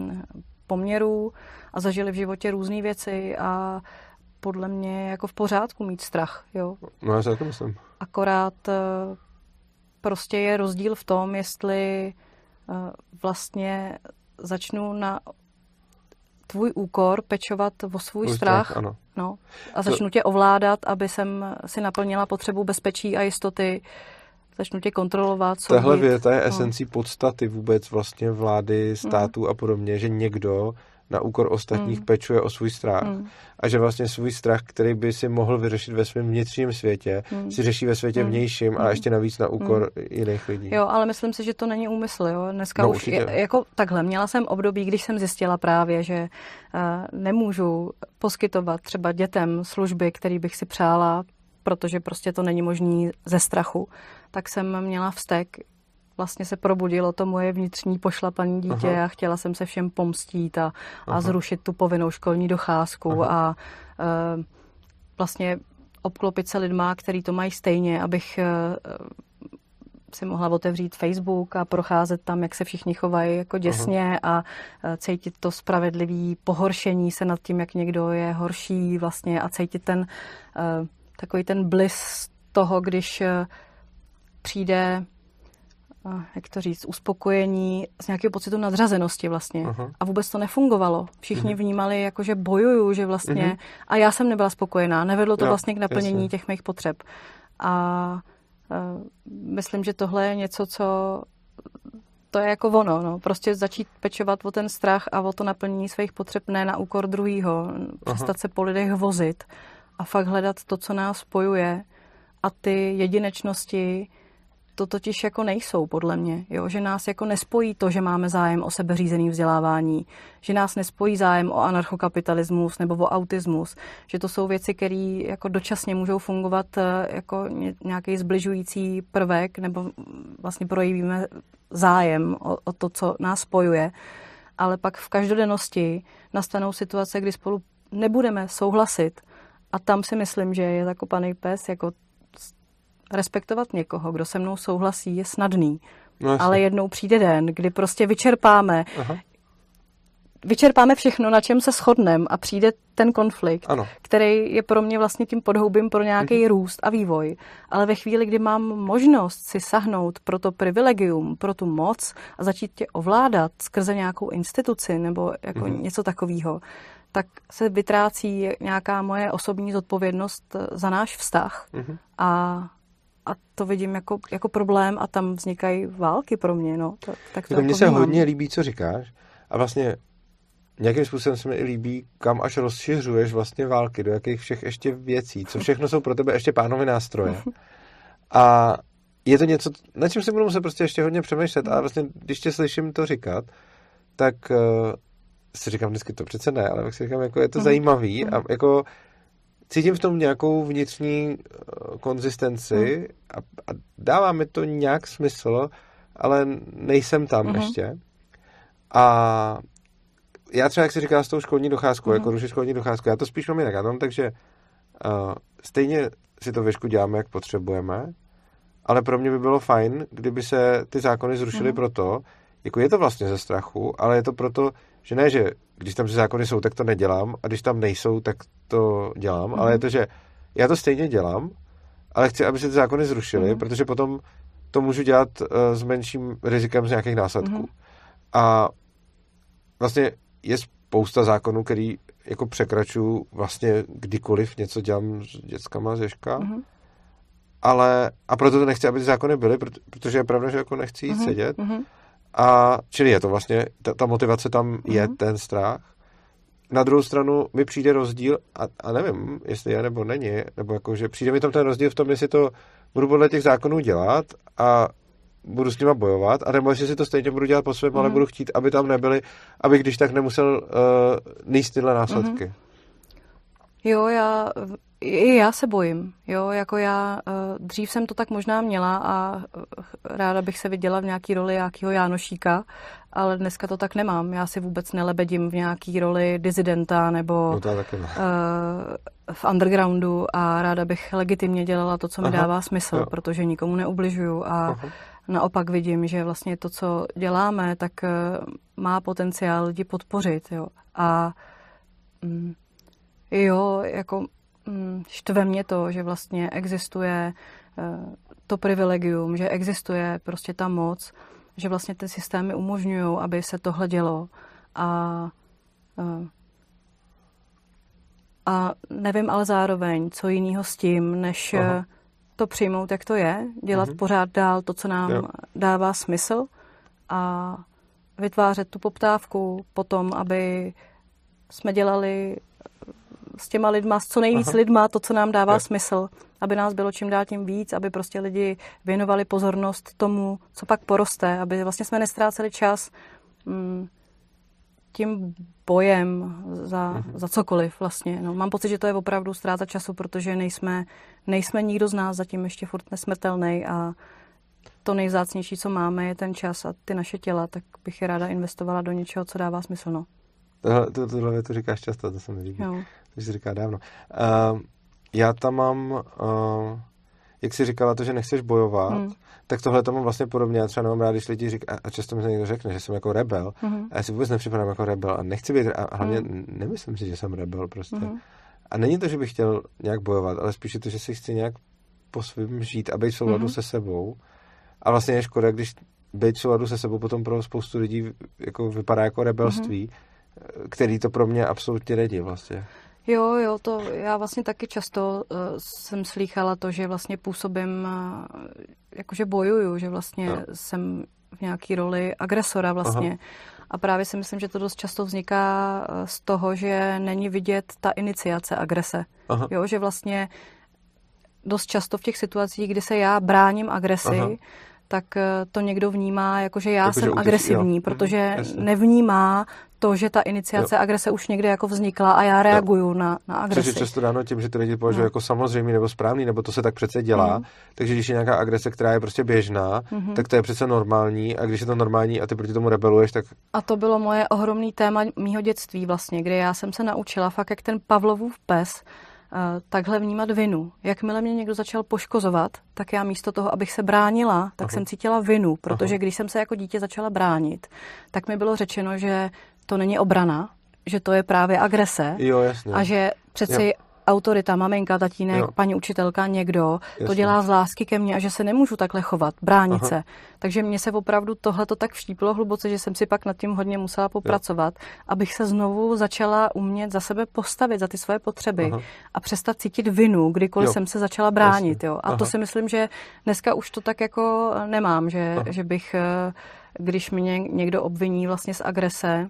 S2: poměrů a zažili v životě různé věci a podle mě jako v pořádku mít strach, jo.
S1: No, já si to myslím.
S2: Akorát prostě je rozdíl v tom, jestli vlastně začnu na tvůj úkor pečovat o svůj
S1: Tvůj
S2: strach,
S1: strach ano.
S2: No, a začnu tě ovládat, aby jsem si naplnila potřebu bezpečí a jistoty, začnu tě kontrolovat. Soudit.
S1: Tahle věta je no. esencí podstaty vůbec vlastně vlády, států mm. a podobně, že někdo na úkor ostatních mm. pečuje o svůj strach mm. a že vlastně svůj strach, který by si mohl vyřešit ve svém vnitřním světě, mm. si řeší ve světě mm. vnějším mm. a ještě navíc na úkor mm. jiných lidí.
S2: Jo, ale myslím si, že to není úmysl, jo. Dneska
S1: no,
S2: už je, jako takhle, měla jsem období, když jsem zjistila právě, že uh, nemůžu poskytovat třeba dětem služby, které bych si přála, protože prostě to není možný ze strachu, tak jsem měla vztek. Vlastně se probudilo to moje vnitřní pošlapané dítě Aha. a chtěla jsem se všem pomstít a, a zrušit tu povinnou školní docházku Aha. a e, vlastně obklopit se lidma, kteří to mají stejně, abych e, si mohla otevřít Facebook a procházet tam, jak se všichni chovají jako děsně Aha. a e, cítit to spravedlivý pohoršení se nad tím, jak někdo je horší vlastně a cítit ten e, takový ten bliss toho, když e, přijde jak to říct, uspokojení z nějakého pocitu nadřazenosti vlastně. Aha. A vůbec to nefungovalo. Všichni uh-huh. vnímali, jako, že bojuju, že vlastně... Uh-huh. A já jsem nebyla spokojená. Nevedlo to jo, vlastně k naplnění jasně. těch mých potřeb. A uh, myslím, že tohle je něco, co... To je jako ono, no. Prostě začít pečovat o ten strach a o to naplnění svých potřeb ne na úkor druhýho. Přestat Aha. se po lidech vozit a fakt hledat to, co nás spojuje a ty jedinečnosti to totiž jako nejsou, podle mě. Jo? Že nás jako nespojí to, že máme zájem o sebeřízený vzdělávání, že nás nespojí zájem o anarchokapitalismus nebo o autismus, že to jsou věci, které jako dočasně můžou fungovat jako nějaký zbližující prvek nebo vlastně projevíme zájem o, o to, co nás spojuje, ale pak v každodennosti nastanou situace, kdy spolu nebudeme souhlasit a tam si myslím, že je zakopaný pes, jako respektovat někoho, kdo se mnou souhlasí, je snadný. No, ale jednou přijde den, kdy prostě vyčerpáme Aha. vyčerpáme všechno, na čem se shodneme a přijde ten konflikt, ano. který je pro mě vlastně tím podhoubím pro nějaký mm-hmm. růst a vývoj. Ale ve chvíli, kdy mám možnost si sahnout pro to privilegium, pro tu moc a začít tě ovládat skrze nějakou instituci nebo jako mm-hmm. něco takového, tak se vytrácí nějaká moje osobní zodpovědnost za náš vztah. Mm-hmm. A A to vidím jako, jako problém a tam vznikají války pro mě. No. Tak, tak to
S1: jako
S2: jako
S1: mně se
S2: vnímám.
S1: hodně líbí, co říkáš. A vlastně nějakým způsobem se mi i líbí, kam až rozšiřuješ vlastně války, do jakých všech ještě věcí, co všechno jsou pro tebe ještě pánovi nástroje. A je to něco, na čem si budu muset prostě ještě hodně přemýšlet. A vlastně, když tě slyším to říkat, tak uh, si říkám vždycky to přece ne, ale tak si říkám, jako je to mm. zajímavý a jako cítím v tom nějakou vnitřní uh, konzistenci mm. a, a dává mi to nějak smysl, ale nejsem tam mm. ještě. A já třeba, jak jsi říkala s tou školní docházkou, mm. jako rušit školní docházku, já to spíš mám jinak. Já mám takže uh, stejně si to věšku děláme, jak potřebujeme, ale pro mě by bylo fajn, kdyby se ty zákony zrušily mm. proto, jako je to vlastně ze strachu, ale je to proto, že ne, že když tam ty zákony jsou, tak to nedělám a když tam nejsou, tak to dělám, mm. ale je to, že já to stejně dělám, ale chci, aby se ty zákony zrušily, mm. protože potom to můžu dělat uh, s menším rizikem z nějakých následků. Mm. A vlastně je spousta zákonů, který jako překračuju vlastně kdykoliv něco dělám s dětskama, s Ježka. Mm-hmm. Ale, a proto to nechci, aby ty zákony byly, protože je pravda, že jako nechci jít mm-hmm. sedět. Mm-hmm. A čili je to vlastně, ta, ta motivace tam mm-hmm. je ten strach. Na druhou stranu mi přijde rozdíl, a, a nevím, jestli je nebo není, nebo jako, že přijde mi tam ten rozdíl v tom, jestli to budu podle těch zákonů dělat a budu s nima bojovat, a nebo jestli si to stejně budu dělat po svém, mm. ale budu chtít, aby tam nebyly, aby když tak nemusel uh, nést tyhle následky. Mm.
S2: Jo, já, i já se bojím. Jo, jako já, uh, dřív jsem to tak možná měla a uh, ráda bych se viděla v nějaký roli nějakého Jánošíka, ale dneska to tak nemám. Já si vůbec nelebedím v nějaký roli dizidenta nebo
S1: no to taky ne.
S2: uh, v undergroundu a ráda bych legitimně dělala to, co mi Aha. dává smysl, jo. protože nikomu neubližuju a Aha. naopak vidím, že vlastně to, co děláme, tak uh, má potenciál lidi podpořit. Jo. A mm, jo, jako mm, štve mě to, že vlastně existuje uh, to privilegium, že existuje prostě ta moc, že vlastně ty systémy umožňují, aby se tohle dělo. A, uh, a nevím ale zároveň, co jiného s tím, než Aha. to přijmout, jak to je, dělat uh-huh. pořád dál to, co nám jo. dává smysl a vytvářet tu poptávku potom, aby jsme dělali s těma lidma, s co nejvíc Aha. lidma, to, co nám dává jo. smysl, aby nás bylo čím dál tím víc, aby prostě lidi věnovali pozornost tomu, co pak poroste, aby vlastně jsme nestráceli čas mm, tím bojem za, uh-huh. za cokoliv vlastně. No, mám pocit, že to je opravdu ztráta času, protože nejsme, nejsme nikdo z nás zatím ještě furt nesmrtelnej a to nejvzácnější, co máme, je ten čas a ty naše těla, tak bych je ráda investovala do něčeho, co dává smysl. No.
S1: Tohle, to, tohle to říkáš často, to se mi líbí.
S2: Jo.
S1: To si říká dávno. Uh, já tam mám, uh, jak jsi říkala to, že nechceš bojovat, hmm. tak tohle to mám vlastně podobně. Já třeba nemám rád, když lidi říkají, a často mi se někdo řekne, že jsem jako rebel. Hmm. A já si vůbec nepřipadám jako rebel a nechci být, a hlavně hmm. nemyslím si, že jsem rebel prostě. Hmm. A není to, že bych chtěl nějak bojovat, ale spíš je to, že si chci nějak po svým žít a být v souladu hmm. se sebou. A vlastně je škoda, když být v souladu se sebou potom pro spoustu lidí jako vypadá jako rebelství, hmm. který to pro mě absolutně není vlastně.
S2: Jo, jo, to já vlastně taky často uh, jsem slýchala to, že vlastně působím, uh, jakože bojuju, že vlastně no. jsem v nějaký roli agresora vlastně. Aha. A právě si myslím, že to dost často vzniká z toho, že není vidět ta iniciace agrese. Aha. Jo, že vlastně dost často v těch situacích, kdy se já bráním agresi, Aha. tak to někdo vnímá, jakože já jako, jsem že agresivní, jo. protože mhm, nevnímá to, že ta iniciace jo. agrese už někde jako vznikla a já reaguju jo. na, na agresi.
S1: Což je často dáno tím, že ty lidi považují no. jako samozřejmý nebo správný, nebo to se tak přece dělá. Mm. Takže když je nějaká agrese, která je prostě běžná, mm-hmm. tak to je přece normální a když je to normální a ty proti tomu rebeluješ, tak...
S2: A to bylo moje ohromné téma mýho dětství vlastně, kde já jsem se naučila fakt jak ten Pavlovův pes takhle vnímat vinu. Jakmile mě někdo začal poškozovat, tak já místo toho, abych se bránila, tak Aha. jsem cítila vinu, protože Aha. když jsem se jako dítě začala bránit, tak mi bylo řečeno, že to není obrana, že to je právě agrese
S1: jo, jasně.
S2: a že přeci jo. autorita, maminka, tatínek, jo. paní učitelka, někdo, jasně. to dělá z lásky ke mně a že se nemůžu takhle chovat, bránit Aha. se. Takže mě se opravdu tohle to tak vštípilo hluboce, že jsem si pak nad tím hodně musela popracovat, jo. abych se znovu začala umět za sebe postavit, za ty svoje potřeby Aha. a přestat cítit vinu, kdykoliv jo. jsem se začala bránit. Jo. A Aha. to si myslím, že dneska už to tak jako nemám, že, že bych, když mě někdo obviní vlastně z agrese,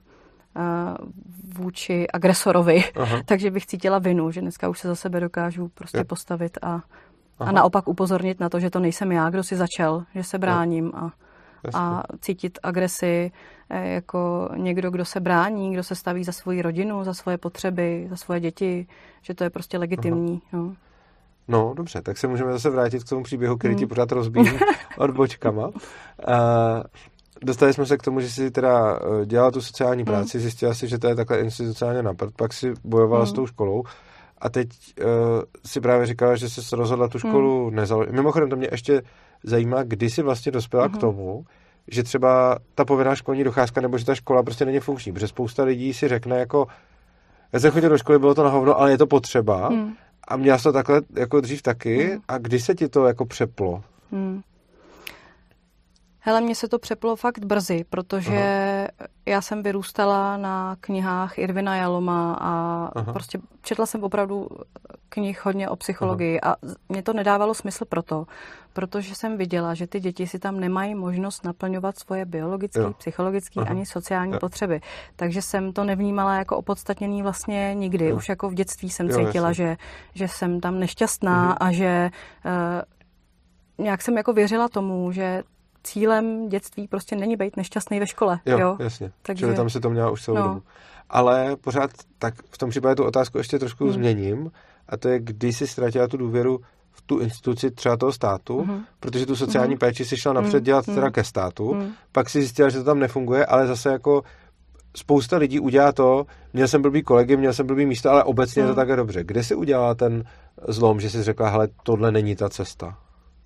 S2: vůči agresorovi, Aha. takže bych cítila vinu, že dneska už se za sebe dokážu prostě je. postavit a, a naopak upozornit na to, že to nejsem já, kdo si začal, že se bráním a, a cítit agresi jako někdo, kdo se brání, kdo se staví za svoji rodinu, za svoje potřeby, za svoje děti, že to je prostě legitimní. No.
S1: no, dobře, tak se můžeme zase vrátit k tomu příběhu, který hmm. ti pořád rozbíjí odbočkama. Uh, Dostali jsme se k tomu, že jsi teda dělala tu sociální práci, mm. zjistila si, že to je takhle institucionálně napad, pak si bojovala mm. s tou školou a teď uh, si právě říkala, že jsi rozhodla tu školu hmm. nezaložit. Mimochodem to mě ještě zajímá, kdy jsi vlastně dospěla hmm. k tomu, že třeba ta povinná školní docházka nebo že ta škola prostě není funkční, protože spousta lidí si řekne jako já jsem chodil do školy, bylo to na hovno, ale je to potřeba hmm. a měla jsi to takhle jako dřív taky hmm. a kdy se ti to jako přeplo? Hmm.
S2: Hele, mně se to přeplo fakt brzy, protože Aha. já jsem vyrůstala na knihách Irvina Jaloma a Aha. prostě četla jsem opravdu knih hodně o psychologii Aha. a mě to nedávalo smysl proto, protože jsem viděla, že ty děti si tam nemají možnost naplňovat svoje biologické, psychologické ani sociální jo. potřeby. Takže jsem to nevnímala jako opodstatněný vlastně nikdy. Jo. Už jako v dětství jsem jo, cítila, že, že jsem tam nešťastná mhm. a že uh, nějak jsem jako věřila tomu, že cílem dětství prostě není být nešťastný ve škole.
S1: Jo,
S2: jo?
S1: jasně. Takže... Čili tam se to měla už celou no. dobu. Ale pořád tak v tom případě tu otázku ještě trošku hmm. změním a to je, kdy jsi ztratila tu důvěru v tu instituci třeba toho státu, hmm. protože tu sociální hmm. péči si šla napřed dělat hmm. teda ke státu, hmm. pak si zjistila, že to tam nefunguje, ale zase jako spousta lidí udělá to, měl jsem blbý kolegy, měl jsem blbý místo, ale obecně hmm. je to také dobře. Kde jsi udělala ten zlom, že jsi řekla, hele, tohle není ta cesta?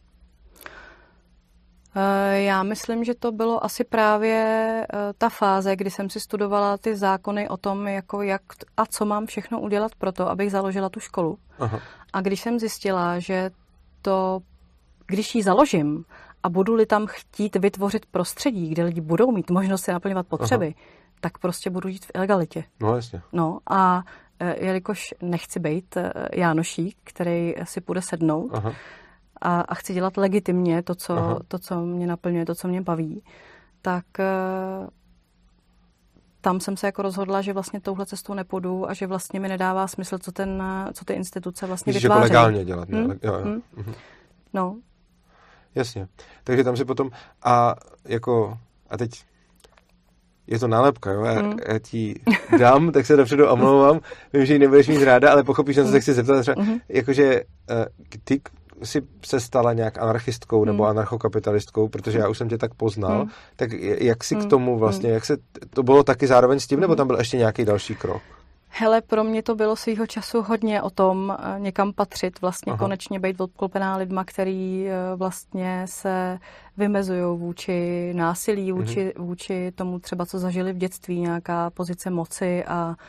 S2: Já myslím, že to bylo asi právě ta fáze, kdy jsem si studovala ty zákony o tom, jako jak a co mám všechno udělat pro to, abych založila tu školu. Aha. A když jsem zjistila, že to, když ji založím a budu-li tam chtít vytvořit prostředí, kde lidi budou mít možnost si naplňovat potřeby, Aha. tak prostě budu žít v ilegalitě.
S1: No jasně.
S2: No a jelikož nechci být Jánošík, který si půjde sednout, Aha. A, a chci dělat legitimně to co, to, co mě naplňuje, to, co mě baví, tak uh, tam jsem se jako rozhodla, že vlastně touhle cestou nepůjdu a že vlastně mi nedává smysl, co, ten, co ty instituce vlastně
S1: Víš,
S2: vytvářejí.
S1: Že jako legálně dělat.
S2: Hmm?
S1: Jo, jo.
S2: Hmm?
S1: Mhm.
S2: No.
S1: Jasně. Takže tam si potom a jako a teď je to nálepka, jo? Já, mm. já ti dám, tak se dopředu omlouvám. Vím, že ji nebudeš mít ráda, ale pochopíš, na co se chci zeptat. Třeba, mm. jakože uh, ty si se stala nějak anarchistkou nebo mm. anarchokapitalistkou, protože já už jsem tě tak poznal, mm. tak jak si k tomu vlastně, jak se, to bylo taky zároveň s tím, mm. nebo tam byl ještě nějaký další krok?
S2: Hele, pro mě to bylo svýho času hodně o tom někam patřit, vlastně Aha. konečně být obklopená lidma, který vlastně se vymezují vůči násilí, vůči, mm. vůči tomu třeba, co zažili v dětství, nějaká pozice moci a, a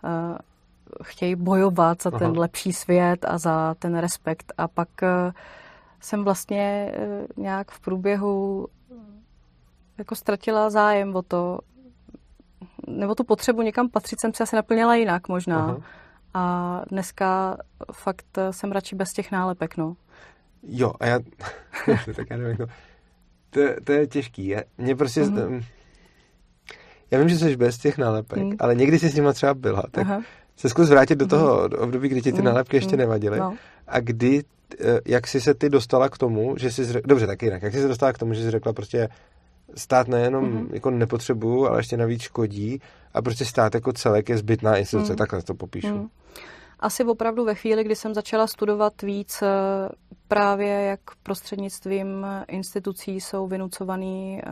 S2: chtějí bojovat za Aha. ten lepší svět a za ten respekt. A pak jsem vlastně nějak v průběhu jako ztratila zájem o to, nebo tu potřebu někam patřit jsem si asi naplnila jinak možná. Aha. A dneska fakt jsem radši bez těch nálepek, no.
S1: Jo, a já... tak já nevím, no. to, to je těžký. Já, mě prostě... Uh-huh. Já vím, že jsi bez těch nálepek, uh-huh. ale někdy jsi s nima třeba byla, tak Aha. se zkus vrátit do toho uh-huh. období, kdy ti ty nálepky ještě uh-huh. nevadily. No. A kdy, jak jsi se ty dostala k tomu, že jsi... Zre... Dobře, tak jinak. Jak jsi se dostala k tomu, že jsi řekla prostě stát nejenom mm-hmm. jako nepotřebuju, ale ještě navíc škodí a prostě stát jako celek je zbytná instituce, mm. takhle to popíšu. Mm.
S2: Asi opravdu ve chvíli, kdy jsem začala studovat víc právě jak prostřednictvím institucí jsou vynucovaný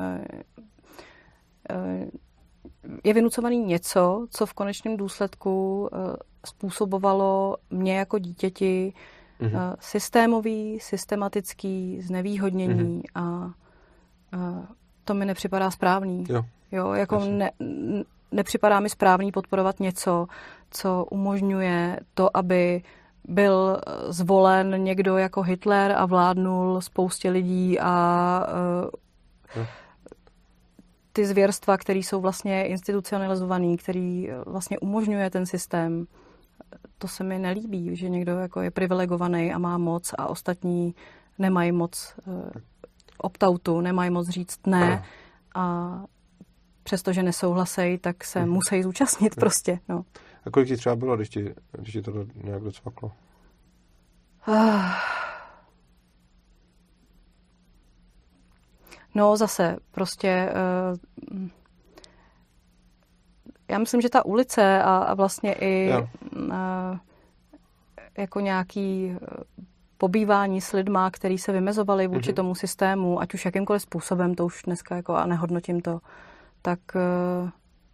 S2: je vynucovaný něco, co v konečném důsledku způsobovalo mě jako dítěti mm-hmm. systémový, systematický znevýhodnění mm-hmm. a, a to mi nepřipadá správný.
S1: Jo,
S2: jo jako ne, nepřipadá mi správný podporovat něco, co umožňuje to, aby byl zvolen někdo jako Hitler a vládnul spoustě lidí a uh, ty zvěrstva, které jsou vlastně institucionalizované, který vlastně umožňuje ten systém, to se mi nelíbí, že někdo jako je privilegovaný a má moc a ostatní nemají moc uh, opt-outu, nemají moc říct ne a přestože nesouhlasejí, tak se hmm. musí zúčastnit hmm. prostě. No.
S1: A kolik ti třeba bylo, když ti, když ti to nějak docvaklo?
S2: No zase prostě uh, já myslím, že ta ulice a, a vlastně i uh, jako nějaký pobývání s lidma, který se vymezovali vůči mm-hmm. tomu systému, ať už jakýmkoliv způsobem, to už dneska jako a nehodnotím to, tak uh,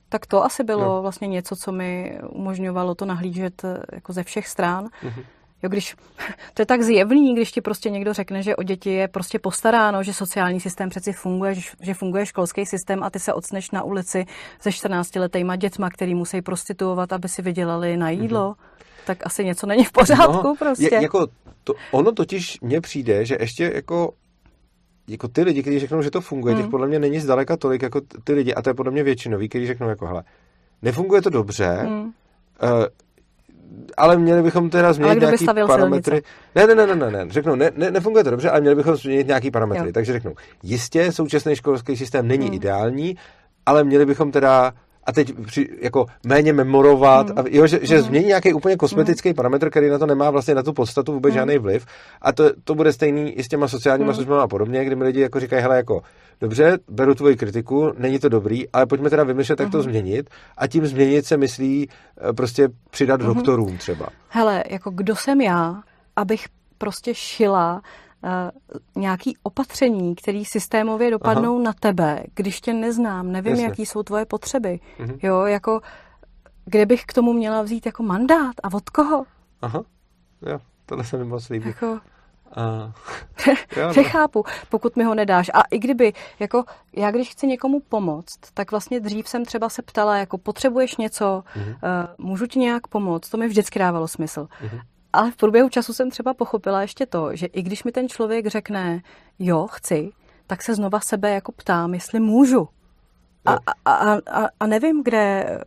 S2: Tak to asi bylo
S1: no.
S2: vlastně něco, co mi umožňovalo to nahlížet jako ze všech stran. Mm-hmm. Jo, když, to je tak zjevný, když ti prostě někdo řekne, že o děti je prostě postaráno, že sociální systém přeci funguje, že funguje školský systém a ty se ocneš na ulici se čtrnáctiletýma dětma, který musí prostituovat, aby si vydělali na jídlo, mm-hmm. tak asi něco není v pořádku
S1: no,
S2: prostě.
S1: Je, jako to, ono totiž mně přijde, že ještě jako jako ty lidi, kteří řeknou, že to funguje, mm. těch podle mě není zdaleka tolik jako ty lidi, a to je podle mě většinový, kteří řeknou jako, hele, nefunguje to dobře, mm. uh, ale měli bychom teda změnit nějaký parametry. Ne, ne, ne, ne, ne, ne, řeknou, ne, ne, nefunguje to dobře, ale měli bychom změnit nějaký parametry. Jo. Takže řeknou, jistě, současný školský systém není mm. ideální, ale měli bychom teda a teď při, jako méně memorovat, mm. a, jo, že, že mm. změní nějaký úplně kosmetický mm. parametr, který na to nemá vlastně na tu podstatu vůbec mm. žádný vliv. A to, to bude stejný i s těma sociálníma mm. službama a podobně, kdy mi lidi jako říkají, hele, jako dobře, beru tvoji kritiku, není to dobrý, ale pojďme teda vymýšlet, jak mm. to změnit. A tím změnit se myslí prostě přidat mm. doktorům třeba.
S2: Hele, jako kdo jsem já, abych prostě šila Uh, nějaký opatření, které systémově dopadnou Aha. na tebe, když tě neznám, nevím, Jasně. jaký jsou tvoje potřeby. Mhm. Jo, jako, kde bych k tomu měla vzít jako mandát a od koho?
S1: Aha, jo, tohle se mi moc líbí.
S2: Jako,
S1: uh,
S2: nechápu, pokud mi ho nedáš. A i kdyby, jako, já když chci někomu pomoct, tak vlastně dřív jsem třeba se ptala, jako, potřebuješ něco, mhm. uh, můžu ti nějak pomoct, to mi vždycky dávalo smysl. Mhm. Ale v průběhu času jsem třeba pochopila ještě to, že i když mi ten člověk řekne, jo, chci, tak se znova sebe jako ptám, jestli můžu. A, a, a, a nevím, kde...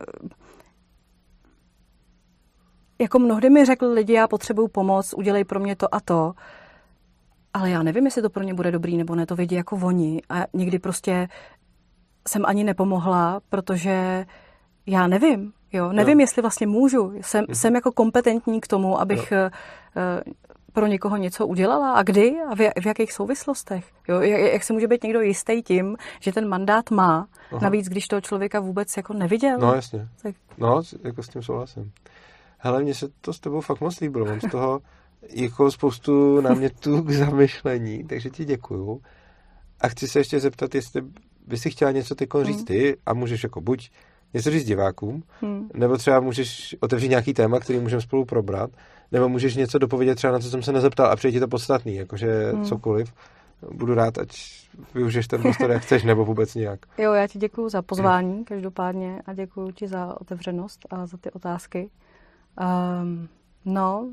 S2: Jako mnohdy mi řekl lidi, já potřebuju pomoc, udělej pro mě to a to, ale já nevím, jestli to pro ně bude dobrý, nebo ne, to vidí jako oni. A někdy prostě jsem ani nepomohla, protože já nevím. Jo, nevím, no. jestli vlastně můžu. Jsem, mm. jsem jako kompetentní k tomu, abych no. uh, pro někoho něco udělala a kdy a v, v jakých souvislostech. Jo, jak, jak se může být někdo jistý tím, že ten mandát má, Aha. navíc, když toho člověka vůbec jako neviděl.
S1: No jasně.
S2: Tak...
S1: No, jako s tím souhlasím. Hele, mně se to s tebou fakt moc líbilo. Mám z toho jako spoustu námětů k zamyšlení, takže ti děkuju. A chci se ještě zeptat, jestli by si chtěla něco teď říct ty a můžeš jako buď něco říct divákům, hmm. nebo třeba můžeš otevřít nějaký téma, který můžeme spolu probrat, nebo můžeš něco dopovědět třeba na co jsem se nezeptal a přijde ti to podstatný, jakože hmm. cokoliv. Budu rád, ať využiješ ten prostor, jak chceš, nebo vůbec nějak.
S2: Jo, já ti děkuju za pozvání, každopádně, a děkuju ti za otevřenost a za ty otázky. Um, no,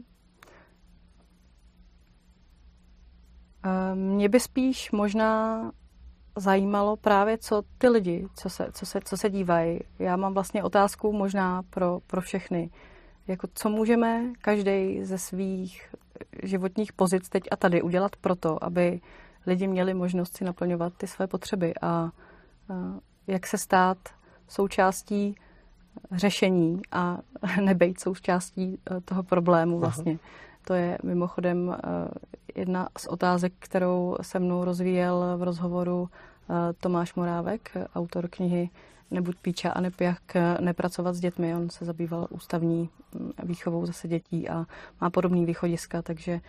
S2: um, mě by spíš možná zajímalo právě, co ty lidi, co se, co se, co se dívají. Já mám vlastně otázku možná pro, pro všechny. Jako, co můžeme každý ze svých životních pozic teď a tady udělat proto, aby lidi měli možnost si naplňovat ty své potřeby a, a jak se stát součástí řešení a nebejt součástí toho problému vlastně. Aha. To je mimochodem jedna z otázek, kterou se mnou rozvíjel v rozhovoru Tomáš Morávek, autor knihy Nebuď píča a nep jak nepracovat s dětmi. On se zabýval ústavní výchovou zase dětí a má podobný východiska, takže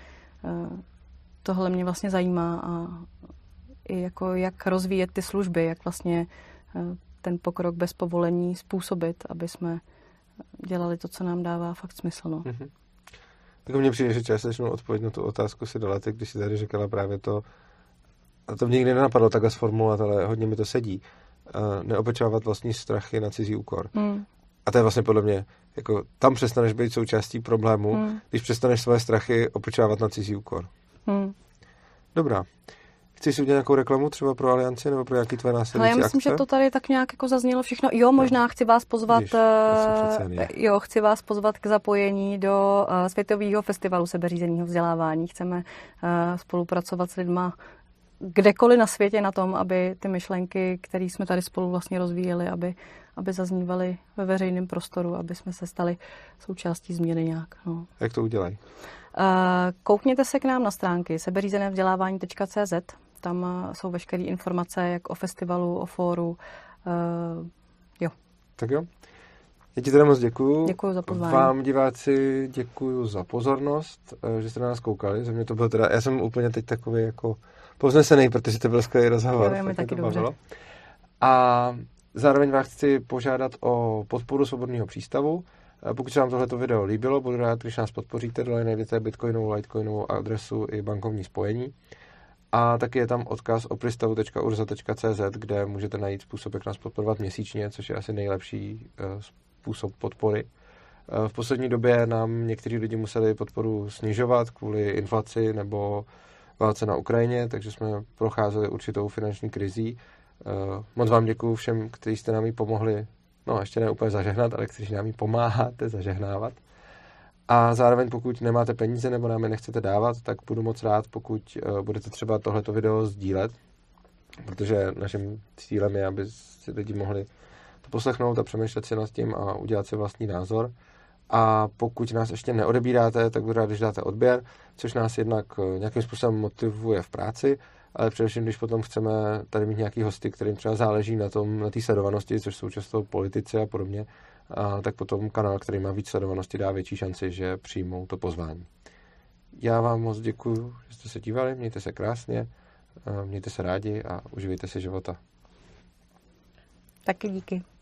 S2: tohle mě vlastně zajímá a i jako jak rozvíjet ty služby, jak vlastně ten pokrok bez povolení způsobit, aby jsme dělali to, co nám dává fakt smysl. No.
S1: Mm-hmm. Tak mně přijde, že částečnou odpověď na tu otázku si dala ty, když si tady říkala právě to, a to mě nikdy nenapadlo takhle sformulovat, ale hodně mi to sedí, uh, neopečávat vlastní strachy na cizí úkor. Mm. A to je vlastně podle mě, jako tam přestaneš být součástí problému, mm. když přestaneš svoje strachy opečávat na cizí úkor. Mm. Dobrá. Chceš si udělat nějakou reklamu třeba pro Alianci nebo pro jaký tvé následující akce?
S2: Já myslím, akce? Že to tady tak nějak jako zaznělo všechno. Jo, možná chci vás pozvat Víš, jo, chci vás pozvat k zapojení do uh, Světového festivalu sebeřízeného vzdělávání. Chceme uh, spolupracovat s lidma kdekoliv na světě na tom, aby ty myšlenky, které jsme tady spolu vlastně rozvíjeli, aby, aby zaznívaly ve veřejném prostoru, aby jsme se stali součástí změny nějak. No.
S1: Jak to udělají?
S2: Uh, koukněte se k nám na stránky sebeřízené vzdělávání tečka cé zet. Tam uh, jsou veškeré informace, jak o festivalu, o fóru. Uh, jo.
S1: Tak jo. Já ti teda moc děkuju.
S2: Děkuju za pozvání.
S1: Vám, diváci, děkuju za pozornost, že jste na nás koukali. Za mě to bylo teda, já jsem úplně teď takový jako povznesený, protože to byl skvělý rozhovor.
S2: Jo, je mi taky dobře.
S1: A Zároveň vás chci požádat o podporu Svobodného přístavu. Pokud se vám tohleto video líbilo, budu rád, když nás podpoříte. Dole najdete bitcoinovou, litecoinovou adresu i bankovní spojení. A taky je tam odkaz o pristavu tečka urza tečka cé zet, kde můžete najít způsob, jak nás podporovat měsíčně, což je asi nejlepší způsob podpory. V poslední době nám někteří lidi museli podporu snižovat kvůli inflaci nebo válce na Ukrajině, takže jsme procházeli určitou finanční krizí. Moc vám děkuju všem, kteří jste nám ji pomohli, no ještě ne úplně zažehnat, ale kteří nám ji pomáháte zažehnávat. A zároveň pokud nemáte peníze nebo nám je nechcete dávat, tak budu moc rád, pokud budete třeba tohleto video sdílet, protože naším cílem je, aby si lidi mohli to poslechnout a přemýšlet si nad tím a udělat si vlastní názor. A pokud nás ještě neodebíráte, tak budu rád, když dáte odběr, což nás jednak nějakým způsobem motivuje v práci, ale především, když potom chceme tady mít nějaký hosty, kterým třeba záleží na tom, na té sledovanosti, což jsou často politici a podobně, a tak potom kanál, který má víc sledovanosti, dá větší šanci, že přijmou to pozvání. Já vám moc děkuju, že jste se dívali, mějte se krásně, mějte se rádi a uživejte si života.
S2: Taky díky.